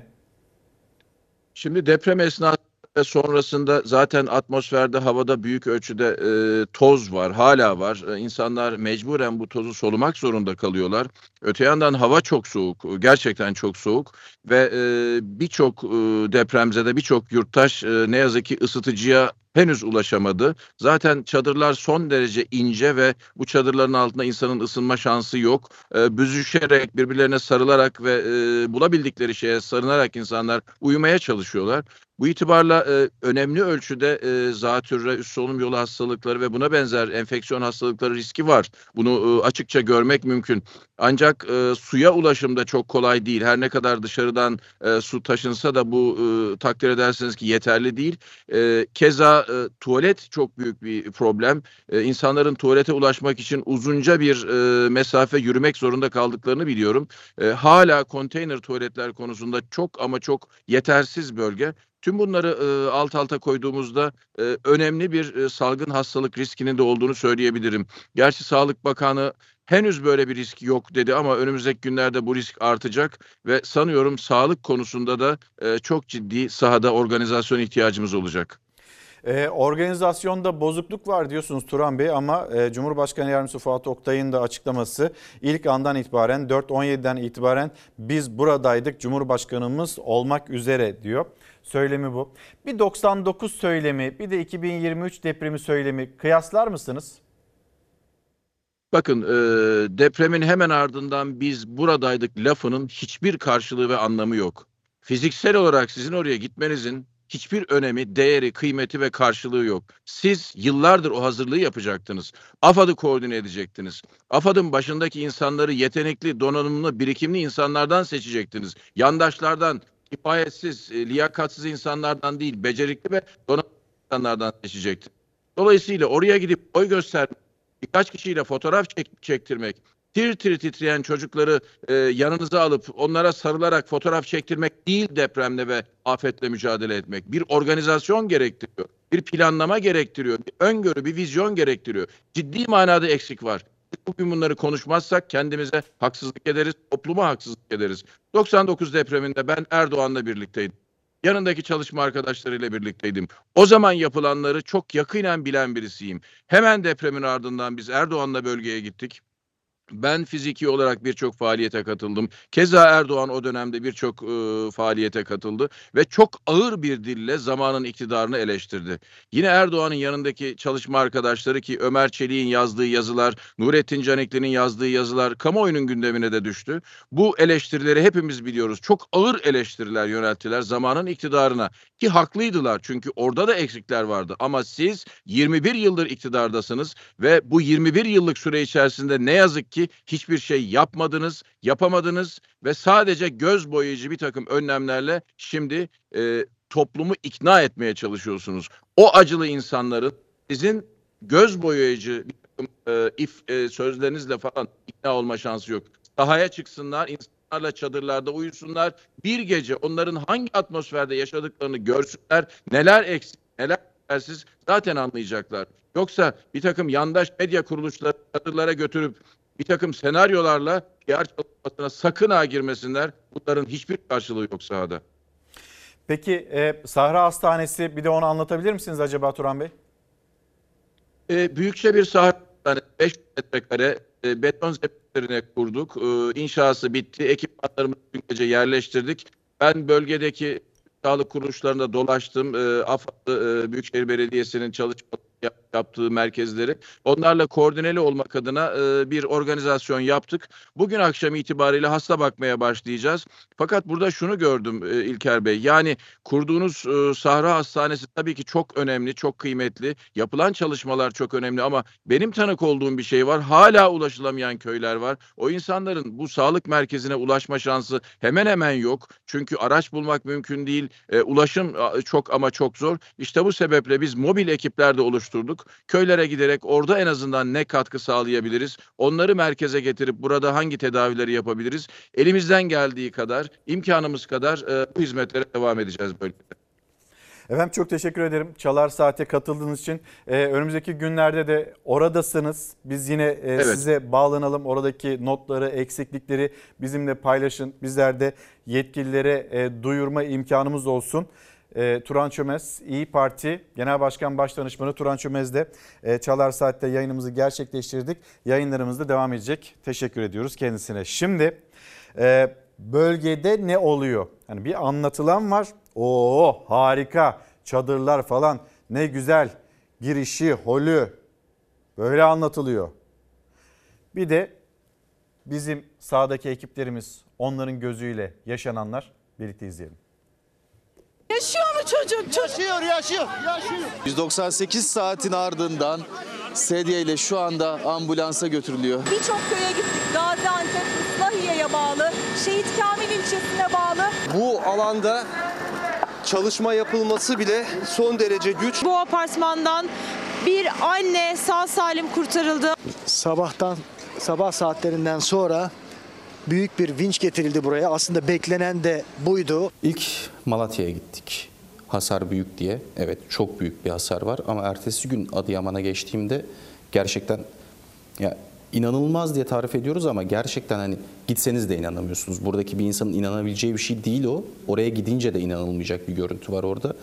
Şimdi deprem esnasında ve sonrasında zaten atmosferde, havada büyük ölçüde e, toz var, hala var. E, insanlar mecburen bu tozu solumak zorunda kalıyorlar. Öte yandan hava çok soğuk, gerçekten çok soğuk ve e, birçok e, depremzede, birçok yurttaş e, ne yazık ki ısıtıcıya henüz ulaşamadı. Zaten çadırlar son derece ince ve bu çadırların altında insanın ısınma şansı yok. E, büzüşerek, birbirlerine sarılarak ve e, bulabildikleri şeye sarınarak insanlar uyumaya çalışıyorlar. Bu itibarla e, önemli ölçüde e, zatürre, üst solunum yolu hastalıkları ve buna benzer enfeksiyon hastalıkları riski var. Bunu e, açıkça görmek mümkün. Ancak e, suya ulaşım da çok kolay değil. Her ne kadar dışarıdan e, su taşınsa da bu e, takdir edersiniz ki yeterli değil. E, keza e, tuvalet çok büyük bir problem. E, insanların tuvalete ulaşmak için uzunca bir e, mesafe yürümek zorunda kaldıklarını biliyorum. E, hala konteyner tuvaletler konusunda çok ama çok yetersiz bölge. Tüm bunları e, alt alta koyduğumuzda e, önemli bir e, salgın hastalık riskinin de olduğunu söyleyebilirim. Gerçi Sağlık Bakanı henüz böyle bir risk yok dedi, ama önümüzdeki günlerde bu risk artacak ve sanıyorum sağlık konusunda da e, çok ciddi sahada organizasyon ihtiyacımız olacak. Ee, organizasyonda bozukluk var diyorsunuz Turan Bey, ama e, Cumhurbaşkanı Yardımcısı Fuat Oktay'ın da açıklaması ilk andan itibaren dört on yediden itibaren biz buradaydık, Cumhurbaşkanımız olmak üzere diyor. söylemi bu. Bir doksan dokuz söylemi, bir de iki bin yirmi üç depremi söylemi kıyaslar mısınız? Bakın e, depremin hemen ardından biz buradaydık lafının hiçbir karşılığı ve anlamı yok. Fiziksel olarak sizin oraya gitmenizin hiçbir önemi, değeri, kıymeti ve karşılığı yok. Siz yıllardır o hazırlığı yapacaktınız. AFAD'ı koordine edecektiniz. AFAD'ın başındaki insanları yetenekli, donanımlı, birikimli insanlardan seçecektiniz. Yandaşlardan, kifayetsiz, e, liyakatsiz insanlardan değil, becerikli ve donanımlı insanlardan seçecektiniz. Dolayısıyla oraya gidip oy göstermek, birkaç kişiyle fotoğraf çek çektirmek, tir tir titreyen çocukları e, yanınıza alıp onlara sarılarak fotoğraf çektirmek değil depremle ve afetle mücadele etmek. Bir organizasyon gerektiriyor, bir planlama gerektiriyor, bir öngörü, bir vizyon gerektiriyor. Ciddi manada eksik var. Bugün bunları konuşmazsak kendimize haksızlık ederiz, topluma haksızlık ederiz. doksan dokuz depreminde ben Erdoğan'la birlikteydim. Yanındaki çalışma arkadaşlarıyla birlikteydim. O zaman yapılanları çok yakinen bilen birisiyim. Hemen depremin ardından biz Erdoğan'la bölgeye gittik. Ben fiziki olarak birçok faaliyete katıldım. Keza Erdoğan o dönemde birçok e, faaliyete katıldı ve çok ağır bir dille zamanın iktidarını eleştirdi. Yine Erdoğan'ın yanındaki çalışma arkadaşları ki Ömer Çelik'in yazdığı yazılar, Nurettin Canikli'nin yazdığı yazılar kamuoyunun gündemine de düştü. Bu eleştirileri hepimiz biliyoruz. Çok ağır eleştiriler yönelttiler zamanın iktidarına ki haklıydılar çünkü orada da eksikler vardı. Ama siz yirmi bir yıldır iktidardasınız ve bu yirmi bir yıllık süre içerisinde ne yazık ki hiçbir şey yapmadınız, yapamadınız ve sadece göz boyayıcı bir takım önlemlerle şimdi e, toplumu ikna etmeye çalışıyorsunuz. O acılı insanların sizin göz boyayıcı bir takım e, if e, sözlerinizle falan ikna olma şansı yok. Sahaya çıksınlar, insanlarla çadırlarda uyusunlar, bir gece onların hangi atmosferde yaşadıklarını görsünler, neler eksik, neler yetersiz zaten anlayacaklar. Yoksa bir takım yandaş medya kuruluşları çadırlara götürüp bir takım senaryolarla P R çalışmasına sakın ha girmesinler. Bunların hiçbir karşılığı yok sahada. Peki e, Sahra Hastanesi bir de onu anlatabilir misiniz acaba Turan Bey? E, büyükçe bir Sahra Hastanesi beş metrekare e, beton zeminlerine kurduk. E, inşası bitti. Ekipmanlarımızı dün gece yerleştirdik. Ben bölgedeki sağlık kuruluşlarında dolaştım. E, AFAD, e, Büyükşehir Belediyesi'nin çalışması yaptığı merkezleri. Onlarla koordineli olmak adına e, bir organizasyon yaptık. Bugün akşam itibariyle hasta bakmaya başlayacağız. Fakat burada şunu gördüm e, İlker Bey. Yani kurduğunuz e, Sahra Hastanesi tabii ki çok önemli, çok kıymetli. Yapılan çalışmalar çok önemli ama benim tanık olduğum bir şey var. Hala ulaşılamayan köyler var. O insanların bu sağlık merkezine ulaşma şansı hemen hemen yok. Çünkü araç bulmak mümkün değil. E, ulaşım çok ama çok zor. İşte bu sebeple biz mobil ekipler de oluşturduk. Köylere giderek orada en azından ne katkı sağlayabiliriz? Onları merkeze getirip burada hangi tedavileri yapabiliriz? Elimizden geldiği kadar, imkanımız kadar e, bu hizmetlere devam edeceğiz bölgede. Efendim çok teşekkür ederim Çalar Saat'e katıldığınız için. Ee, önümüzdeki günlerde de oradasınız. Biz yine e, evet. size bağlanalım. Oradaki notları, eksiklikleri bizimle paylaşın. Bizler de yetkililere e, duyurma imkanımız olsun. E, Turan Çömez, İyi Parti Genel Başkan Başdanışmanı Turan Çömez'le e, Çalar Saat'te yayınımızı gerçekleştirdik. Yayınlarımız da devam edecek. Teşekkür ediyoruz kendisine. Şimdi e, bölgede ne oluyor? Hani bir anlatılan var. Oo harika, çadırlar falan ne güzel, girişi, holü böyle anlatılıyor. Bir de bizim sahadaki ekiplerimiz, onların gözüyle yaşananlar, birlikte izleyelim. Yaşıyor mu çocuk? Yaşıyor, yaşıyor, yaşıyor. yüz doksan sekiz saatin ardından sedye ile şu anda ambulansa götürülüyor. Birçok köye gittik. Gaziantep, Islahiye'ye bağlı, Şehit Kamil ilçesine bağlı. Bu alanda çalışma yapılması bile son derece güç. Bu apartmandan bir anne sağ salim kurtarıldı. Sabahtan, sabah saatlerinden sonra büyük bir vinç getirildi buraya. Aslında beklenen de buydu. İlk Malatya'ya gittik. Hasar büyük diye. Evet çok büyük bir hasar var ama ertesi gün Adıyaman'a geçtiğimde gerçekten ya inanılmaz diye tarif ediyoruz ama gerçekten hani gitseniz de inanamıyorsunuz. Buradaki bir insanın inanabileceği bir şey değil o. Oraya gidince de inanılmayacak bir görüntü var orada.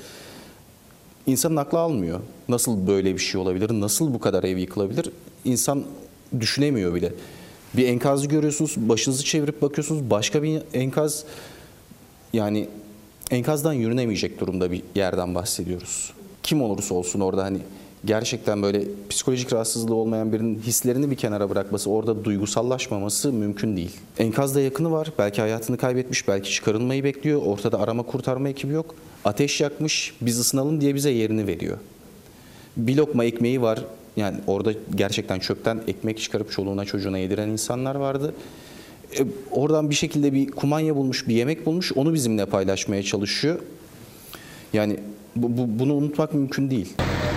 İnsanın aklı almıyor. Nasıl böyle bir şey olabilir? Nasıl bu kadar ev yıkılabilir? İnsan düşünemiyor bile. Bir enkazı görüyorsunuz, başınızı çevirip bakıyorsunuz, başka bir enkaz, yani enkazdan yürünemeyecek durumda bir yerden bahsediyoruz. Kim olursa olsun orada hani gerçekten böyle psikolojik rahatsızlığı olmayan birinin hislerini bir kenara bırakması, orada duygusallaşmaması mümkün değil. Enkazda yakını var, belki hayatını kaybetmiş, belki çıkarılmayı bekliyor. Ortada arama kurtarma ekibi yok. Ateş yakmış, biz ısınalım diye bize yerini veriyor. Bir lokma ekmeği var, yani orada gerçekten çöpten ekmek çıkarıp çoluğuna çocuğuna yediren insanlar vardı. E, oradan bir şekilde bir kumanya bulmuş, bir yemek bulmuş, onu bizimle paylaşmaya çalışıyor. Yani bu, bu, bunu unutmak mümkün değil.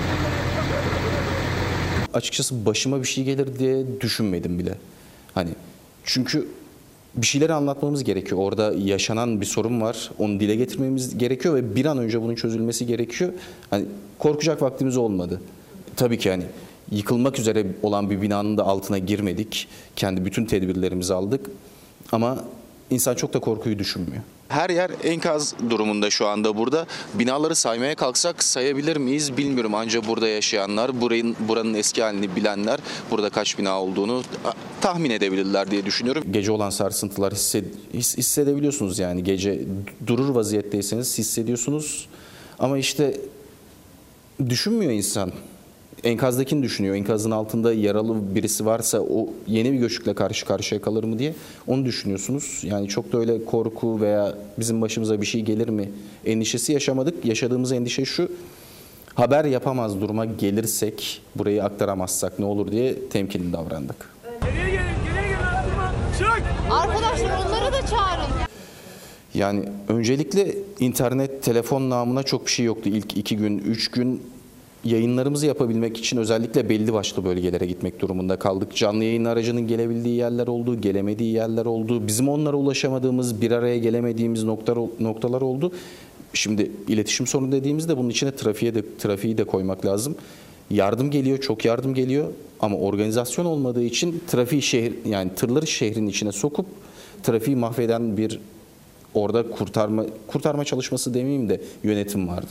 Açıkçası başıma bir şey gelir diye düşünmedim bile. Hani çünkü bir şeyleri anlatmamız gerekiyor. Orada yaşanan bir sorun var. Onu dile getirmemiz gerekiyor ve bir an önce bunun çözülmesi gerekiyor. Hani korkacak vaktimiz olmadı. Tabii ki hani yıkılmak üzere olan bir binanın da altına girmedik. Kendi bütün tedbirlerimizi aldık. Ama insan çok da korkuyu düşünmüyor. Her yer enkaz durumunda şu anda burada. Binaları saymaya kalksak sayabilir miyiz bilmiyorum. Ancak burada yaşayanlar, buranın, buranın eski halini bilenler burada kaç bina olduğunu tahmin edebilirler diye düşünüyorum. Gece olan sarsıntılar hissed, his, hissedebiliyorsunuz yani. Gece durur vaziyetteyseniz hissediyorsunuz. Ama işte düşünmüyor insan. Enkazdakini düşünüyor. Enkazın altında yaralı birisi varsa o yeni bir göçükle karşı karşıya kalır mı diye onu düşünüyorsunuz. Yani çok da öyle korku veya bizim başımıza bir şey gelir mi endişesi yaşamadık. Yaşadığımız endişe şu: haber yapamaz duruma gelirsek, burayı aktaramazsak ne olur diye temkinli davrandık. Geriye gelin, geriye gelin. Arkadaşlar onları da çağırın. Yani öncelikle internet, telefon namına çok bir şey yoktu. İlk iki gün, üç gün yayınlarımızı yapabilmek için özellikle belli başlı bölgelere gitmek durumunda kaldık. Canlı yayın aracının gelebildiği yerler oldu, gelemediği yerler oldu. Bizim onlara ulaşamadığımız, bir araya gelemediğimiz noktalar, noktalar oldu. Şimdi iletişim sorunu dediğimizde bunun içine trafiğe de, trafiği de koymak lazım. Yardım geliyor, çok yardım geliyor ama organizasyon olmadığı için trafiği şehir, yani tırları şehrin içine sokup trafiği mahveden bir orada kurtarma kurtarma çalışması demeyeyim de yönetim vardı.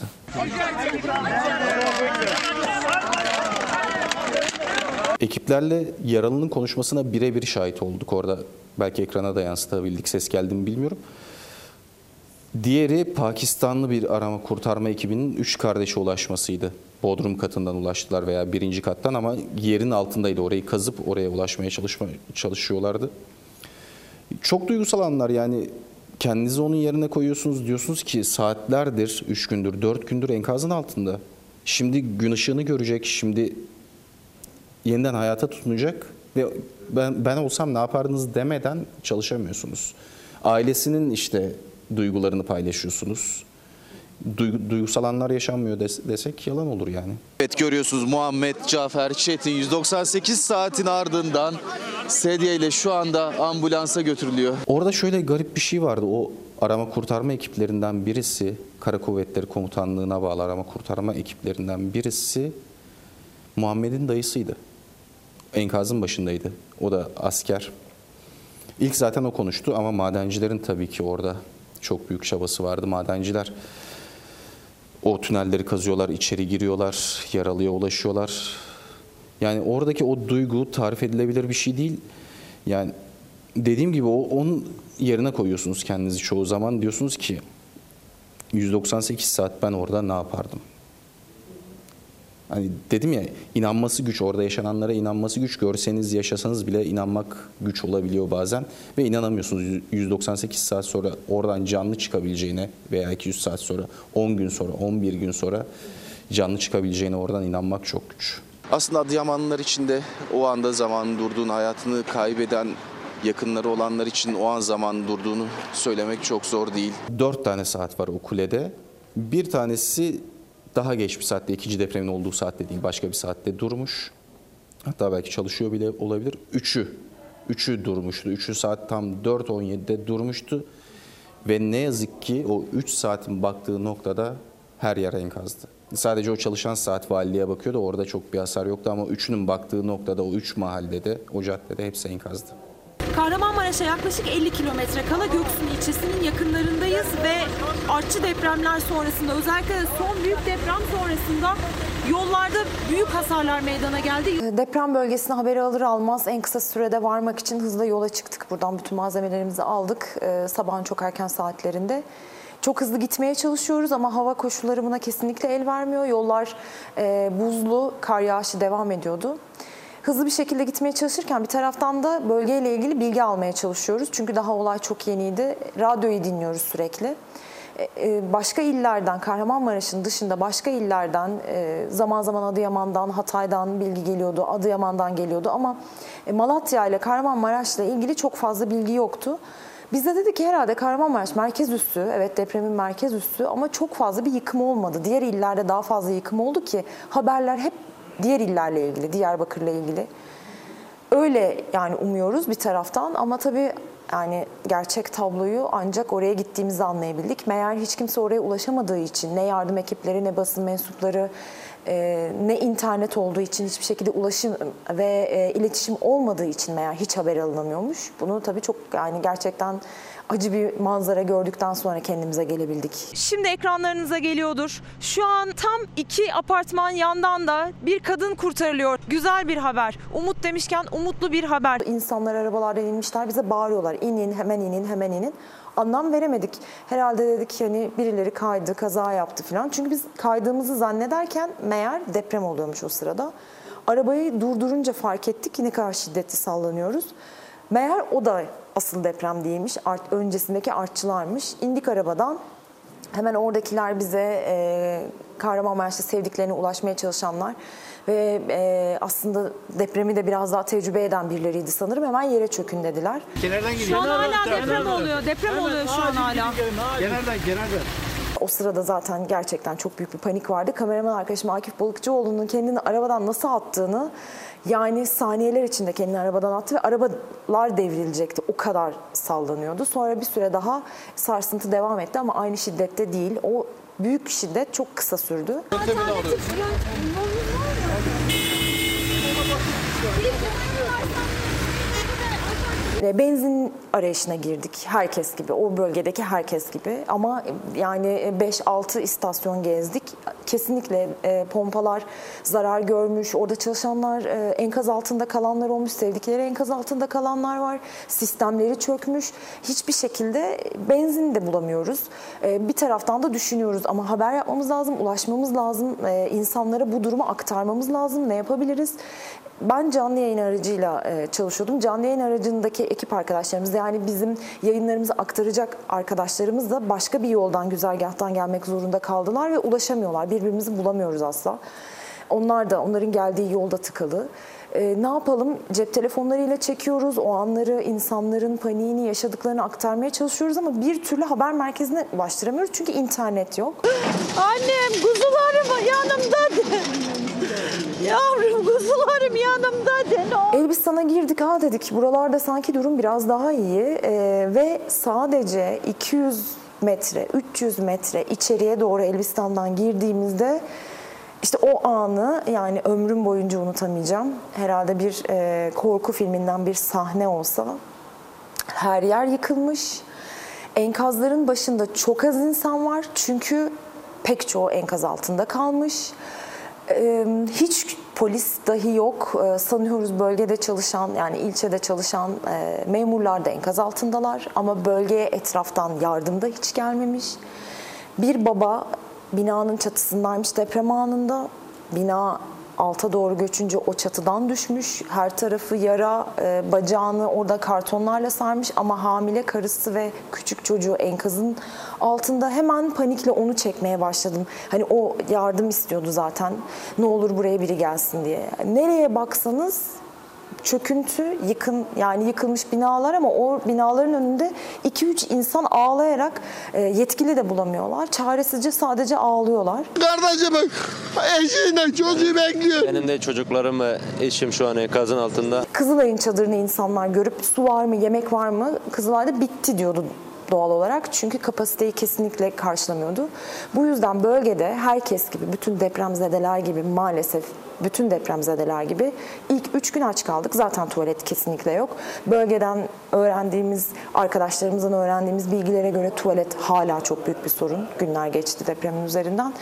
Ekiplerle yaralının konuşmasına birebir şahit olduk orada. Belki ekrana da yansıtabildik, ses geldi mi bilmiyorum. Diğeri Pakistanlı bir arama kurtarma ekibinin üç kardeşe ulaşmasıydı. Bodrum katından ulaştılar veya birinci kattan ama yerin altındaydı. Orayı kazıp oraya ulaşmaya çalışma, çalışıyorlardı. Çok duygusal anlar yani. Kendinizi onun yerine koyuyorsunuz, diyorsunuz ki saatlerdir, üç gündür, dört gündür enkazın altında. Şimdi gün ışığını görecek, şimdi yeniden hayata tutunacak ve ben, ben olsam ne yapardınız demeden çalışamıyorsunuz. Ailesinin işte duygularını paylaşıyorsunuz. Duygu, duygusal anlar yaşanmıyor des, desek yalan olur yani. Evet, görüyorsunuz Muhammed Cafer Çetin yüz doksan sekiz saatin ardından sedye ile şu anda ambulansa götürülüyor. Orada şöyle garip bir şey vardı. O arama kurtarma ekiplerinden birisi, Kara Kuvvetleri Komutanlığı'na bağlı arama kurtarma ekiplerinden birisi Muhammed'in dayısıydı. Enkazın başındaydı. O da asker. İlk zaten o konuştu ama madencilerin tabii ki orada çok büyük çabası vardı. Madenciler o tünelleri kazıyorlar, içeri giriyorlar, yaralıya ulaşıyorlar. Yani oradaki o duygu tarif edilebilir bir şey değil. Yani dediğim gibi o onun yerine koyuyorsunuz kendinizi çoğu zaman. Diyorsunuz ki yüz doksan sekiz saat ben orada ne yapardım? Hani dedim ya, inanması güç, orada yaşananlara inanması güç. Görseniz, yaşasanız bile inanmak güç olabiliyor bazen. Ve inanamıyorsunuz yüz doksan sekiz saat sonra oradan canlı çıkabileceğine veya iki yüz saat sonra, on gün sonra, on bir gün sonra canlı çıkabileceğine oradan inanmak çok güç. Aslında Adıyamanlılar için de o anda zaman durduğunu, hayatını kaybeden yakınları olanlar için o an zaman durduğunu söylemek çok zor değil. Dört tane saat var o kulede. Bir tanesi daha geç bir saatte, ikinci depremin olduğu saatte değil, başka bir saatte durmuş. Hatta belki çalışıyor bile olabilir. Üçü, üçü durmuştu. Üçü saat tam dört on yedide durmuştu. Ve ne yazık ki o üç saatin baktığı noktada her yer enkazdı. Sadece o çalışan saat valiliğe bakıyordu. Orada çok bir hasar yoktu ama üçünün baktığı noktada, o üç mahallede, o caddede hepsi enkazdı. Kahramanmaraş'a yaklaşık elli kilometre kala Göksun ilçesinin yakınlarındayız ve artçı depremler sonrasında, özellikle son büyük deprem sonrasında yollarda büyük hasarlar meydana geldi. Deprem bölgesine haberi alır almaz en kısa sürede varmak için hızla yola çıktık. Buradan bütün malzemelerimizi aldık. Ee, sabahın çok erken saatlerinde. Çok hızlı gitmeye çalışıyoruz ama hava koşulları buna kesinlikle el vermiyor. Yollar e, buzlu, kar yağışı devam ediyordu. Hızlı bir şekilde gitmeye çalışırken bir taraftan da bölgeyle ilgili bilgi almaya çalışıyoruz. Çünkü daha olay çok yeniydi. Radyoyu dinliyoruz sürekli. Başka illerden, Kahramanmaraş'ın dışında başka illerden, zaman zaman Adıyaman'dan, Hatay'dan bilgi geliyordu, Adıyaman'dan geliyordu ama Malatya ile Kahramanmaraş'la ilgili çok fazla bilgi yoktu. Biz de dedik ki herhalde Kahramanmaraş merkez üssü, evet depremin merkez üssü ama çok fazla bir yıkım olmadı. Diğer illerde daha fazla yıkım oldu ki haberler hep diğer illerle ilgili, Diyarbakır'la ilgili. Öyle yani umuyoruz bir taraftan ama tabii yani gerçek tabloyu ancak oraya gittiğimizde anlayabildik. Meğer hiç kimse oraya ulaşamadığı için, ne yardım ekipleri, ne basın mensupları, e, ne internet olduğu için hiçbir şekilde ulaşım ve e, iletişim olmadığı için meğer hiç haber alınamıyormuş. Bunu tabii çok yani gerçekten acı bir manzara gördükten sonra kendimize gelebildik. Şimdi ekranlarınıza geliyordur. Şu an tam iki apartman yandan da bir kadın kurtarılıyor. Güzel bir haber. Umut demişken umutlu bir haber. İnsanlar arabalardan inmişler, bize bağırıyorlar. İnin, hemen inin, hemen inin. Anlam veremedik. Herhalde dedik hani birileri kaydı, kaza yaptı falan. Çünkü biz kaydığımızı zannederken meğer deprem oluyormuş o sırada. Arabayı durdurunca fark ettik ki ne kadar şiddetli sallanıyoruz. Meğer o da asıl deprem değilmiş. Art, öncesindeki artçılarmış. İndik arabadan. Hemen oradakiler bize e, Kahramanmaraş'ta sevdiklerine ulaşmaya çalışanlar ve e, aslında depremi de biraz daha tecrübe eden birileriydi sanırım. Hemen yere çökün dediler. Şu an hala deprem oluyor. Deprem oluyor şu an hala. Genelden, genelden. O sırada zaten gerçekten çok büyük bir panik vardı. Kameraman arkadaşım Akif Balıkçıoğlu'nun kendini arabadan nasıl attığını, yani saniyeler içinde kendini arabadan attı ve arabalar devrilecekti. O kadar sallanıyordu. Sonra bir süre daha sarsıntı devam etti ama aynı şiddette değil. O büyük şiddet çok kısa sürdü. Benzin arayışına girdik herkes gibi, o bölgedeki herkes gibi ama yani beş altı istasyon gezdik. Kesinlikle e, pompalar zarar görmüş, orada çalışanlar e, enkaz altında kalanlar olmuş, sevdikleri enkaz altında kalanlar var, sistemleri çökmüş. Hiçbir şekilde benzin de bulamıyoruz. E, bir taraftan da düşünüyoruz ama haber yapmamız lazım, ulaşmamız lazım, e, insanlara bu durumu aktarmamız lazım, ne yapabiliriz? Ben canlı yayın aracıyla çalışıyordum. Canlı yayın aracındaki ekip arkadaşlarımız, yani bizim yayınlarımızı aktaracak arkadaşlarımız da başka bir yoldan, güzergahtan gelmek zorunda kaldılar ve ulaşamıyorlar. Birbirimizi bulamıyoruz asla. Onlar da, onların geldiği yolda tıkalı. Ee, ne yapalım? Cep telefonlarıyla çekiyoruz. O anları, insanların paniğini, yaşadıklarını aktarmaya çalışıyoruz ama bir türlü haber merkezine ulaştıramıyoruz. Çünkü internet yok. Annem, kuzularım yanımdadır. Yavrum, kuzularım yanımdadır. Elbistan'a girdik. Ha dedik, buralarda sanki durum biraz daha iyi. Ee, ve sadece iki yüz metre, üç yüz metre içeriye doğru Elbistan'dan girdiğimizde İşte o anı yani ömrüm boyunca unutamayacağım. Herhalde bir e, korku filminden bir sahne olsa. Her yer yıkılmış. Enkazların başında çok az insan var. Çünkü pek çoğu enkaz altında kalmış. E, hiç polis dahi yok. E, sanıyoruz bölgede çalışan, yani ilçede çalışan e, memurlar da enkaz altındalar. Ama bölgeye etraftan yardım da hiç gelmemiş. Bir baba binanın çatısındaymış deprem anında. Bina alta doğru göçünce o çatıdan düşmüş. Her tarafı yara, e, bacağını orada kartonlarla sarmış ama hamile karısı ve küçük çocuğu enkazın altında. Hemen panikle onu çekmeye başladım. Hani o yardım istiyordu zaten. Ne olur buraya biri gelsin diye. Nereye baksanız çöküntü, yıkın, yani yıkılmış binalar ama o binaların önünde iki üç insan ağlayarak e, yetkili de bulamıyorlar. Çaresizce sadece ağlıyorlar. Kardeşim, eşiyle çocuğu bekliyor. Benim de çocuklarım ve eşim şu an enkazın altında. Kızılay'ın çadırını insanlar görüp su var mı, yemek var mı? Kızılay'da bitti diyordu doğal olarak. Çünkü kapasiteyi kesinlikle karşılamıyordu. Bu yüzden bölgede herkes gibi, bütün depremzedeler gibi, maalesef bütün depremzedeler gibi ilk üç gün aç kaldık. Zaten tuvalet kesinlikle yok. Bölgeden öğrendiğimiz, arkadaşlarımızdan öğrendiğimiz bilgilere göre tuvalet hala çok büyük bir sorun. Günler geçti depremin üzerinden.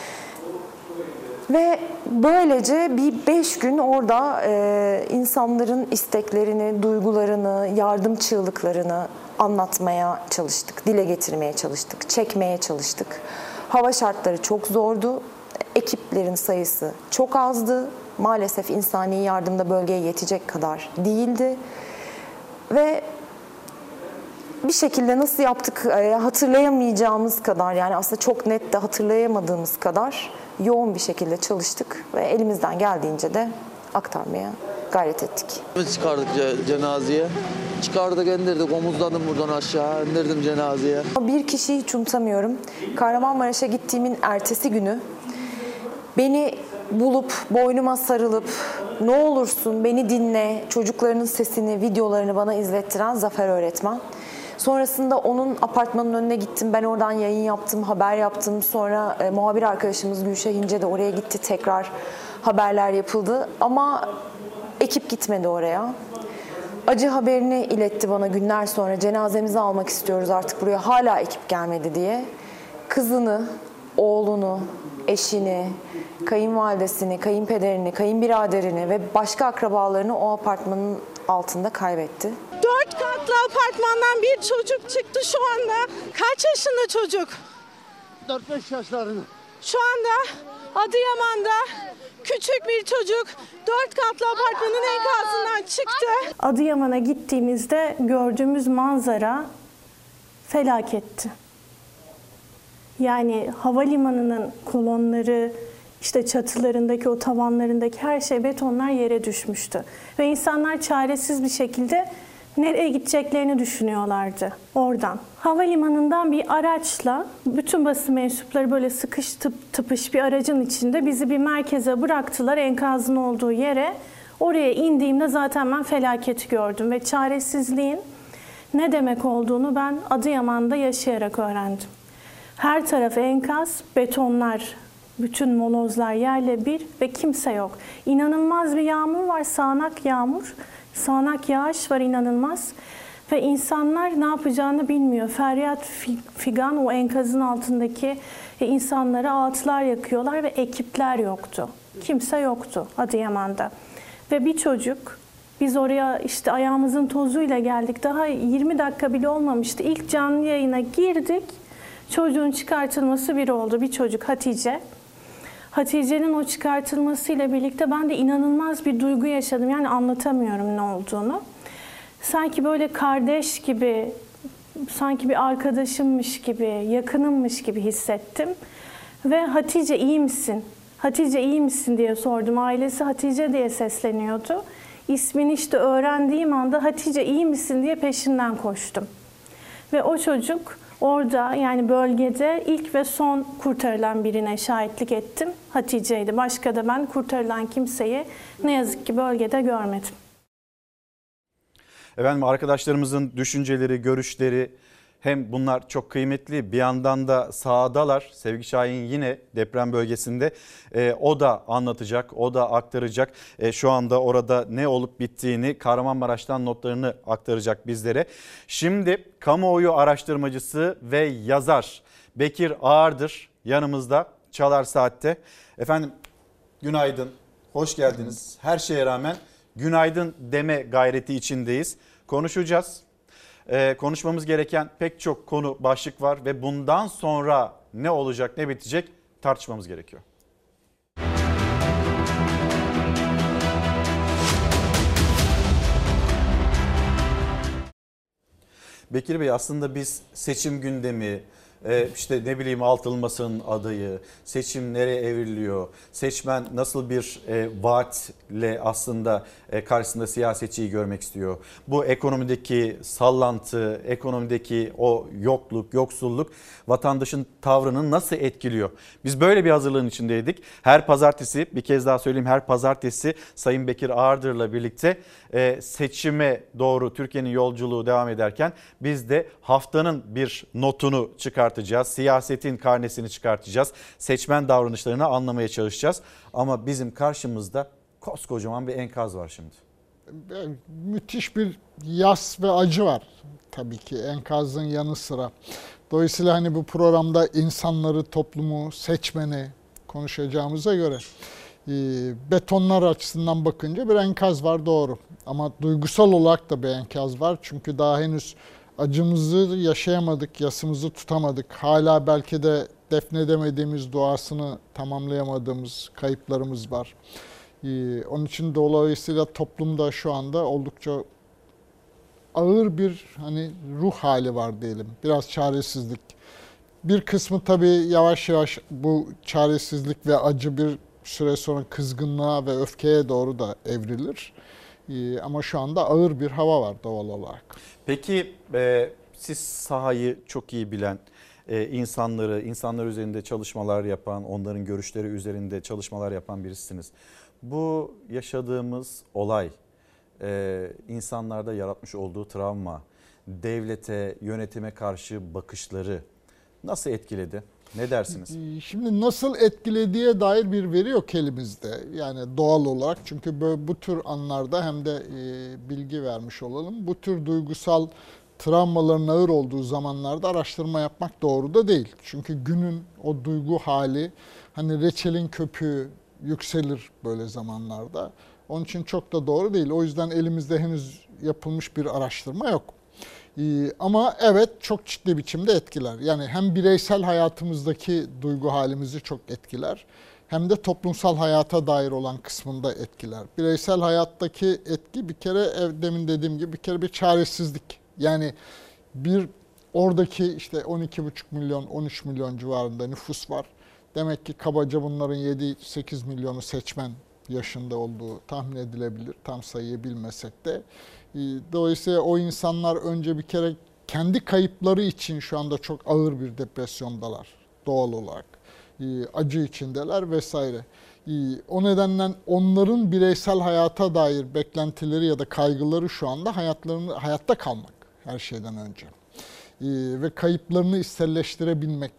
Ve böylece bir beş gün orada e, insanların isteklerini, duygularını, yardım çığlıklarını anlatmaya çalıştık, dile getirmeye çalıştık, çekmeye çalıştık. Hava şartları çok zordu. Ekiplerin sayısı çok azdı. Maalesef insani yardımda bölgeye yetecek kadar değildi. Ve bir şekilde nasıl yaptık hatırlayamayacağımız kadar, yani aslında çok net de hatırlayamadığımız kadar yoğun bir şekilde çalıştık ve elimizden geldiğince de aktarmaya gayret ettik. Biz çıkardık cenazeye. Çıkardık, indirdik, omuzladım buradan aşağı, indirdim cenazeye. Bir kişiyi hiç unutamıyorum. Kahramanmaraş'a gittiğimin ertesi günü beni bulup boynuma sarılıp ne olursun beni dinle, çocuklarının sesini, videolarını bana izlettiren Zafer öğretmen. Sonrasında onun apartmanın önüne gittim. Ben oradan yayın yaptım, haber yaptım. Sonra e, muhabir arkadaşımız Gülşah İnce de oraya gitti. Tekrar haberler yapıldı. Ama ekip gitmedi oraya. Acı haberini iletti bana günler sonra. Cenazemizi almak istiyoruz artık buraya. Hala ekip gelmedi diye. Kızını, oğlunu, eşini, kayınvalidesini, kayınpederini, kayınbiraderini ve başka akrabalarını o apartmanın altında kaybetti. Dört katlı apartmandan bir çocuk çıktı şu anda. Kaç yaşında çocuk? dört beş yaşlarında. Şu anda Adıyaman'da küçük bir çocuk dört katlı apartmanın enkazından çıktı. Adıyaman'a gittiğimizde gördüğümüz manzara felaketti. Yani havalimanının kolonları, işte çatılarındaki, o tavanlarındaki her şey, betonlar yere düşmüştü. Ve insanlar çaresiz bir şekilde nereye gideceklerini düşünüyorlardı oradan. Havalimanından bir araçla bütün basın mensupları böyle sıkış tıp, tıpış bir aracın içinde bizi bir merkeze bıraktılar, enkazın olduğu yere. Oraya indiğimde zaten ben felaketi gördüm ve çaresizliğin ne demek olduğunu ben Adıyaman'da yaşayarak öğrendim. Her taraf enkaz, betonlar, bütün molozlar yerle bir ve kimse yok. İnanılmaz bir yağmur var, sağanak yağmur, sağanak yağış var inanılmaz. Ve insanlar ne yapacağını bilmiyor. Feryat figan o enkazın altındaki insanlara ağıtlar yakıyorlar ve ekipler yoktu. Kimse yoktu Adıyaman'da. Ve bir çocuk, biz oraya işte ayağımızın tozuyla geldik. Daha yirmi dakika bile olmamıştı. İlk canlı yayına girdik. Çocuğun çıkartılması bir oldu. Bir çocuk, Hatice. Hatice'nin o çıkartılmasıyla birlikte ben de inanılmaz bir duygu yaşadım. Yani anlatamıyorum ne olduğunu. Sanki böyle kardeş gibi, sanki bir arkadaşımmış gibi, yakınımmış gibi hissettim. Ve Hatice iyi misin? Hatice iyi misin diye sordum. Ailesi Hatice diye sesleniyordu. İsmini işte öğrendiğim anda Hatice iyi misin diye peşinden koştum. Ve o çocuk orada, yani bölgede ilk ve son kurtarılan birine şahitlik ettim. Hatice'ydi. Başka da ben kurtarılan kimseyi ne yazık ki bölgede görmedim. Efendim, arkadaşlarımızın düşünceleri, görüşleri hem bunlar çok kıymetli, bir yandan da sahadalar. Sevgi Şahin yine deprem bölgesinde, e, o da anlatacak, o da aktaracak. E, şu anda orada ne olup bittiğini, Kahramanmaraş'tan notlarını aktaracak bizlere. Şimdi kamuoyu araştırmacısı ve yazar Bekir Ağırdır yanımızda Çalar Saat'te. Efendim günaydın, hoş geldiniz. Her şeye rağmen günaydın deme gayreti içindeyiz. Konuşacağız. Ee, konuşmamız gereken pek çok konu, başlık var ve bundan sonra ne olacak, ne bitecek tartışmamız gerekiyor. Bekir Bey, aslında biz seçim gündemi, işte ne bileyim Altınolması'nın adayı, seçim nereye evriliyor, seçmen nasıl bir e, vaatle aslında e, karşısında siyasetçiyi görmek istiyor. Bu ekonomideki sallantı, ekonomideki o yokluk, yoksulluk vatandaşın tavrını nasıl etkiliyor? Biz böyle bir hazırlığın içindeydik. Her pazartesi, bir kez daha söyleyeyim, her pazartesi Sayın Bekir Ağırdır'la birlikte e, seçime doğru Türkiye'nin yolculuğu devam ederken biz de haftanın bir notunu çıkartacağız. Siyasetin karnesini çıkartacağız. Seçmen davranışlarını anlamaya çalışacağız. Ama bizim karşımızda koskocaman bir enkaz var şimdi. Müthiş bir yas ve acı var tabii ki enkazın yanı sıra. Dolayısıyla hani bu programda insanları, toplumu, seçmeni konuşacağımıza göre betonlar açısından bakınca bir enkaz var, doğru. Ama duygusal olarak da bir enkaz var. Çünkü daha henüz acımızı yaşayamadık, yasımızı tutamadık. Hala belki de defnedemediğimiz, duasını tamamlayamadığımız kayıplarımız var. Ee, onun için dolayısıyla toplumda şu anda oldukça ağır bir hani ruh hali var diyelim. Biraz çaresizlik. Bir kısmı tabii yavaş yavaş bu çaresizlik ve acı bir süre sonra kızgınlığa ve öfkeye doğru da evrilir. Ee, ama şu anda ağır bir hava var doğal olarak. Peki e, siz sahayı çok iyi bilen, e, insanları, insanlar üzerinde çalışmalar yapan, onların görüşleri üzerinde çalışmalar yapan birisiniz. Bu yaşadığımız olay, e, insanlarda yaratmış olduğu travma, devlete, yönetime karşı bakışları nasıl etkiledi? Ne dersiniz? Şimdi nasıl etkilediğe dair bir veri yok elimizde. Yani doğal olarak, çünkü böyle, bu tür anlarda hem de e, bilgi vermiş olalım. Bu tür duygusal travmaların ağır olduğu zamanlarda araştırma yapmak doğru da değil. Çünkü günün o duygu hali, hani reçelin köpüğü yükselir böyle zamanlarda. Onun için çok da doğru değil. O yüzden elimizde henüz yapılmış bir araştırma yok. Ee, ama evet, çok ciddi biçimde etkiler. Yani hem bireysel hayatımızdaki duygu halimizi çok etkiler, hem de toplumsal hayata dair olan kısmında etkiler. Bireysel hayattaki etki bir kere, demin dediğim gibi, bir kere bir çaresizlik. Yani bir oradaki işte on iki buçuk milyon, on üç milyon civarında nüfus var. Demek ki kabaca bunların yedi sekiz milyonu seçmen yaşında olduğu tahmin edilebilir. Tam sayıyı bilmesek de. Dolayısıyla o insanlar önce bir kere kendi kayıpları için şu anda çok ağır bir depresyondalar doğal olarak. Acı içindeler vesaire. O nedenle onların bireysel hayata dair beklentileri ya da kaygıları şu anda hayatlarını, hayatta kalmak her şeyden önce. Ve kayıplarını içselleştirebilmek.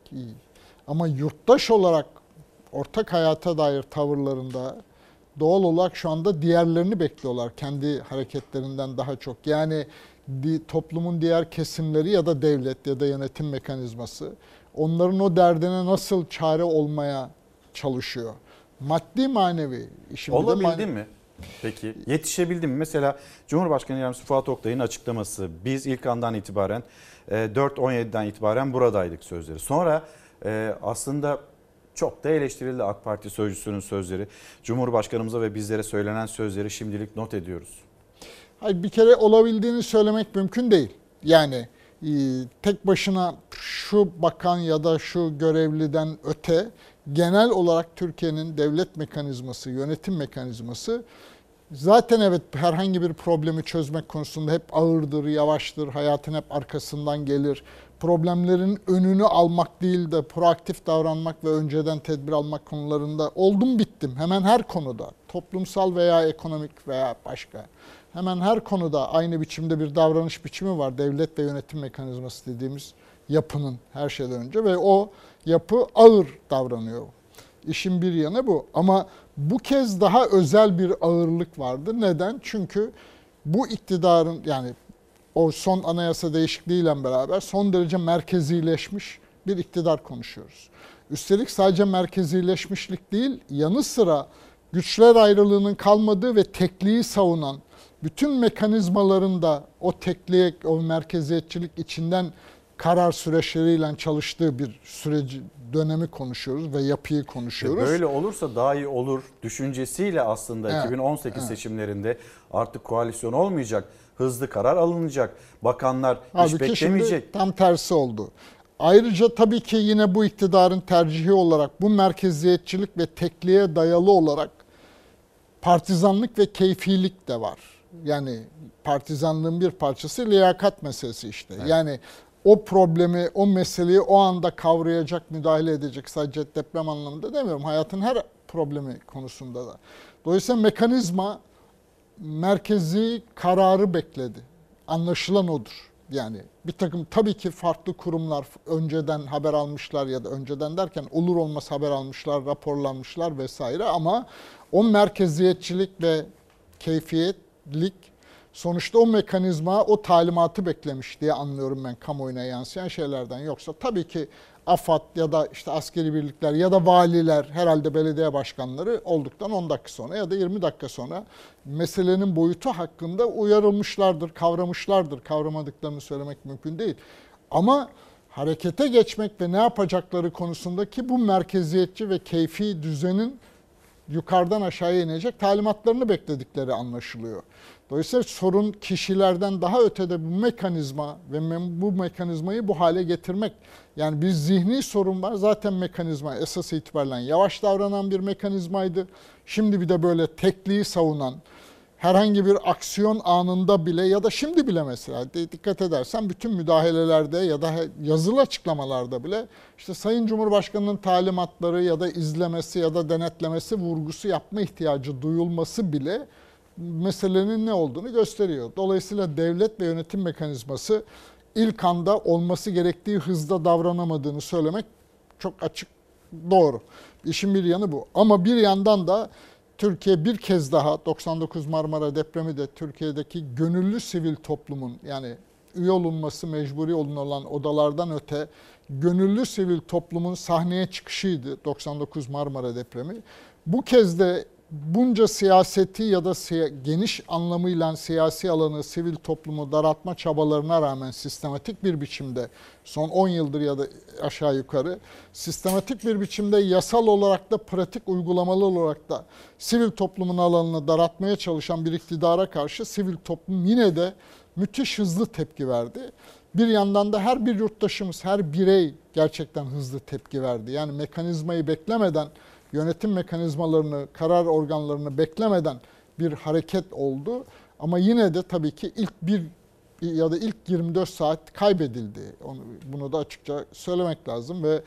Ama yurttaş olarak ortak hayata dair tavırlarında doğal olarak şu anda diğerlerini bekliyorlar, kendi hareketlerinden daha çok. Yani toplumun diğer kesimleri ya da devlet ya da yönetim mekanizması onların o derdine nasıl çare olmaya çalışıyor. Maddi manevi. Olabildi mi? Peki yetişebildi mi? Mesela Cumhurbaşkanı Yardımcısı Fuat Oktay'ın açıklaması, biz ilk andan itibaren dört on yediden itibaren buradaydık sözleri. Sonra aslında çok da eleştirildi AK Parti sözcüsünün sözleri. Cumhurbaşkanımıza ve bizlere söylenen sözleri şimdilik not ediyoruz. Hayır, bir kere olabildiğini söylemek mümkün değil. Yani e, tek başına şu bakan ya da şu görevliden öte genel olarak Türkiye'nin devlet mekanizması, yönetim mekanizması zaten evet herhangi bir problemi çözmek konusunda hep ağırdır, yavaştır, hayatın hep arkasından gelir. Problemlerin önünü almak değil de proaktif davranmak ve önceden tedbir almak konularında oldum bittim. Hemen her konuda, toplumsal veya ekonomik veya başka, hemen her konuda aynı biçimde bir davranış biçimi var. Devlet ve yönetim mekanizması dediğimiz yapının her şeyden önce ve o yapı ağır davranıyor. İşin bir yanı bu. Ama bu kez daha özel bir ağırlık vardı. Neden? Çünkü bu iktidarın, yani o son anayasa değişikliğiyle beraber son derece merkezileşmiş bir iktidar konuşuyoruz. Üstelik sadece merkezileşmişlik değil, yanı sıra güçler ayrılığının kalmadığı ve tekliği savunan, bütün mekanizmaların da o tekliğe, o merkeziyetçilik içinden karar süreçleriyle çalıştığı bir süreci, dönemi konuşuyoruz ve yapıyı konuşuyoruz. Böyle olursa daha iyi olur düşüncesiyle aslında evet, iki bin on sekiz evet. seçimlerinde artık koalisyon olmayacak. Hızlı karar alınacak. Bakanlar Halbuki hiç beklemeyecek. Şimdi tam tersi oldu. Ayrıca tabii ki yine bu iktidarın tercihi olarak bu merkeziyetçilik ve tekliğe dayalı olarak partizanlık ve keyfilik de var. Yani partizanlığın bir parçası liyakat meselesi işte. Evet. Yani o problemi, o meseleyi o anda kavrayacak, müdahale edecek, sadece deprem anlamında demiyorum. Hayatın her problemi konusunda da. Dolayısıyla mekanizma merkezi kararı bekledi. Anlaşılan odur. Yani bir takım tabii ki farklı kurumlar önceden haber almışlar ya da önceden derken olur olmaz haber almışlar, raporlanmışlar vesaire ama o merkeziyetçilik ve keyfiyetlik sonuçta o mekanizma o talimatı beklemiş diye anlıyorum ben kamuoyuna yansıyan şeylerden. Yoksa tabii ki AFAD ya da işte askeri birlikler ya da valiler, herhalde belediye başkanları olduktan on dakika sonra ya da yirmi dakika sonra meselenin boyutu hakkında uyarılmışlardır, kavramışlardır. Kavramadıklarını söylemek mümkün değil. Ama harekete geçmek ve ne yapacakları konusundaki bu merkeziyetçi ve keyfi düzenin yukarıdan aşağıya inecek talimatlarını bekledikleri anlaşılıyor. Dolayısıyla sorun kişilerden daha ötede bu mekanizma ve bu mekanizmayı bu hale getirmek. Yani bir zihni sorun var. Zaten mekanizma esas itibariyle yavaş davranan bir mekanizmaydı. Şimdi bir de böyle tekliği savunan, herhangi bir aksiyon anında bile ya da şimdi bile mesela dikkat edersen bütün müdahalelerde ya da yazılı açıklamalarda bile işte Sayın Cumhurbaşkanı'nın talimatları ya da izlemesi ya da denetlemesi vurgusu yapma ihtiyacı duyulması bile meselenin ne olduğunu gösteriyor. Dolayısıyla devlet ve yönetim mekanizması ilk anda olması gerektiği hızda davranamadığını söylemek çok açık, doğru. İşin bir yanı bu. Ama bir yandan da Türkiye bir kez daha doksan dokuz Marmara depremi de Türkiye'deki gönüllü sivil toplumun, yani üye olunması mecburi olan odalardan öte gönüllü sivil toplumun sahneye çıkışıydı doksan dokuz Marmara depremi. Bu kez de bunca siyaseti ya da siya- geniş anlamıyla siyasi alanı, sivil toplumu daraltma çabalarına rağmen sistematik bir biçimde son on yıldır ya da aşağı yukarı sistematik bir biçimde yasal olarak da pratik uygulamalı olarak da sivil toplumun alanını daraltmaya çalışan bir iktidara karşı sivil toplum yine de müthiş hızlı tepki verdi. Bir yandan da her bir yurttaşımız, her birey gerçekten hızlı tepki verdi. Yani mekanizmayı beklemeden, yönetim mekanizmalarını, karar organlarını beklemeden bir hareket oldu. Ama yine de tabii ki ilk bir ya da ilk yirmi dört saat kaybedildi. Onu, bunu da açıkça söylemek lazım ve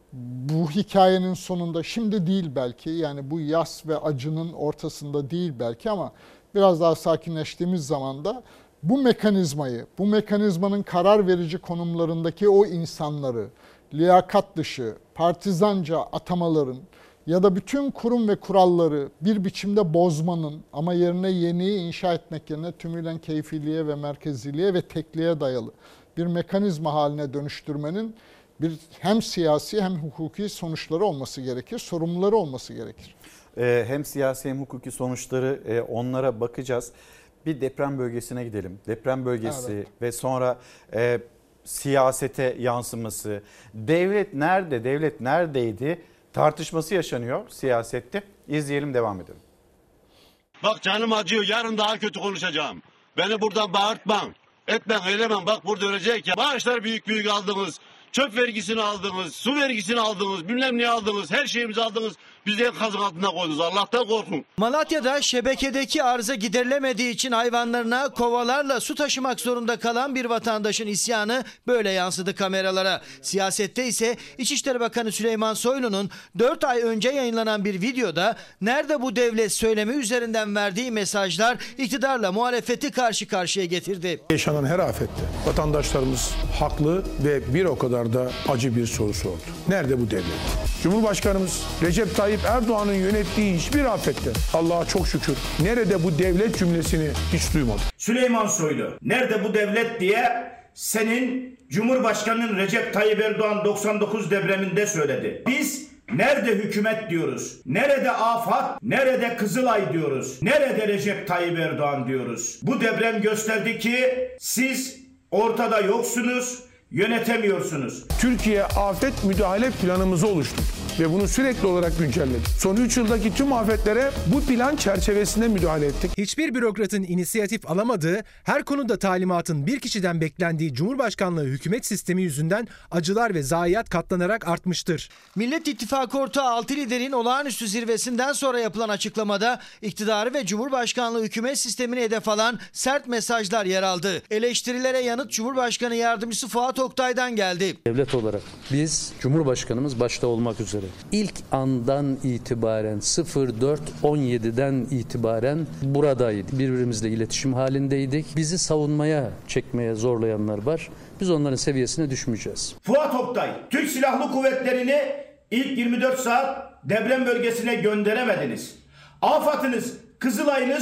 bu hikayenin sonunda şimdi değil belki, yani bu yas ve acının ortasında değil belki ama biraz daha sakinleştiğimiz zaman da bu mekanizmayı, bu mekanizmanın karar verici konumlarındaki o insanları liyakat dışı, partizanca atamaların ya da bütün kurum ve kuralları bir biçimde bozmanın ama yerine yeniyi inşa etmek yerine tümüyle keyfiliğe ve merkeziliğe ve tekliğe dayalı bir mekanizma haline dönüştürmenin bir hem siyasi hem hukuki sonuçları olması gerekir, sorumluları olması gerekir. Ee, hem siyasi hem hukuki sonuçları e, onlara bakacağız. Bir deprem bölgesine gidelim. Deprem bölgesi evet. ve sonra e, siyasete yansıması. Devlet nerede, devlet neredeydi? Tartışması yaşanıyor siyasette. İzleyelim, devam edelim. Bak canım acıyor, yarın daha kötü konuşacağım. Beni buradan bağırtman, etmen, eylemem. Bak burada ölecek ya. Maaşlar büyük büyük aldınız. Çöp vergisini aldınız, su vergisini aldınız, bilmem ne aldınız, her şeyimizi aldınız. Biz de enkazın altına koydunuz. Allah'tan korkun. Malatya'da şebekedeki arıza giderilemediği için hayvanlarına kovalarla su taşımak zorunda kalan bir vatandaşın isyanı böyle yansıdı kameralara. Siyasette ise İçişleri Bakanı Süleyman Soylu'nun dört ay önce yayınlanan bir videoda "Nerede bu devlet?" söylemi üzerinden verdiği mesajlar iktidarla muhalefeti karşı karşıya getirdi. Yaşanan her afette vatandaşlarımız haklı ve bir o kadar da acı bir sorusu oldu. Nerede bu devlet? Cumhurbaşkanımız Recep Tayyip Erdoğan'ın yönettiği hiçbir afette Allah'a çok şükür nerede bu devlet cümlesini hiç duymadım. Süleyman Soylu, nerede bu devlet diye senin Cumhurbaşkanın Recep Tayyip Erdoğan doksan dokuz depreminde söyledi. Biz nerede hükümet diyoruz, nerede AFAD, nerede Kızılay diyoruz, nerede Recep Tayyip Erdoğan diyoruz. Bu deprem gösterdi ki siz ortada yoksunuz, yönetemiyorsunuz. Türkiye afet müdahale planımızı oluştu ve bunu sürekli olarak güncelledik. Son üç yıldaki tüm afetlere bu plan çerçevesinde müdahale ettik. Hiçbir bürokratın inisiyatif alamadığı, her konuda talimatın bir kişiden beklendiği Cumhurbaşkanlığı hükümet sistemi yüzünden acılar ve zayiat katlanarak artmıştır. Millet İttifakı ortağı altı liderin olağanüstü zirvesinden sonra yapılan açıklamada iktidarı ve Cumhurbaşkanlığı hükümet sistemini hedef alan sert mesajlar yer aldı. Eleştirilere yanıt Cumhurbaşkanı Yardımcısı Fuat Oktay'dan geldi. Devlet olarak biz, Cumhurbaşkanımız başta olmak üzere ilk andan itibaren sıfır dört on yediden itibaren buradaydık. Birbirimizle iletişim halindeydik. Bizi savunmaya çekmeye zorlayanlar var. Biz onların seviyesine düşmeyeceğiz. Fuat Oktay, Türk Silahlı Kuvvetleri'ni ilk yirmi dört saat deprem bölgesine gönderemediniz. AFAD'ınız, Kızılay'ınız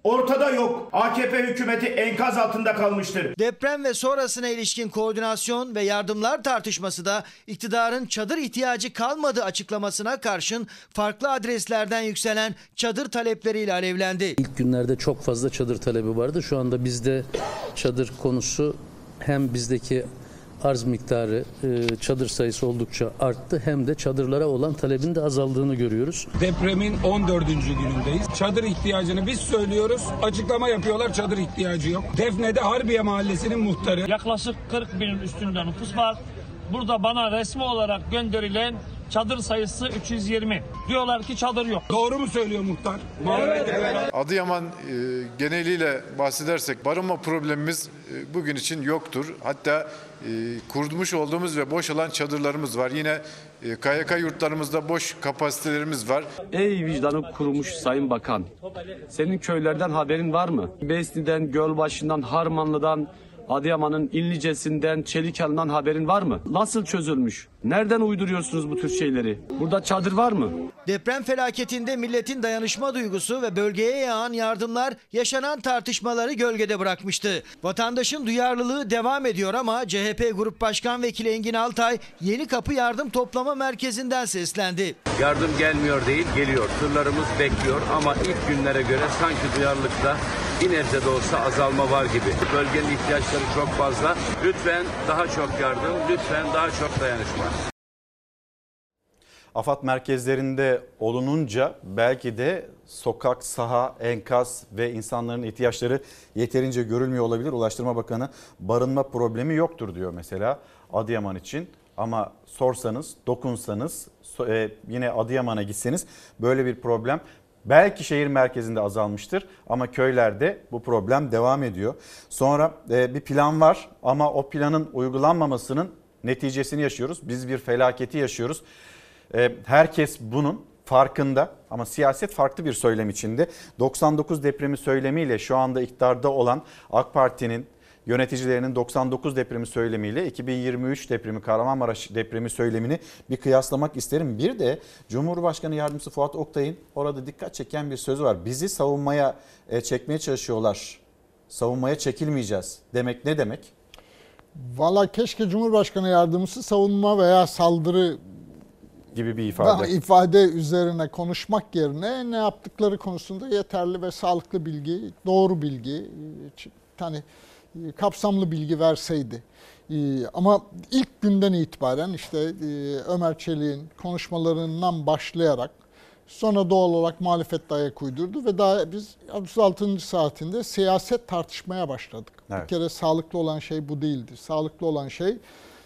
ortada yok. A K P hükümeti enkaz altında kalmıştır. Deprem ve sonrasına ilişkin koordinasyon ve yardımlar tartışması da iktidarın çadır ihtiyacı kalmadı açıklamasına karşın farklı adreslerden yükselen çadır talepleriyle alevlendi. İlk günlerde çok fazla çadır talebi vardı. Şu anda bizde çadır konusu hem bizdeki arz miktarı, çadır sayısı oldukça arttı, hem de çadırlara olan talebin de azaldığını görüyoruz. Depremin on dördüncü günündeyiz. Çadır ihtiyacını biz söylüyoruz. Açıklama yapıyorlar, çadır ihtiyacı yok. Defne'de Harbiye Mahallesi'nin muhtarı. Yaklaşık kırk binin üstünde nüfus var. Burada bana resmi olarak gönderilen çadır sayısı üç yüz yirmi. Diyorlar ki çadır yok. Doğru mu söylüyor muhtar? Evet, evet. Adıyaman e, geneliyle bahsedersek barınma problemimiz e, bugün için yoktur. Hatta e, kurmuş olduğumuz ve boş olan çadırlarımız var. Yine e, K Y K yurtlarımızda boş kapasitelerimiz var. Ey vicdanı kurumuş Sayın Bakan, senin köylerden haberin var mı? Besni'den, Gölbaşı'ndan, Harmanlı'dan, Adıyaman'ın İnlice'sinden, Çelikan'dan haberin var mı? Nasıl çözülmüş? Nereden uyduruyorsunuz bu tür şeyleri? Burada çadır var mı? Deprem felaketinde milletin dayanışma duygusu ve bölgeye yağan yardımlar yaşanan tartışmaları gölgede bırakmıştı. Vatandaşın duyarlılığı devam ediyor ama C H P Grup Başkan Vekili Engin Altay Yenikapı Yardım Toplama Merkezi'nden seslendi. Yardım gelmiyor değil, geliyor. Tırlarımız bekliyor ama ilk günlere göre sanki duyarlılıkta bir nebze de olsa azalma var gibi. Bölgenin ihtiyaçları çok fazla. Lütfen daha çok yardım, lütfen daha çok dayanışma. AFAD merkezlerinde olununca belki de sokak, saha, enkaz ve insanların ihtiyaçları yeterince görülmüyor olabilir. Ulaştırma Bakanı barınma problemi yoktur diyor mesela Adıyaman için. Ama sorsanız, dokunsanız, yine Adıyaman'a gitseniz böyle bir problem belki şehir merkezinde azalmıştır ama köylerde bu problem devam ediyor. Sonra bir plan var ama o planın uygulanmamasının neticesini yaşıyoruz. Biz bir felaketi yaşıyoruz. Herkes bunun farkında ama siyaset farklı bir söylem içinde. doksan dokuz depremi söylemiyle şu anda iktidarda olan AK Parti'nin yöneticilerinin doksan dokuz depremi söylemiyle iki bin yirmi üç depremi, Kahramanmaraş depremi söylemini bir kıyaslamak isterim. Bir de Cumhurbaşkanı Yardımcısı Fuat Oktay'ın orada dikkat çeken bir sözü var. Bizi savunmaya çekmeye çalışıyorlar. Savunmaya çekilmeyeceğiz demek ne demek? Valla keşke Cumhurbaşkanı Yardımcısı savunma veya saldırı gibi bir ifade. ifade üzerine konuşmak yerine ne yaptıkları konusunda yeterli ve sağlıklı bilgi, doğru bilgi, hani kapsamlı bilgi verseydi. Ama ilk günden itibaren işte Ömer Çelik'in konuşmalarından başlayarak sonra doğal olarak muhalefet de ayak uydurdu ve daha biz otuz altıncı saatinde siyaset tartışmaya başladık. Evet. Bir kere sağlıklı olan şey bu değildi. Sağlıklı olan şey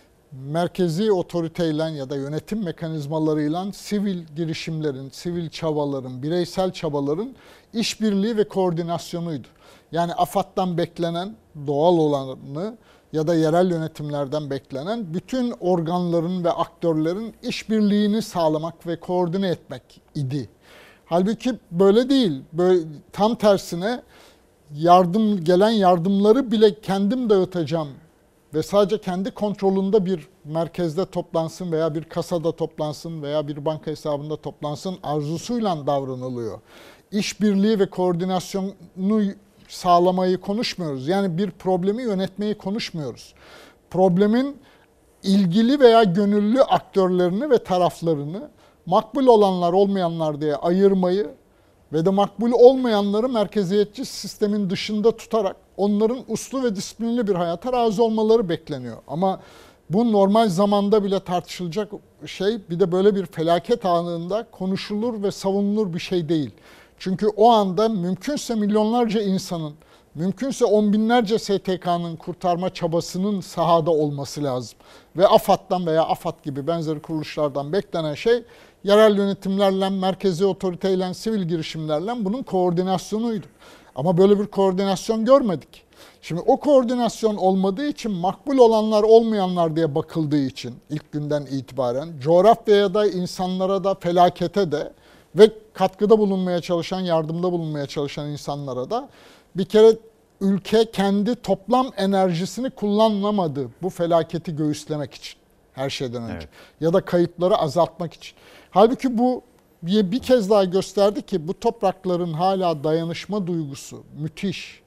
merkezi otoriteyle ya da yönetim mekanizmalarıyla sivil girişimlerin, sivil çabaların, bireysel çabaların işbirliği ve koordinasyonuydu. Yani AFAD'dan beklenen doğal olanı ya da yerel yönetimlerden beklenen bütün organların ve aktörlerin işbirliğini sağlamak ve koordine etmek idi. Halbuki böyle değil. Böyle, tam tersine yardım gelen yardımları bile kendim dağıtacağım ve sadece kendi kontrolünde bir merkezde toplansın veya bir kasada toplansın veya bir banka hesabında toplansın arzusuyla davranılıyor. İşbirliği ve koordinasyonu sağlamayı konuşmuyoruz. Yani bir problemi yönetmeyi konuşmuyoruz. Problemin ilgili veya gönüllü aktörlerini ve taraflarını makbul olanlar olmayanlar diye ayırmayı ve de makbul olmayanları merkeziyetçi sistemin dışında tutarak onların uslu ve disiplinli bir hayata razı olmaları bekleniyor. Ama bu normal zamanda bile tartışılacak şey, bir de böyle bir felaket anında konuşulur ve savunulur bir şey değil. Çünkü o anda mümkünse milyonlarca insanın, mümkünse on binlerce S T K'nın kurtarma çabasının sahada olması lazım. Ve AFAD'dan veya AFAD gibi benzeri kuruluşlardan beklenen şey yerel yönetimlerle, merkezi otoriteyle, sivil girişimlerle bunun koordinasyonuydu. Ama böyle bir koordinasyon görmedik. Şimdi o koordinasyon olmadığı için, makbul olanlar olmayanlar diye bakıldığı için ilk günden itibaren coğrafyaya da, insanlara da, felakete de ve katkıda bulunmaya çalışan, yardımda bulunmaya çalışan insanlara da bir kere ülke kendi toplam enerjisini kullanamadı bu felaketi göğüslemek için her şeyden önce. Evet. Ya da kayıpları azaltmak için. Halbuki bu bir, bir kez daha gösterdi ki bu toprakların hala dayanışma duygusu müthiş.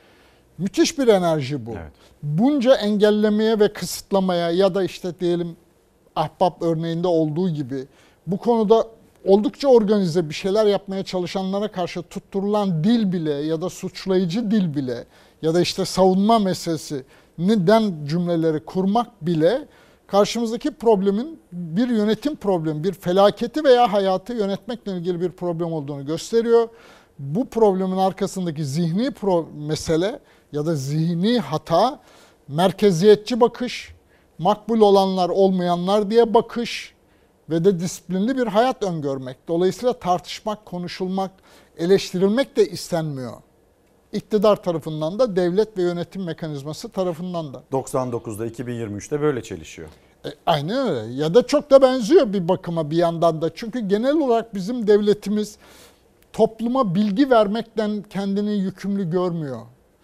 Müthiş bir enerji bu. Evet. Bunca engellemeye ve kısıtlamaya ya da işte diyelim Ahbap örneğinde olduğu gibi bu konuda oldukça organize bir şeyler yapmaya çalışanlara karşı tutturulan dil bile ya da suçlayıcı dil bile ya da işte savunma meselesi neden cümleleri kurmak bile karşımızdaki problemin bir yönetim problemi, bir felaketi veya hayatı yönetmekle ilgili bir problem olduğunu gösteriyor. Bu problemin arkasındaki zihni pro mesele ya da zihni hata, merkeziyetçi bakış, makbul olanlar olmayanlar diye bakış ve de disiplinli bir hayat öngörmek. Dolayısıyla tartışmak, konuşulmak, eleştirilmek de istenmiyor. İktidar tarafından da, devlet ve yönetim mekanizması tarafından da. doksan dokuzda iki bin yirmi üçte böyle çelişiyor. E, aynen öyle. Ya da çok da benziyor bir bakıma bir yandan da. Çünkü genel olarak bizim devletimiz topluma bilgi vermekten kendini yükümlü görmüyor.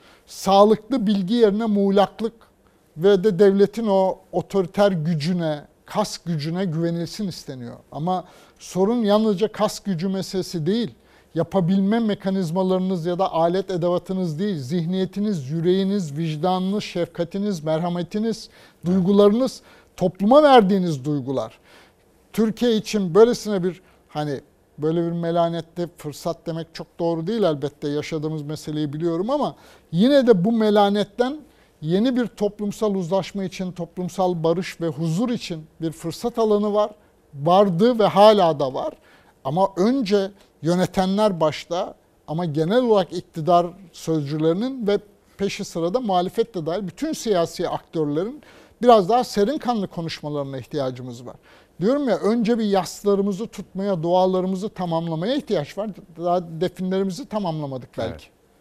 Sağlıklı bilgi yerine muğlaklık ve de devletin o otoriter gücüne, kas gücüne güvenilsin isteniyor. Ama sorun yalnızca kas gücü meselesi değil. Yapabilme mekanizmalarınız ya da alet edevatınız değil. Zihniyetiniz, yüreğiniz, vicdanınız, şefkatiniz, merhametiniz, duygularınız, topluma verdiğiniz duygular. Türkiye için böylesine bir hani böyle bir melanette fırsat demek çok doğru değil elbette, yaşadığımız meseleyi biliyorum ama yine de bu melanetten yeni bir toplumsal uzlaşma için, toplumsal barış ve huzur için bir fırsat alanı var. Vardı ve hala da var. Ama önce yönetenler başta ama genel olarak iktidar sözcülerinin ve peşi sırada muhalefet de dahil bütün siyasi aktörlerin biraz daha serin kanlı konuşmalarına ihtiyacımız var. Diyorum ya, önce bir yaslarımızı tutmaya, dualarımızı tamamlamaya ihtiyaç var. Daha definlerimizi tamamlamadık belki.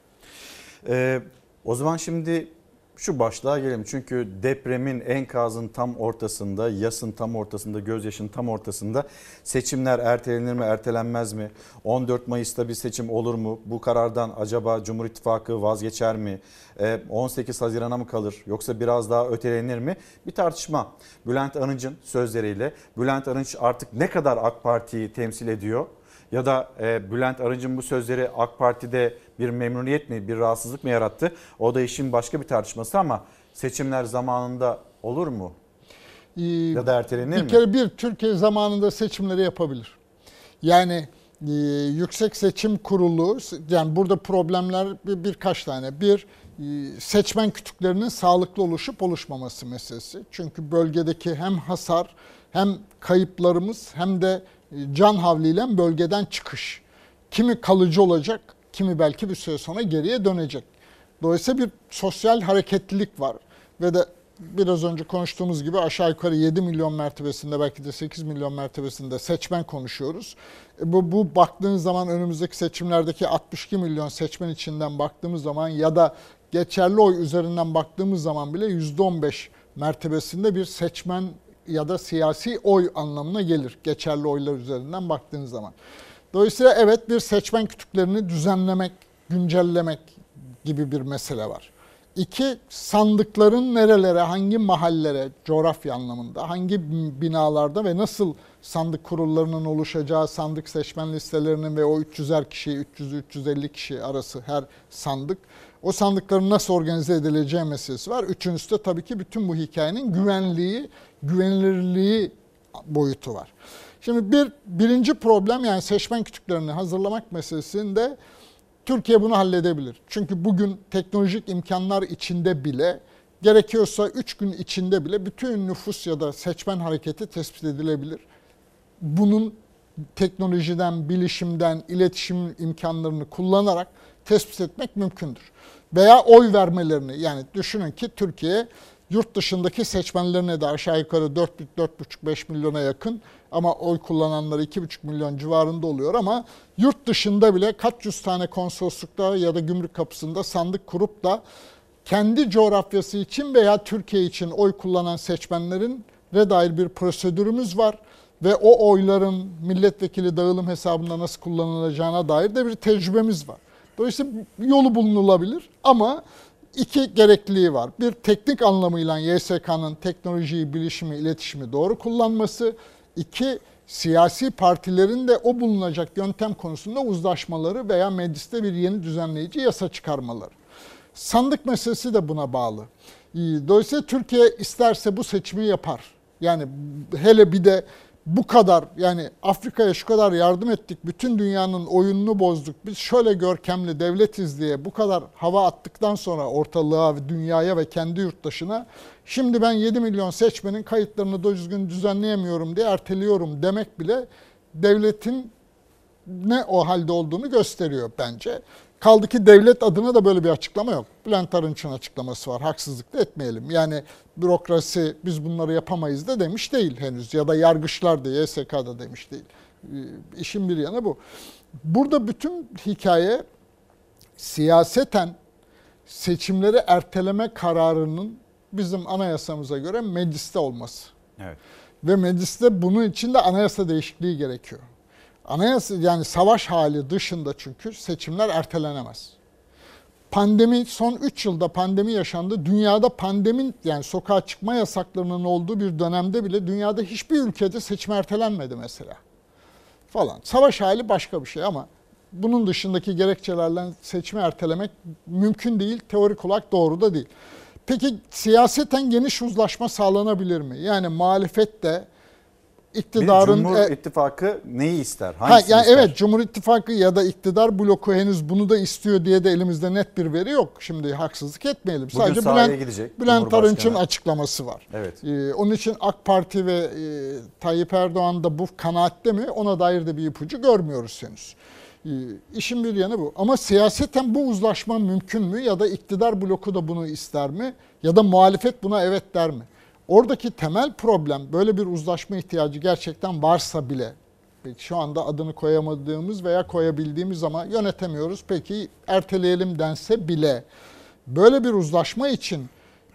Evet. Ee, o zaman şimdi şu başlığa gelelim. Çünkü depremin, enkazın tam ortasında, yasın tam ortasında, gözyaşının tam ortasında seçimler ertelenir mi, ertelenmez mi? on dört Mayıs'ta bir seçim olur mu? Bu karardan acaba Cumhur İttifakı vazgeçer mi? on sekiz Haziran'a mı kalır? Yoksa biraz daha ötelenir mi? Bir tartışma. Bülent Arınç'ın sözleriyle. Bülent Arınç artık ne kadar AK Parti'yi temsil ediyor? Ya da e, Bülent Arınç'ın bu sözleri AK Parti'de bir memnuniyet mi, bir rahatsızlık mı yarattı? O da işin başka bir tartışması ama seçimler zamanında olur mu? Ee, ya da ertelenir mi? Bir kere bir, Türkiye zamanında seçimleri yapabilir. Yani e, Yüksek Seçim Kurulu, yani burada problemler bir, birkaç tane. Bir, e, seçmen kütüklerinin sağlıklı oluşup oluşmaması meselesi. Çünkü bölgedeki hem hasar hem kayıplarımız hem de can havliyle bölgeden çıkış. Kimi kalıcı olacak, kimi belki bir süre sonra geriye dönecek. Dolayısıyla bir sosyal hareketlilik var. Ve de biraz önce konuştuğumuz gibi aşağı yukarı yedi milyon mertebesinde, belki de sekiz milyon mertebesinde seçmen konuşuyoruz. E bu, bu baktığınız zaman önümüzdeki seçimlerdeki altmış iki milyon seçmen içinden baktığımız zaman ya da geçerli oy üzerinden baktığımız zaman bile yüzde on beş mertebesinde bir seçmen ya da siyasi oy anlamına gelir geçerli oylar üzerinden baktığınız zaman. Dolayısıyla evet, bir seçmen kütüklerini düzenlemek, güncellemek gibi bir mesele var. İki, sandıkların nerelere, hangi mahallelere, coğrafya anlamında, hangi binalarda ve nasıl sandık kurullarının oluşacağı, sandık seçmen listelerinin ve o üç yüzer kişi, üç yüz üç yüz elli kişi arası her sandık, o sandıkların nasıl organize edileceği meselesi var. Üçüncüsü de tabii ki bütün bu hikayenin güvenliği, güvenilirliği boyutu var. Şimdi bir birinci problem, yani seçmen kütüklerini hazırlamak meselesinde Türkiye bunu halledebilir. Çünkü bugün teknolojik imkanlar içinde bile, gerekiyorsa üç gün içinde bile bütün nüfus ya da seçmen hareketi tespit edilebilir. Bunun teknolojiden, bilişimden, iletişim imkanlarını kullanarak tespit etmek mümkündür. Veya oy vermelerini, yani düşünün ki Türkiye yurt dışındaki seçmenlerine de aşağı yukarı dört buçuk beş milyona yakın ama oy kullananları iki buçuk milyon civarında oluyor ama yurt dışında bile kaç yüz tane konsoloslukta ya da gümrük kapısında sandık kurup da kendi coğrafyası için veya Türkiye için oy kullanan seçmenlerin de dair bir prosedürümüz var ve o oyların milletvekili dağılım hesabında nasıl kullanılacağına dair de bir tecrübemiz var. Dolayısıyla yolu bulunulabilir ama iki gerekliliği var. Bir, teknik anlamıyla Y S K'nın teknolojiyi, bilişimi, iletişimi doğru kullanması. İki, siyasi partilerin de o bulunacak yöntem konusunda uzlaşmaları veya mecliste bir yeni düzenleyici yasa çıkarmaları. Sandık meselesi de buna bağlı. Dolayısıyla Türkiye isterse bu seçimi yapar. Yani hele bir de bu kadar, yani Afrika'ya şu kadar yardım ettik, bütün dünyanın oyununu bozduk, biz şöyle görkemli devletiz diye bu kadar hava attıktan sonra ortalığa ve dünyaya ve kendi yurttaşına, şimdi ben yedi milyon seçmenin kayıtlarını düzgün düzenleyemiyorum diye erteliyorum demek bile devletin ne o halde olduğunu gösteriyor bence. Kaldı ki devlet adına da böyle bir açıklama yok. Bülent Arınç'ın açıklaması var. Haksızlık da etmeyelim. Yani bürokrasi biz bunları yapamayız da demiş değil henüz. Ya da yargıçlar da Y S K'da demiş değil. İşin bir yanı bu. Burada bütün hikaye siyaseten seçimleri erteleme kararının bizim anayasamıza göre mecliste olması. Evet. Ve mecliste bunun için de anayasa değişikliği gerekiyor. Anayasa, yani savaş hali dışında çünkü seçimler ertelenemez. Pandemi, son üç yılda pandemi yaşandı. Dünyada pandemi, yani sokağa çıkma yasaklarının olduğu bir dönemde bile dünyada hiçbir ülkede seçim ertelenmedi mesela. Falan. Savaş hali başka bir şey ama bunun dışındaki gerekçelerle seçimi ertelemek mümkün değil. Teorik olarak doğru da değil. Peki siyaseten geniş uzlaşma sağlanabilir mi? Yani muhalefet de iktidarın... Cumhur e, İttifakı neyi ister? Ha, Hangisini yani ister? evet, Cumhur İttifakı ya da iktidar bloku henüz bunu da istiyor diye de elimizde net bir veri yok. Şimdi haksızlık etmeyelim. Bugün Sadece sahaya Bülent, gidecek Bülent Cumhurbaşkanı. Arınç'ın açıklaması var. Evet. Ee, onun için AK Parti ve e, Tayyip Erdoğan da bu kanaatte mi, ona dair de bir ipucu görmüyoruz henüz. Ee, işin bir yanı bu. Ama siyaseten bu uzlaşma mümkün mü, ya da iktidar bloku da bunu ister mi, ya da muhalefet buna evet der mi? Oradaki temel problem, böyle bir uzlaşma ihtiyacı gerçekten varsa bile, peki şu anda adını koyamadığımız veya koyabildiğimiz ama yönetemiyoruz, peki erteleyelim dense bile, böyle bir uzlaşma için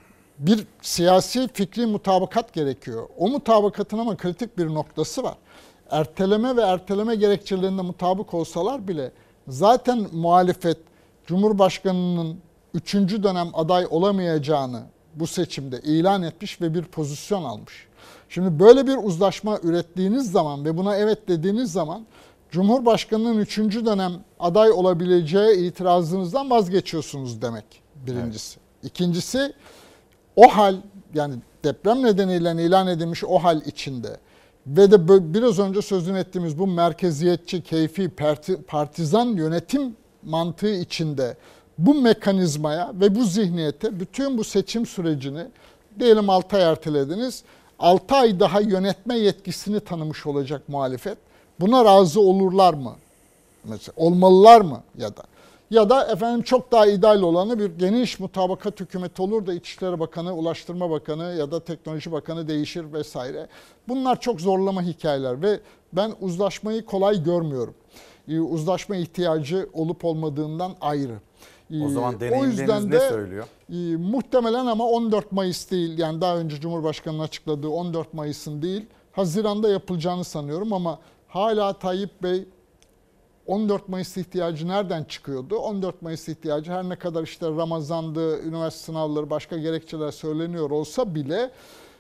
bir siyasi fikri mutabakat gerekiyor. O mutabakatın ama kritik bir noktası var. Erteleme ve erteleme gerekçelerinde mutabık olsalar bile zaten muhalefet Cumhurbaşkanı'nın üçüncü dönem aday olamayacağını bu seçimde ilan etmiş ve bir pozisyon almış. Şimdi böyle bir uzlaşma ürettiğiniz zaman ve buna evet dediğiniz zaman Cumhurbaşkanı'nın üçüncü dönem aday olabileceği itirazınızdan vazgeçiyorsunuz demek birincisi. Evet. İkincisi, o hal, yani deprem nedeniyle ilan edilmiş o hal içinde ve de biraz önce sözünü ettiğimiz bu merkeziyetçi, keyfi, partizan yönetim mantığı içinde bu mekanizmaya ve bu zihniyete, bütün bu seçim sürecini diyelim altı ay ertelediniz, altı ay daha yönetme yetkisini tanımış olacak muhalefet. Buna razı olurlar mı? Mesela olmalılar mı ya da? Ya da efendim çok daha ideal olanı bir geniş mutabakat hükümeti olur da İçişleri Bakanı, Ulaştırma Bakanı ya da Teknoloji Bakanı değişir vesaire. Bunlar çok zorlama hikayeler ve ben uzlaşmayı kolay görmüyorum. Uzlaşma ihtiyacı olup olmadığından ayrı. O zaman deneyimleriniz ne söylüyor? E, muhtemelen ama on dört Mayıs değil, yani daha önce Cumhurbaşkanı'nın açıkladığı on dört Mayıs'ın değil, Haziran'da yapılacağını sanıyorum ama hala Tayyip Bey on dört Mayıs ihtiyacı nereden çıkıyordu? on dört Mayıs ihtiyacı her ne kadar işte Ramazan'dı, üniversite sınavları, başka gerekçeler söyleniyor olsa bile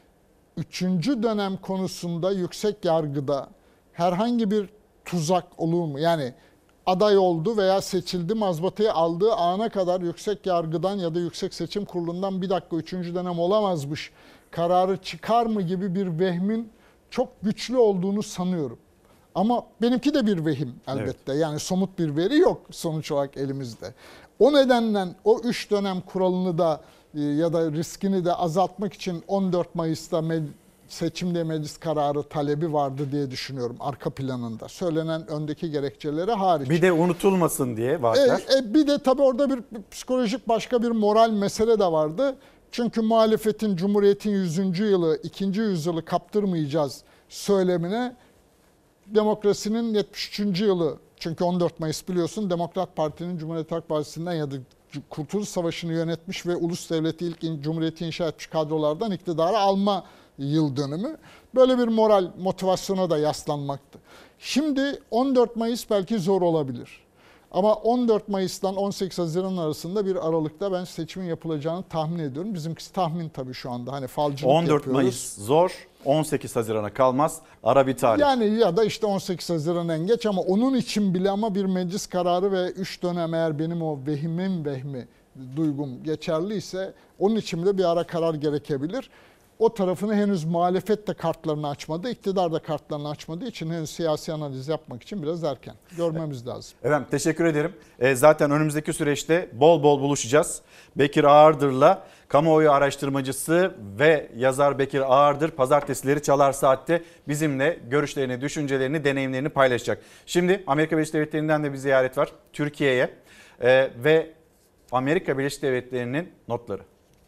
üçüncü dönem konusunda yüksek yargıda herhangi bir tuzak olur mu? Yani aday oldu veya seçildi, mazbatayı aldığı ana kadar yüksek yargıdan ya da yüksek seçim kurulundan bir dakika üçüncü dönem olamazmış kararı çıkar mı gibi bir vehmin çok güçlü olduğunu sanıyorum. Ama benimki de bir vehim elbette. Evet. Yani somut bir veri yok sonuç olarak elimizde. O nedenle o üç dönem kuralını da ya da riskini de azaltmak için on dört Mayıs'ta seçimde meclis kararı talebi vardı diye düşünüyorum arka planında. Söylenen öndeki gerekçeleri hariç. Bir de unutulmasın diye vaatler. E, e, bir de tabii orada bir psikolojik başka bir moral mesele de vardı. Çünkü muhalefetin Cumhuriyet'in yüzüncü yılı, ikinci yüzyılı kaptırmayacağız söylemine demokrasinin yetmiş üçüncü yılı, çünkü on dört Mayıs biliyorsun Demokrat Parti'nin Cumhuriyet Halk Partisi'nden ya da Kurtuluş Savaşı'nı yönetmiş ve ulus devleti ilk Cumhuriyet'i inşa etmiş kadrolardan iktidara alma yıl dönümü. Böyle bir moral motivasyona da yaslanmaktı. Şimdi on dört Mayıs belki zor olabilir. Ama on dört Mayıs'tan on sekiz Haziran arasında bir aralıkta ben seçimin yapılacağını tahmin ediyorum. Bizimkisi tahmin tabii şu anda. Hani falcılık on dört yapıyoruz. Mayıs zor, on sekiz Haziran'a kalmaz. Ara bir tarih. Yani ya da işte on sekiz Haziran en geç ama onun için bile ama bir meclis kararı ve üç dönem eğer benim o vehimim vehmi duygum geçerliyse onun için bile bir ara karar gerekebilir. O tarafını henüz muhalefet de kartlarını açmadı, iktidar da kartlarını açmadığı için henüz siyasi analiz yapmak için biraz erken. Görmemiz lazım. Efendim teşekkür ederim. E, zaten önümüzdeki süreçte bol bol buluşacağız. Bekir Ağırdır'la kamuoyu araştırmacısı ve yazar Bekir Ağırdır pazartesileri Çalar Saat'te bizimle görüşlerini, düşüncelerini, deneyimlerini paylaşacak. Şimdi Amerika Birleşik Devletleri'nden de bir ziyaret var Türkiye'ye e, ve Amerika Birleşik Devletleri'nin notları.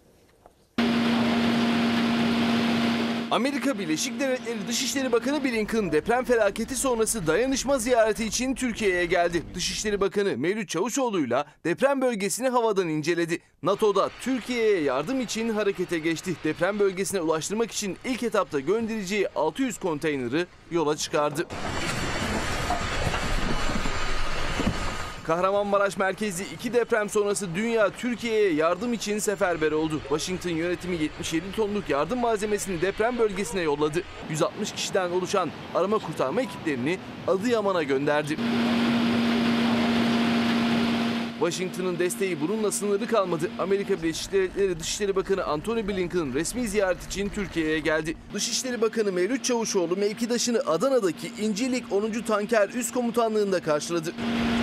Amerika Birleşik Devletleri Dışişleri Bakanı Blinken deprem felaketi sonrası dayanışma ziyareti için Türkiye'ye geldi. Dışişleri Bakanı Mevlüt Çavuşoğlu'yla deprem bölgesini havadan inceledi. NATO'da Türkiye'ye yardım için harekete geçti. Deprem bölgesine ulaştırmak için ilk etapta göndereceği altı yüz konteyneri yola çıkardı. Kahramanmaraş merkezli iki deprem sonrası dünya Türkiye'ye yardım için seferber oldu. Washington yönetimi yetmiş yedi tonluk yardım malzemesini deprem bölgesine yolladı. yüz altmış kişiden oluşan arama kurtarma ekiplerini Adıyaman'a gönderdi. Washington'ın desteği bununla sınırlı kalmadı. Amerika Birleşik Devletleri Dışişleri Bakanı Antony Blinken resmi ziyaret için Türkiye'ye geldi. Dışişleri Bakanı Mevlüt Çavuşoğlu mevkidaşını Adana'daki İncirlik onuncu Tanker Üst Komutanlığı'nda karşıladı.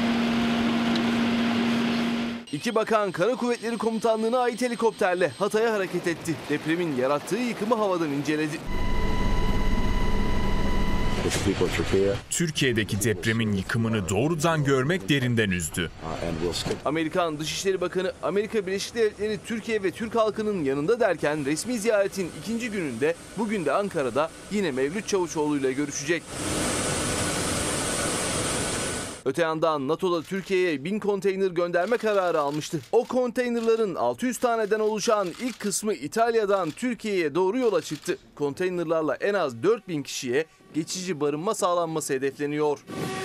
İki bakan Kara Kuvvetleri Komutanlığı'na ait helikopterle Hatay'a hareket etti. Depremin yarattığı yıkımı havadan inceledi. Türkiye'deki depremin yıkımını doğrudan görmek derinden üzdü. Amerikan Dışişleri Bakanı Amerika Birleşik Devletleri Türkiye ve Türk halkının yanında derken resmi ziyaretin ikinci gününde bugün de Ankara'da yine Mevlüt Çavuşoğlu ile görüşecek. Öte yandan NATO'da Türkiye'ye bin konteyner gönderme kararı almıştı. O konteynerların altı yüz taneden oluşan ilk kısmı İtalya'dan Türkiye'ye doğru yola çıktı. Konteynerlarla en az dört bin kişiye geçici barınma sağlanması hedefleniyor.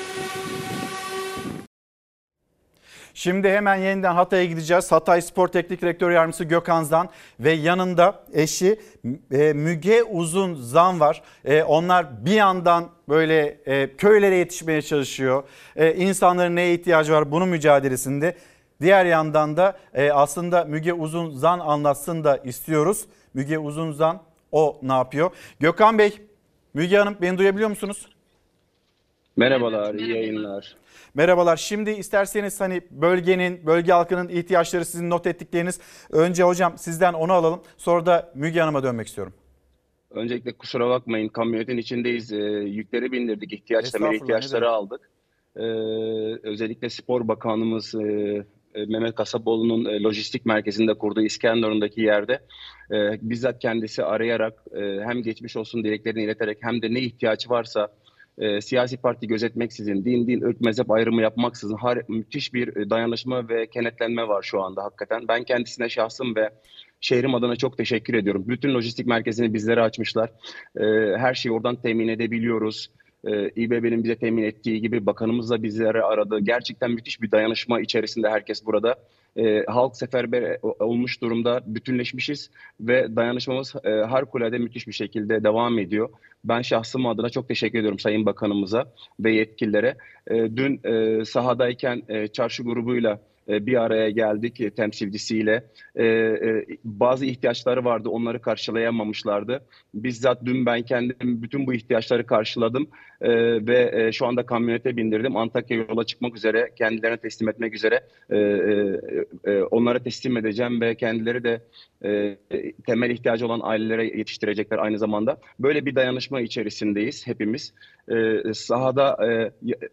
Şimdi hemen yeniden Hatay'a gideceğiz. Hatay Spor Teknik Direktör Yardımcısı Gökhan Zan ve yanında eşi e, Müge Uzun Zan var. E, onlar bir yandan böyle e, köylere yetişmeye çalışıyor. E, insanların neye ihtiyacı var bunun mücadelesinde. Diğer yandan da e, aslında Müge Uzun Zan anlatsın da istiyoruz. Müge Uzun Zan o ne yapıyor? Gökhan Bey, Müge Hanım beni duyabiliyor musunuz? Merhabalar, iyi yayınlar. Merhabalar. Şimdi isterseniz hani bölgenin, bölge halkının ihtiyaçları sizin not ettikleriniz. Önce hocam sizden onu alalım. Sonra da Müge Hanım'a dönmek istiyorum. Öncelikle kusura bakmayın, kamyonetin içindeyiz. Ee, yükleri bindirdik, ihtiyaç temel ihtiyaçları aldık. Ee, özellikle Spor Bakanımız e, Mehmet Kasapoğlu'nun e, lojistik merkezinde kurduğu İskenderun'daki yerde e, bizzat kendisi arayarak e, hem geçmiş olsun dileklerini ileterek hem de ne ihtiyacı varsa E, siyasi parti gözetmeksizin, din, din, ırk, mezhep ayrımı yapmaksızın har- müthiş bir dayanışma ve kenetlenme var şu anda hakikaten. Ben kendisine şahsım ve şehrim adına çok teşekkür ediyorum. Bütün lojistik merkezini bizlere açmışlar. E, her şeyi oradan temin edebiliyoruz. E, İBB'nin bize temin ettiği gibi bakanımız da bizlere aradı. Gerçekten müthiş bir dayanışma içerisinde herkes burada. E, halk seferber olmuş durumda, bütünleşmişiz ve dayanışmamız e, harikulade müthiş bir şekilde devam ediyor. Ben şahsım adına çok teşekkür ediyorum Sayın Bakanımıza ve yetkililere. E, dün e, sahadayken e, çarşı grubuyla e, bir araya geldik e, temsilcisiyle. E, e, bazı ihtiyaçları vardı, onları karşılayamamışlardı. Bizzat dün ben kendim bütün bu ihtiyaçları karşıladım e, ve e, şu anda kamyonete bindirdim. Antakya yola çıkmak üzere, kendilerine teslim etmek üzere e, e, onlara teslim edeceğim ve kendileri de e, temel ihtiyacı olan ailelere yetiştirecekler aynı zamanda. Böyle bir dayanışma içerisindeyiz hepimiz. E, sahada... E,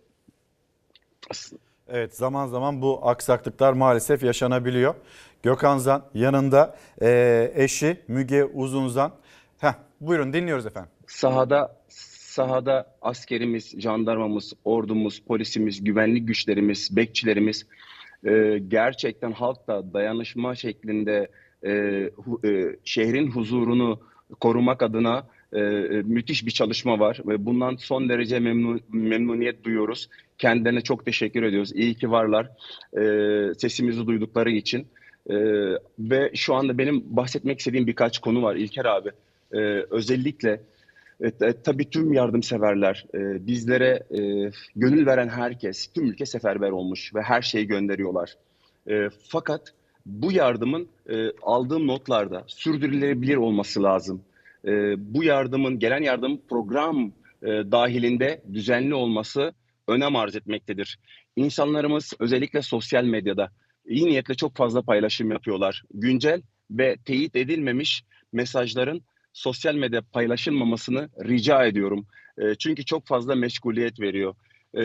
Evet, zaman zaman bu aksaklıklar maalesef yaşanabiliyor. Gökhan Zan yanında e, eşi Müge Uzunzan. Heh, buyurun dinliyoruz efendim. Sahada sahada askerimiz, jandarmamız, ordumuz, polisimiz, güvenlik güçlerimiz, bekçilerimiz e, gerçekten halkla dayanışma şeklinde e, hu, e, şehrin huzurunu korumak adına e, müthiş bir çalışma var ve bundan son derece memnun, memnuniyet duyuyoruz. Kendilerine çok teşekkür ediyoruz. İyi ki varlar. E, sesimizi duydukları için. E, ve şu anda benim bahsetmek istediğim birkaç konu var İlker abi. E, özellikle e, tabii tüm yardımseverler, e, bizlere e, gönül veren herkes, tüm ülke seferber olmuş ve her şeyi gönderiyorlar. E, fakat bu yardımın e, aldığım notlarda sürdürülebilir olması lazım. E, bu yardımın, gelen yardım program e, dahilinde düzenli olması önem arz etmektedir. İnsanlarımız özellikle sosyal medyada iyi niyetle çok fazla paylaşım yapıyorlar. Güncel ve teyit edilmemiş mesajların sosyal medya paylaşılmamasını rica ediyorum. E, çünkü çok fazla meşguliyet veriyor. E,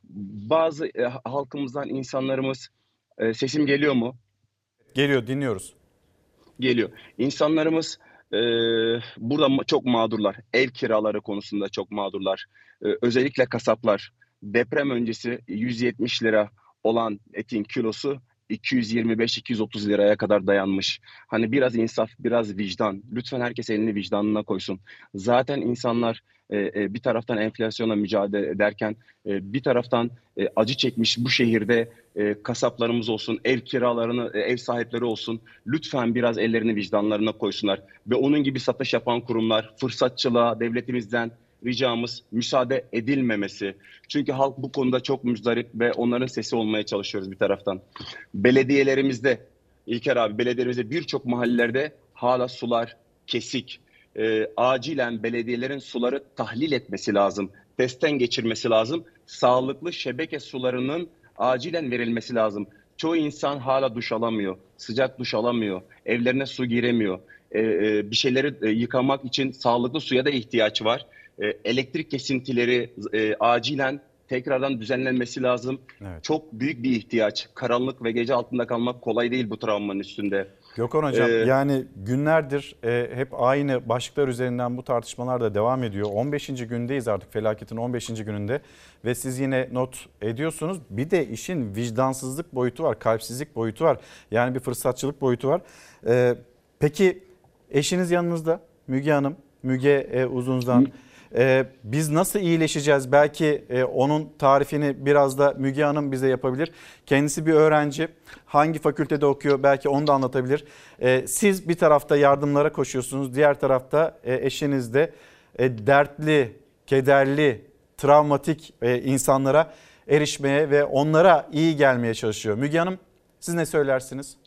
bazı e, halkımızdan insanlarımız, e, sesim geliyor mu? Geliyor, dinliyoruz. Geliyor. İnsanlarımız e, burada çok mağdurlar. Ev kiraları konusunda çok mağdurlar. E, özellikle kasaplar. Deprem öncesi yüz yetmiş lira olan etin kilosu iki yüz yirmi beş iki yüz otuz liraya kadar dayanmış. Hani biraz insaf, biraz vicdan. Lütfen herkes elini vicdanına koysun. Zaten insanlar e, e, bir taraftan enflasyona mücadele ederken e, bir taraftan e, acı çekmiş bu şehirde e, kasaplarımız olsun, ev kiralarını, e, ev sahipleri olsun. Lütfen biraz ellerini vicdanlarına koysunlar. Ve onun gibi satış yapan kurumlar, fırsatçılığa devletimizden ricamız müsaade edilmemesi. Çünkü halk bu konuda çok müzdarip ve onların sesi olmaya çalışıyoruz bir taraftan. Belediyelerimizde, İlker abi, belediyelerimizde birçok mahallelerde hala sular kesik. E, acilen belediyelerin suları tahlil etmesi lazım. Testten geçirmesi lazım. Sağlıklı şebeke sularının acilen verilmesi lazım. Çoğu insan hala duş alamıyor. Sıcak duş alamıyor. Evlerine su giremiyor. E, e, bir şeyleri e, yıkamak için sağlıklı suya da ihtiyaç var. Elektrik kesintileri e, acilen tekrardan düzenlenmesi lazım. Evet. Çok büyük bir ihtiyaç. Karanlık ve gece altında kalmak kolay değil bu travmanın üstünde. Gökhan Hocam, ee, yani günlerdir e, hep aynı başlıklar üzerinden bu tartışmalar da devam ediyor. on beşinci gündeyiz artık, felaketin on beşinci gününde ve siz yine not ediyorsunuz. Bir de işin vicdansızlık boyutu var, kalpsizlik boyutu var. Yani bir fırsatçılık boyutu var. E, peki eşiniz yanınızda, Müge Hanım, Müge e, Uzunzan. Hı. Ee, biz nasıl iyileşeceğiz? Belki e, onun tarifini biraz da Müge Hanım bize yapabilir. Kendisi bir öğrenci. Hangi fakültede okuyor? Belki onu da anlatabilir. Ee, siz bir tarafta yardımlara koşuyorsunuz. Diğer tarafta e, eşiniz de e, dertli, kederli, travmatik e, insanlara erişmeye ve onlara iyi gelmeye çalışıyor. Müge Hanım, siz ne söylersiniz?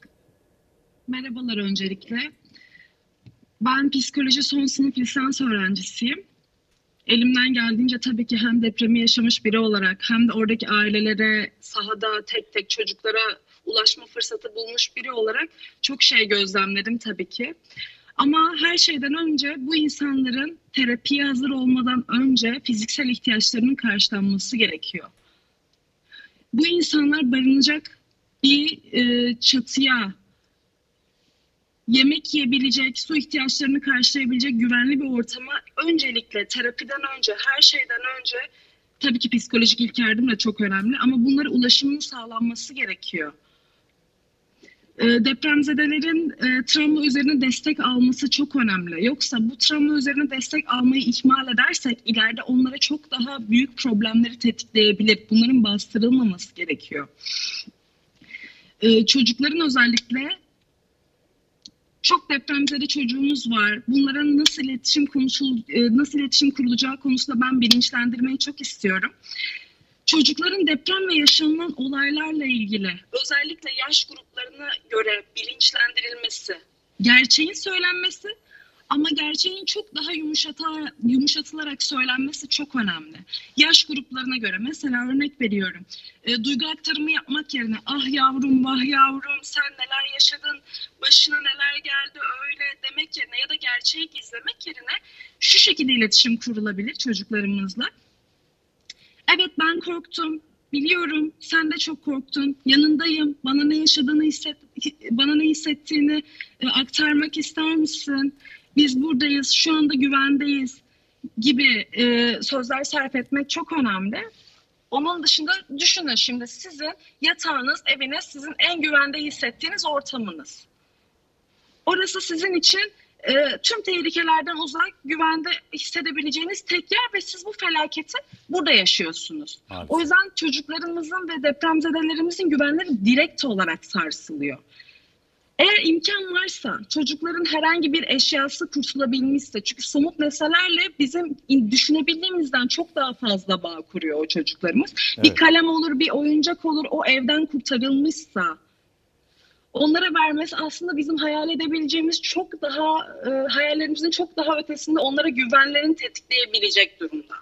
Merhabalar öncelikle. Ben psikoloji son sınıf lisans öğrencisiyim. Elimden geldiğince tabii ki hem depremi yaşamış biri olarak hem de oradaki ailelere, sahada tek tek çocuklara ulaşma fırsatı bulmuş biri olarak çok şey gözlemledim tabii ki. Ama her şeyden önce bu insanların terapiye hazır olmadan önce fiziksel ihtiyaçlarının karşılanması gerekiyor. Bu insanlar barınacak bir e, çatıya, yemek yiyebilecek, su ihtiyaçlarını karşılayabilecek güvenli bir ortama öncelikle terapiden önce, her şeyden önce tabii ki psikolojik ilk yardım da çok önemli ama bunlara ulaşımın sağlanması gerekiyor. E, depremzedelerin e, travma üzerine destek alması çok önemli. Yoksa bu travma üzerine destek almayı ihmal edersek ileride onlara çok daha büyük problemleri tetikleyebilir. Bunların bastırılmaması gerekiyor. E, çocukların özellikle çok depremzede çocuğumuz var. Bunlara nasıl iletişim konuşul, nasıl iletişim kurulacağı konusunda ben bilinçlendirmeyi çok istiyorum. Çocukların deprem ve yaşanılan olaylarla ilgili özellikle yaş gruplarına göre bilinçlendirilmesi, gerçeğin söylenmesi ama gerçeğin çok daha yumuşata, yumuşatılarak söylenmesi çok önemli. Yaş gruplarına göre mesela örnek veriyorum. E, duygu aktarımı yapmak yerine ah yavrum vah yavrum sen neler yaşadın, başına neler geldi öyle demek yerine ya da gerçeği gizlemek yerine şu şekilde iletişim kurulabilir çocuklarımızla. Evet ben korktum, biliyorum sen de çok korktun, yanındayım, bana ne yaşadığını hisset, bana ne hissettiğini e, aktarmak ister misin? Biz buradayız, şu anda güvendeyiz gibi e, sözler sarf etmek çok önemli. Onun dışında düşünün şimdi sizin yatağınız, eviniz sizin en güvende hissettiğiniz ortamınız. Orası sizin için e, tüm tehlikelerden uzak, güvende hissedebileceğiniz tek yer ve siz bu felaketi burada yaşıyorsunuz. Maalesef. O yüzden çocuklarımızın ve depremzedelerimizin güvenleri direkt olarak sarsılıyor. Eğer imkan varsa, çocukların herhangi bir eşyası kurtulabilmişse, çünkü somut meselelerle bizim düşünebildiğimizden çok daha fazla bağ kuruyor o çocuklarımız. Evet. Bir kalem olur, bir oyuncak olur, o evden kurtarılmışsa, onlara vermesi aslında bizim hayal edebileceğimiz çok daha, e, hayallerimizin çok daha ötesinde onlara güvenlerini tetikleyebilecek durumda.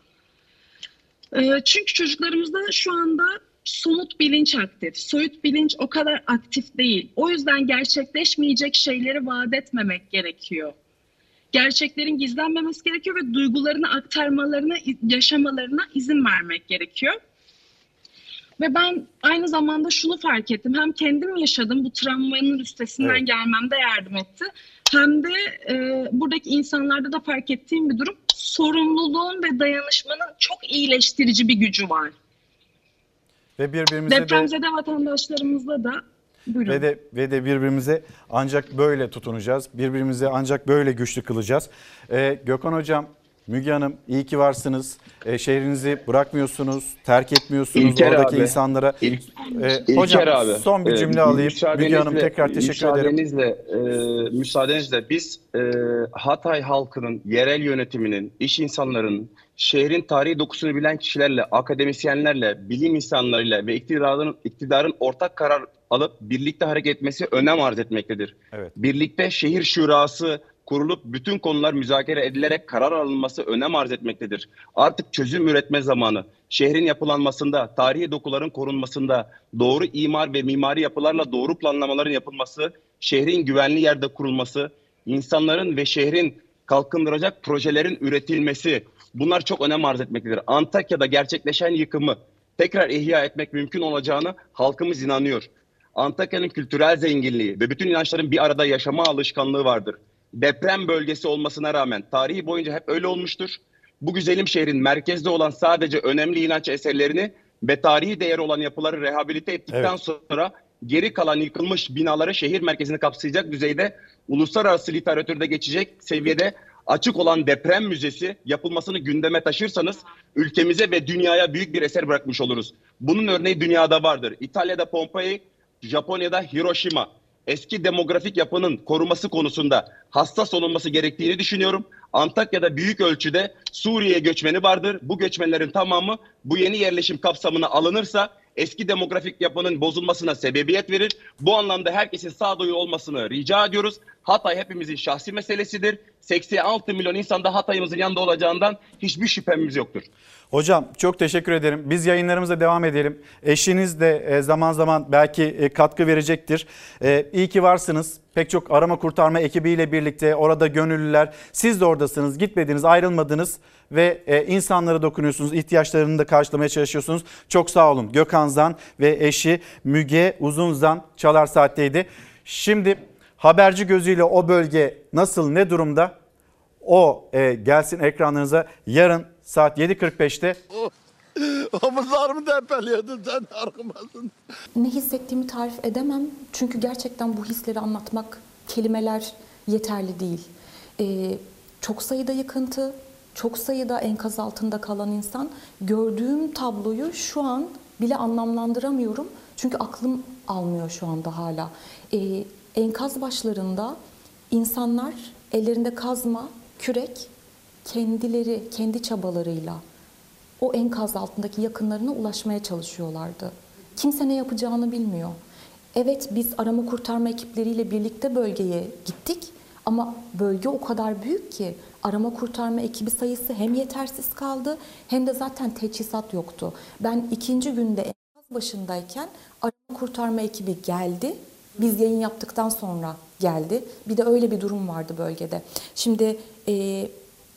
E, çünkü çocuklarımızda şu anda somut bilinç aktif, soyut bilinç o kadar aktif değil. O yüzden gerçekleşmeyecek şeyleri vaat etmemek gerekiyor. Gerçeklerin gizlenmemesi gerekiyor ve duygularını aktarmalarına, yaşamalarına izin vermek gerekiyor. Ve ben aynı zamanda şunu fark ettim. Hem kendim yaşadım, bu travmanın üstesinden evet. gelmemde yardım etti. Hem de e, buradaki insanlarda da fark ettiğim bir durum. Sorumluluğun ve dayanışmanın çok iyileştirici bir gücü var. Ve birbirimize Depremzede de vatandaşlarımızla da buyurun. Ve de, ve de birbirimize ancak böyle tutunacağız. Birbirimize ancak böyle güçlü kılacağız. Ee, Gökhan Hocam, Müge Hanım iyi ki varsınız. Ee, şehrinizi bırakmıyorsunuz, terk etmiyorsunuz İlker oradaki abi, insanlara. İlk, ee, hocam abi, son bir cümle e, alayım. Müge Hanım tekrar teşekkür müsaadenizle, ederim. E, müsaadenizle biz e, Hatay halkının, yerel yönetiminin, iş insanlarının, şehrin tarihi dokusunu bilen kişilerle, akademisyenlerle, bilim insanlarıyla ve iktidarın, iktidarın ortak karar alıp birlikte hareket etmesi önem arz etmektedir. Evet. Birlikte şehir şurası kurulup bütün konular müzakere edilerek karar alınması önem arz etmektedir. Artık çözüm üretme zamanı. Şehrin yapılanmasında, tarihi dokuların korunmasında, doğru imar ve mimari yapılarla doğru planlamaların yapılması, şehrin güvenli yerde kurulması, insanların ve şehrin kalkındıracak projelerin üretilmesi, bunlar çok önem arz etmektedir. Antakya'da gerçekleşen yıkımı tekrar ihya etmek mümkün olacağını halkımız inanıyor. Antakya'nın kültürel zenginliği ve bütün inançların bir arada yaşama alışkanlığı vardır. Deprem bölgesi olmasına rağmen tarihi boyunca hep öyle olmuştur. Bu güzelim şehrin merkezde olan sadece önemli inanç eserlerini ve tarihi değeri olan yapıları rehabilite ettikten evet. sonra geri kalan yıkılmış binaları şehir merkezini kapsayacak düzeyde uluslararası literatürde geçecek seviyede açık olan deprem müzesi yapılmasını gündeme taşırsanız ülkemize ve dünyaya büyük bir eser bırakmış oluruz. Bunun örneği dünyada vardır. İtalya'da Pompei, Japonya'da Hiroşima. Eski demografik yapının koruması konusunda hassas olunması gerektiğini düşünüyorum. Antakya'da büyük ölçüde Suriye göçmeni vardır. Bu göçmenlerin tamamı bu yeni yerleşim kapsamına alınırsa eski demografik yapının bozulmasına sebebiyet verir. Bu anlamda herkesin sağduyu olmasını rica ediyoruz. Hatay hepimizin şahsi meselesidir. seksen altı milyon insan da Hatay'ımızın yanında olacağından hiçbir şüphemiz yoktur. Hocam çok teşekkür ederim. Biz yayınlarımıza devam edelim. Eşiniz de zaman zaman belki katkı verecektir. İyi ki varsınız. Pek çok arama kurtarma ekibiyle birlikte orada gönüllüler. Siz de oradasınız. Gitmediniz, ayrılmadınız ve insanlara dokunuyorsunuz. İhtiyaçlarını da karşılamaya çalışıyorsunuz. Çok sağ olun. Gökhan Zan ve eşi Müge Uzunzan Çalar Saat'teydi. Şimdi haberci gözüyle o bölge nasıl, ne durumda? O e, gelsin ekranlarınıza. Yarın saat yedi kırk beşte. Omuzlarımı tepeliyordun sen arkamasın. Ne hissettiğimi tarif edemem. Çünkü gerçekten bu hisleri anlatmak, kelimeler yeterli değil. Ee, çok sayıda yıkıntı, çok sayıda enkaz altında kalan insan. Gördüğüm tabloyu şu an bile anlamlandıramıyorum. Çünkü aklım almıyor şu anda hala. Ee, enkaz başlarında insanlar ellerinde kazma, kürek, kendileri, kendi çabalarıyla o enkaz altındaki yakınlarına ulaşmaya çalışıyorlardı. Kimse ne yapacağını bilmiyor. Evet, biz arama kurtarma ekipleriyle birlikte bölgeye gittik ama bölge o kadar büyük ki arama kurtarma ekibi sayısı hem yetersiz kaldı hem de zaten teçhizat yoktu. Ben ikinci günde enkaz başındayken arama kurtarma ekibi geldi. Biz yayın yaptıktan sonra geldi. Bir de öyle bir durum vardı bölgede. Şimdi e,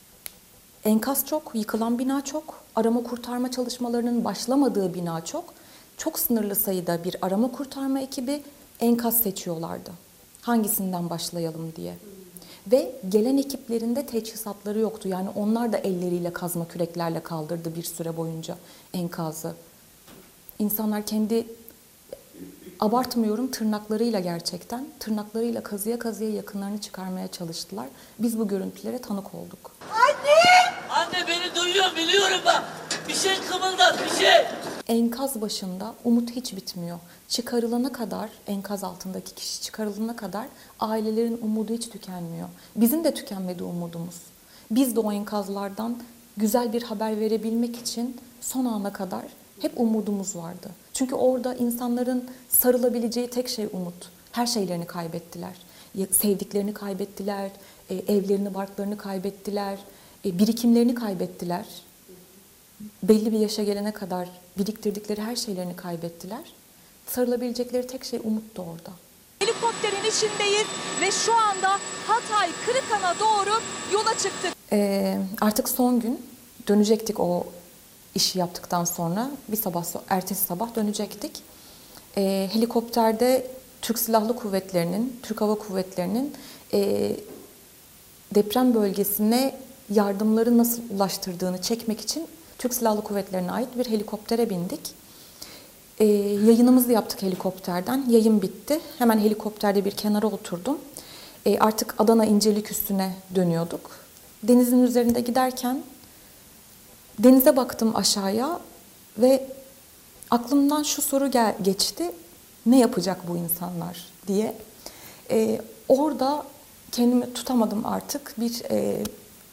enkaz çok, yıkılan bina çok, arama kurtarma çalışmalarının başlamadığı bina çok. Çok sınırlı sayıda bir arama kurtarma ekibi enkaz seçiyorlardı. Hangisinden başlayalım diye. Ve gelen ekiplerinde teçhizatları yoktu. Yani onlar da elleriyle kazma küreklerle kaldırdı bir süre boyunca enkazı. İnsanlar kendi abartmıyorum, tırnaklarıyla gerçekten, tırnaklarıyla kazıya kazıya yakınlarını çıkarmaya çalıştılar. Biz bu görüntülere tanık olduk. Anne! Anne beni duyuyor, biliyorum bak. Bir şey kımıldat, bir şey. Enkaz başında umut hiç bitmiyor. Çıkarılana kadar, enkaz altındaki kişi çıkarılana kadar ailelerin umudu hiç tükenmiyor. Bizim de tükenmedi umudumuz. Biz de o enkazlardan güzel bir haber verebilmek için son ana kadar hep umudumuz vardı. Çünkü orada insanların sarılabileceği tek şey umut. Her şeylerini kaybettiler. Sevdiklerini kaybettiler, evlerini, barklarını kaybettiler, birikimlerini kaybettiler. Belli bir yaşa gelene kadar biriktirdikleri her şeylerini kaybettiler. Sarılabilecekleri tek şey umuttu orada. Helikopterin içindeyiz ve şu anda Hatay Kırıkhan'a doğru yola çıktık. Ee, artık son gün dönecektik o işi yaptıktan sonra. Bir sabah, ertesi sabah dönecektik. Ee, helikopterde Türk Silahlı Kuvvetleri'nin, Türk Hava Kuvvetleri'nin e, deprem bölgesine yardımları nasıl ulaştırdığını çekmek için Türk Silahlı Kuvvetleri'ne ait bir helikoptere bindik. Ee, yayınımızı yaptık helikopterden. Yayın bitti. Hemen helikopterde bir kenara oturdum. Ee, artık Adana İncelik üstüne dönüyorduk. Denizin üzerinde giderken denize baktım aşağıya ve aklımdan şu soru gel geçti. Ne yapacak bu insanlar diye. Ee, orada kendimi tutamadım artık. Bir e,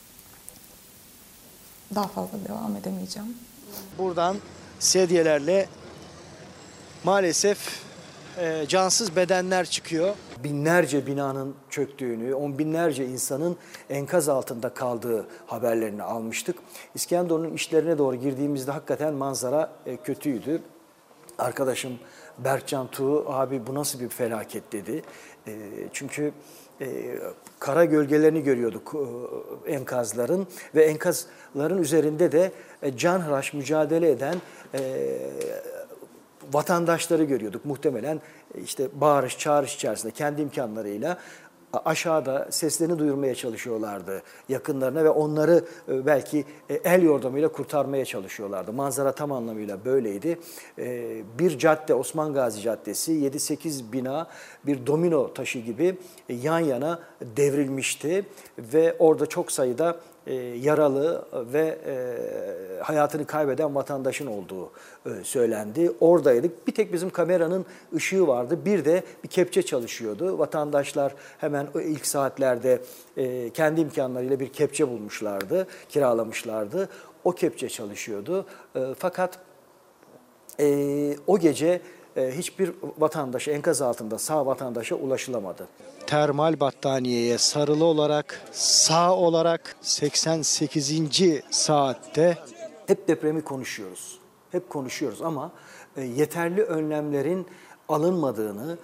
daha fazla devam edemeyeceğim. Buradan sedyelerle maalesef e, cansız bedenler çıkıyor. Binlerce binanın çöktüğünü, on binlerce insanın enkaz altında kaldığı haberlerini almıştık. İskenderun'un işlerine doğru girdiğimizde hakikaten manzara e, kötüydü. Arkadaşım Berkcan Tuğ, abi bu nasıl bir felaket dedi. E, çünkü e, kara gölgelerini görüyorduk e, enkazların ve enkazların üzerinde de e, canhıraş mücadele eden e, vatandaşları görüyorduk. Muhtemelen işte bağırış çağırış içerisinde kendi imkanlarıyla aşağıda seslerini duyurmaya çalışıyorlardı yakınlarına ve onları belki el yordamıyla kurtarmaya çalışıyorlardı. Manzara tam anlamıyla böyleydi. Bir cadde, Osman Gazi Caddesi, yedi sekiz bina bir domino taşı gibi yan yana devrilmişti ve orada çok sayıda yaralı ve hayatını kaybeden vatandaşın olduğu söylendi. Oradaydık. Bir tek bizim kameranın ışığı vardı. Bir de bir kepçe çalışıyordu. Vatandaşlar hemen o ilk saatlerde kendi imkanlarıyla bir kepçe bulmuşlardı, kiralamışlardı. O kepçe çalışıyordu. Fakat o gece hiçbir vatandaşa, enkaz altında sağ vatandaşa ulaşılamadı. Termal battaniyeye sarılı olarak, sağ olarak seksen sekizinci saatte hep depremi konuşuyoruz. Hep konuşuyoruz ama yeterli önlemlerin alınmadığını,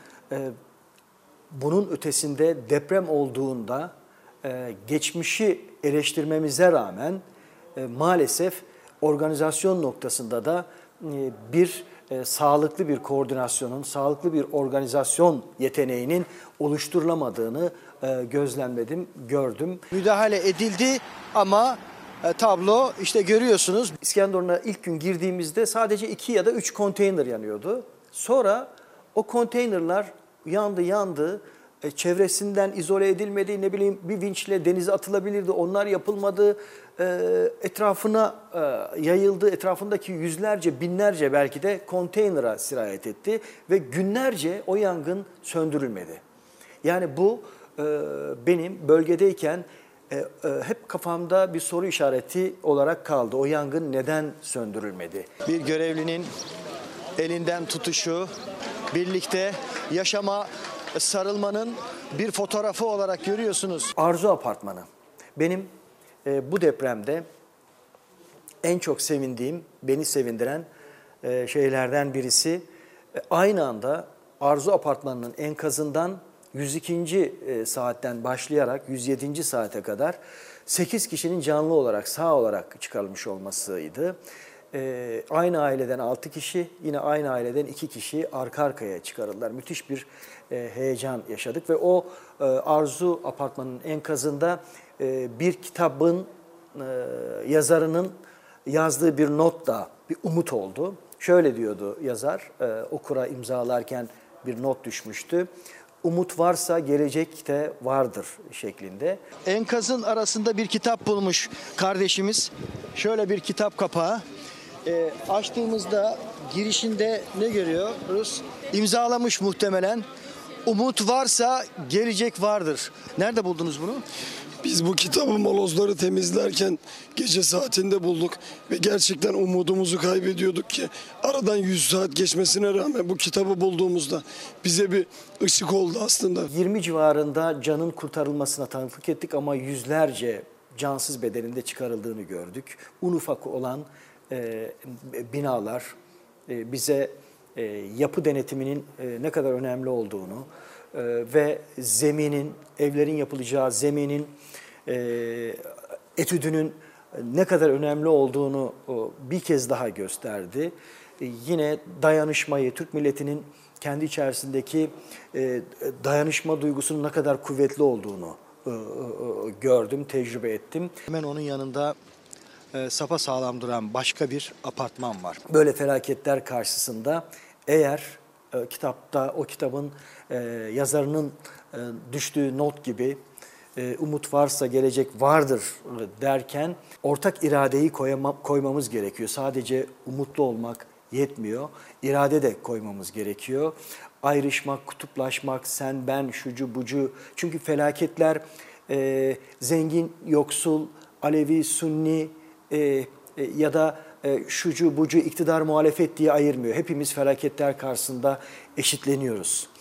bunun ötesinde deprem olduğunda geçmişi eleştirmemize rağmen maalesef organizasyon noktasında da bir E, sağlıklı bir koordinasyonun, sağlıklı bir organizasyon yeteneğinin oluşturulamadığını e, gözlemledim, gördüm. Müdahale edildi ama e, tablo işte görüyorsunuz. İskenderun'a ilk gün girdiğimizde sadece iki ya da üç konteyner yanıyordu. Sonra o konteynerlar yandı yandı. E, çevresinden izole edilmedi, ne bileyim bir vinçle denize atılabilirdi, onlar yapılmadı. E, etrafına e, yayıldı, etrafındaki yüzlerce, binlerce belki de konteynera sirayet etti ve günlerce o yangın söndürülmedi. Yani bu e, benim bölgedeyken e, e, hep kafamda bir soru işareti olarak kaldı. O yangın neden söndürülmedi? Bir görevlinin elinden tutuşu, birlikte yaşama sarılmanın bir fotoğrafı olarak görüyorsunuz. Arzu Apartmanı. Benim e, bu depremde en çok sevindiğim, beni sevindiren e, şeylerden birisi e, aynı anda Arzu Apartmanı'nın enkazından yüz ikinci E, saatten başlayarak yüz yedinci saate kadar sekiz kişinin canlı olarak, sağ olarak çıkarılmış olmasıydı. Ee, aynı aileden altı kişi, yine aynı aileden iki kişi arka arkaya çıkarıldılar. Müthiş bir e, heyecan yaşadık ve o e, Arzu Apartmanı'nın enkazında e, bir kitabın e, yazarının yazdığı bir not da bir umut oldu. Şöyle diyordu yazar, e, okura imzalarken bir not düşmüştü. Umut varsa gelecek de vardır şeklinde. Enkazın arasında bir kitap bulmuş kardeşimiz. Şöyle bir kitap kapağı. E, açtığımızda girişinde ne görüyoruz? İmzalamış muhtemelen. Umut varsa gelecek vardır. Nerede buldunuz bunu? Biz bu kitabı molozları temizlerken gece saatinde bulduk ve gerçekten umudumuzu kaybediyorduk ki aradan yüz saat geçmesine rağmen bu kitabı bulduğumuzda bize bir ışık oldu aslında. yirmi civarında canın kurtarılmasına tanıklık ettik ama yüzlerce cansız bedeninde çıkarıldığını gördük. Un ufak olan e, binalar e, bize e, yapı denetiminin e, ne kadar önemli olduğunu e, ve zeminin, evlerin yapılacağı zeminin e, etüdünün ne kadar önemli olduğunu o, bir kez daha gösterdi. E, yine dayanışmayı, Türk milletinin kendi içerisindeki e, dayanışma duygusunun ne kadar kuvvetli olduğunu e, e, gördüm, tecrübe ettim. Hemen onun yanında e, sapasağlam duran başka bir apartman var. Böyle felaketler karşısında eğer e, kitapta, o kitabın e, yazarının e, düştüğü not gibi e, umut varsa gelecek vardır e, derken ortak iradeyi koyama, koymamız gerekiyor. Sadece umutlu olmak yetmiyor. İrade de koymamız gerekiyor. Ayrışmak, kutuplaşmak, sen, ben, şucu, bucu. Çünkü felaketler e, zengin, yoksul, Alevi, Sunni e, e, ya da e, şucu, bucu, iktidar, muhalefet diye ayırmıyor. Hepimiz felaketler karşısında eşitleniyoruz.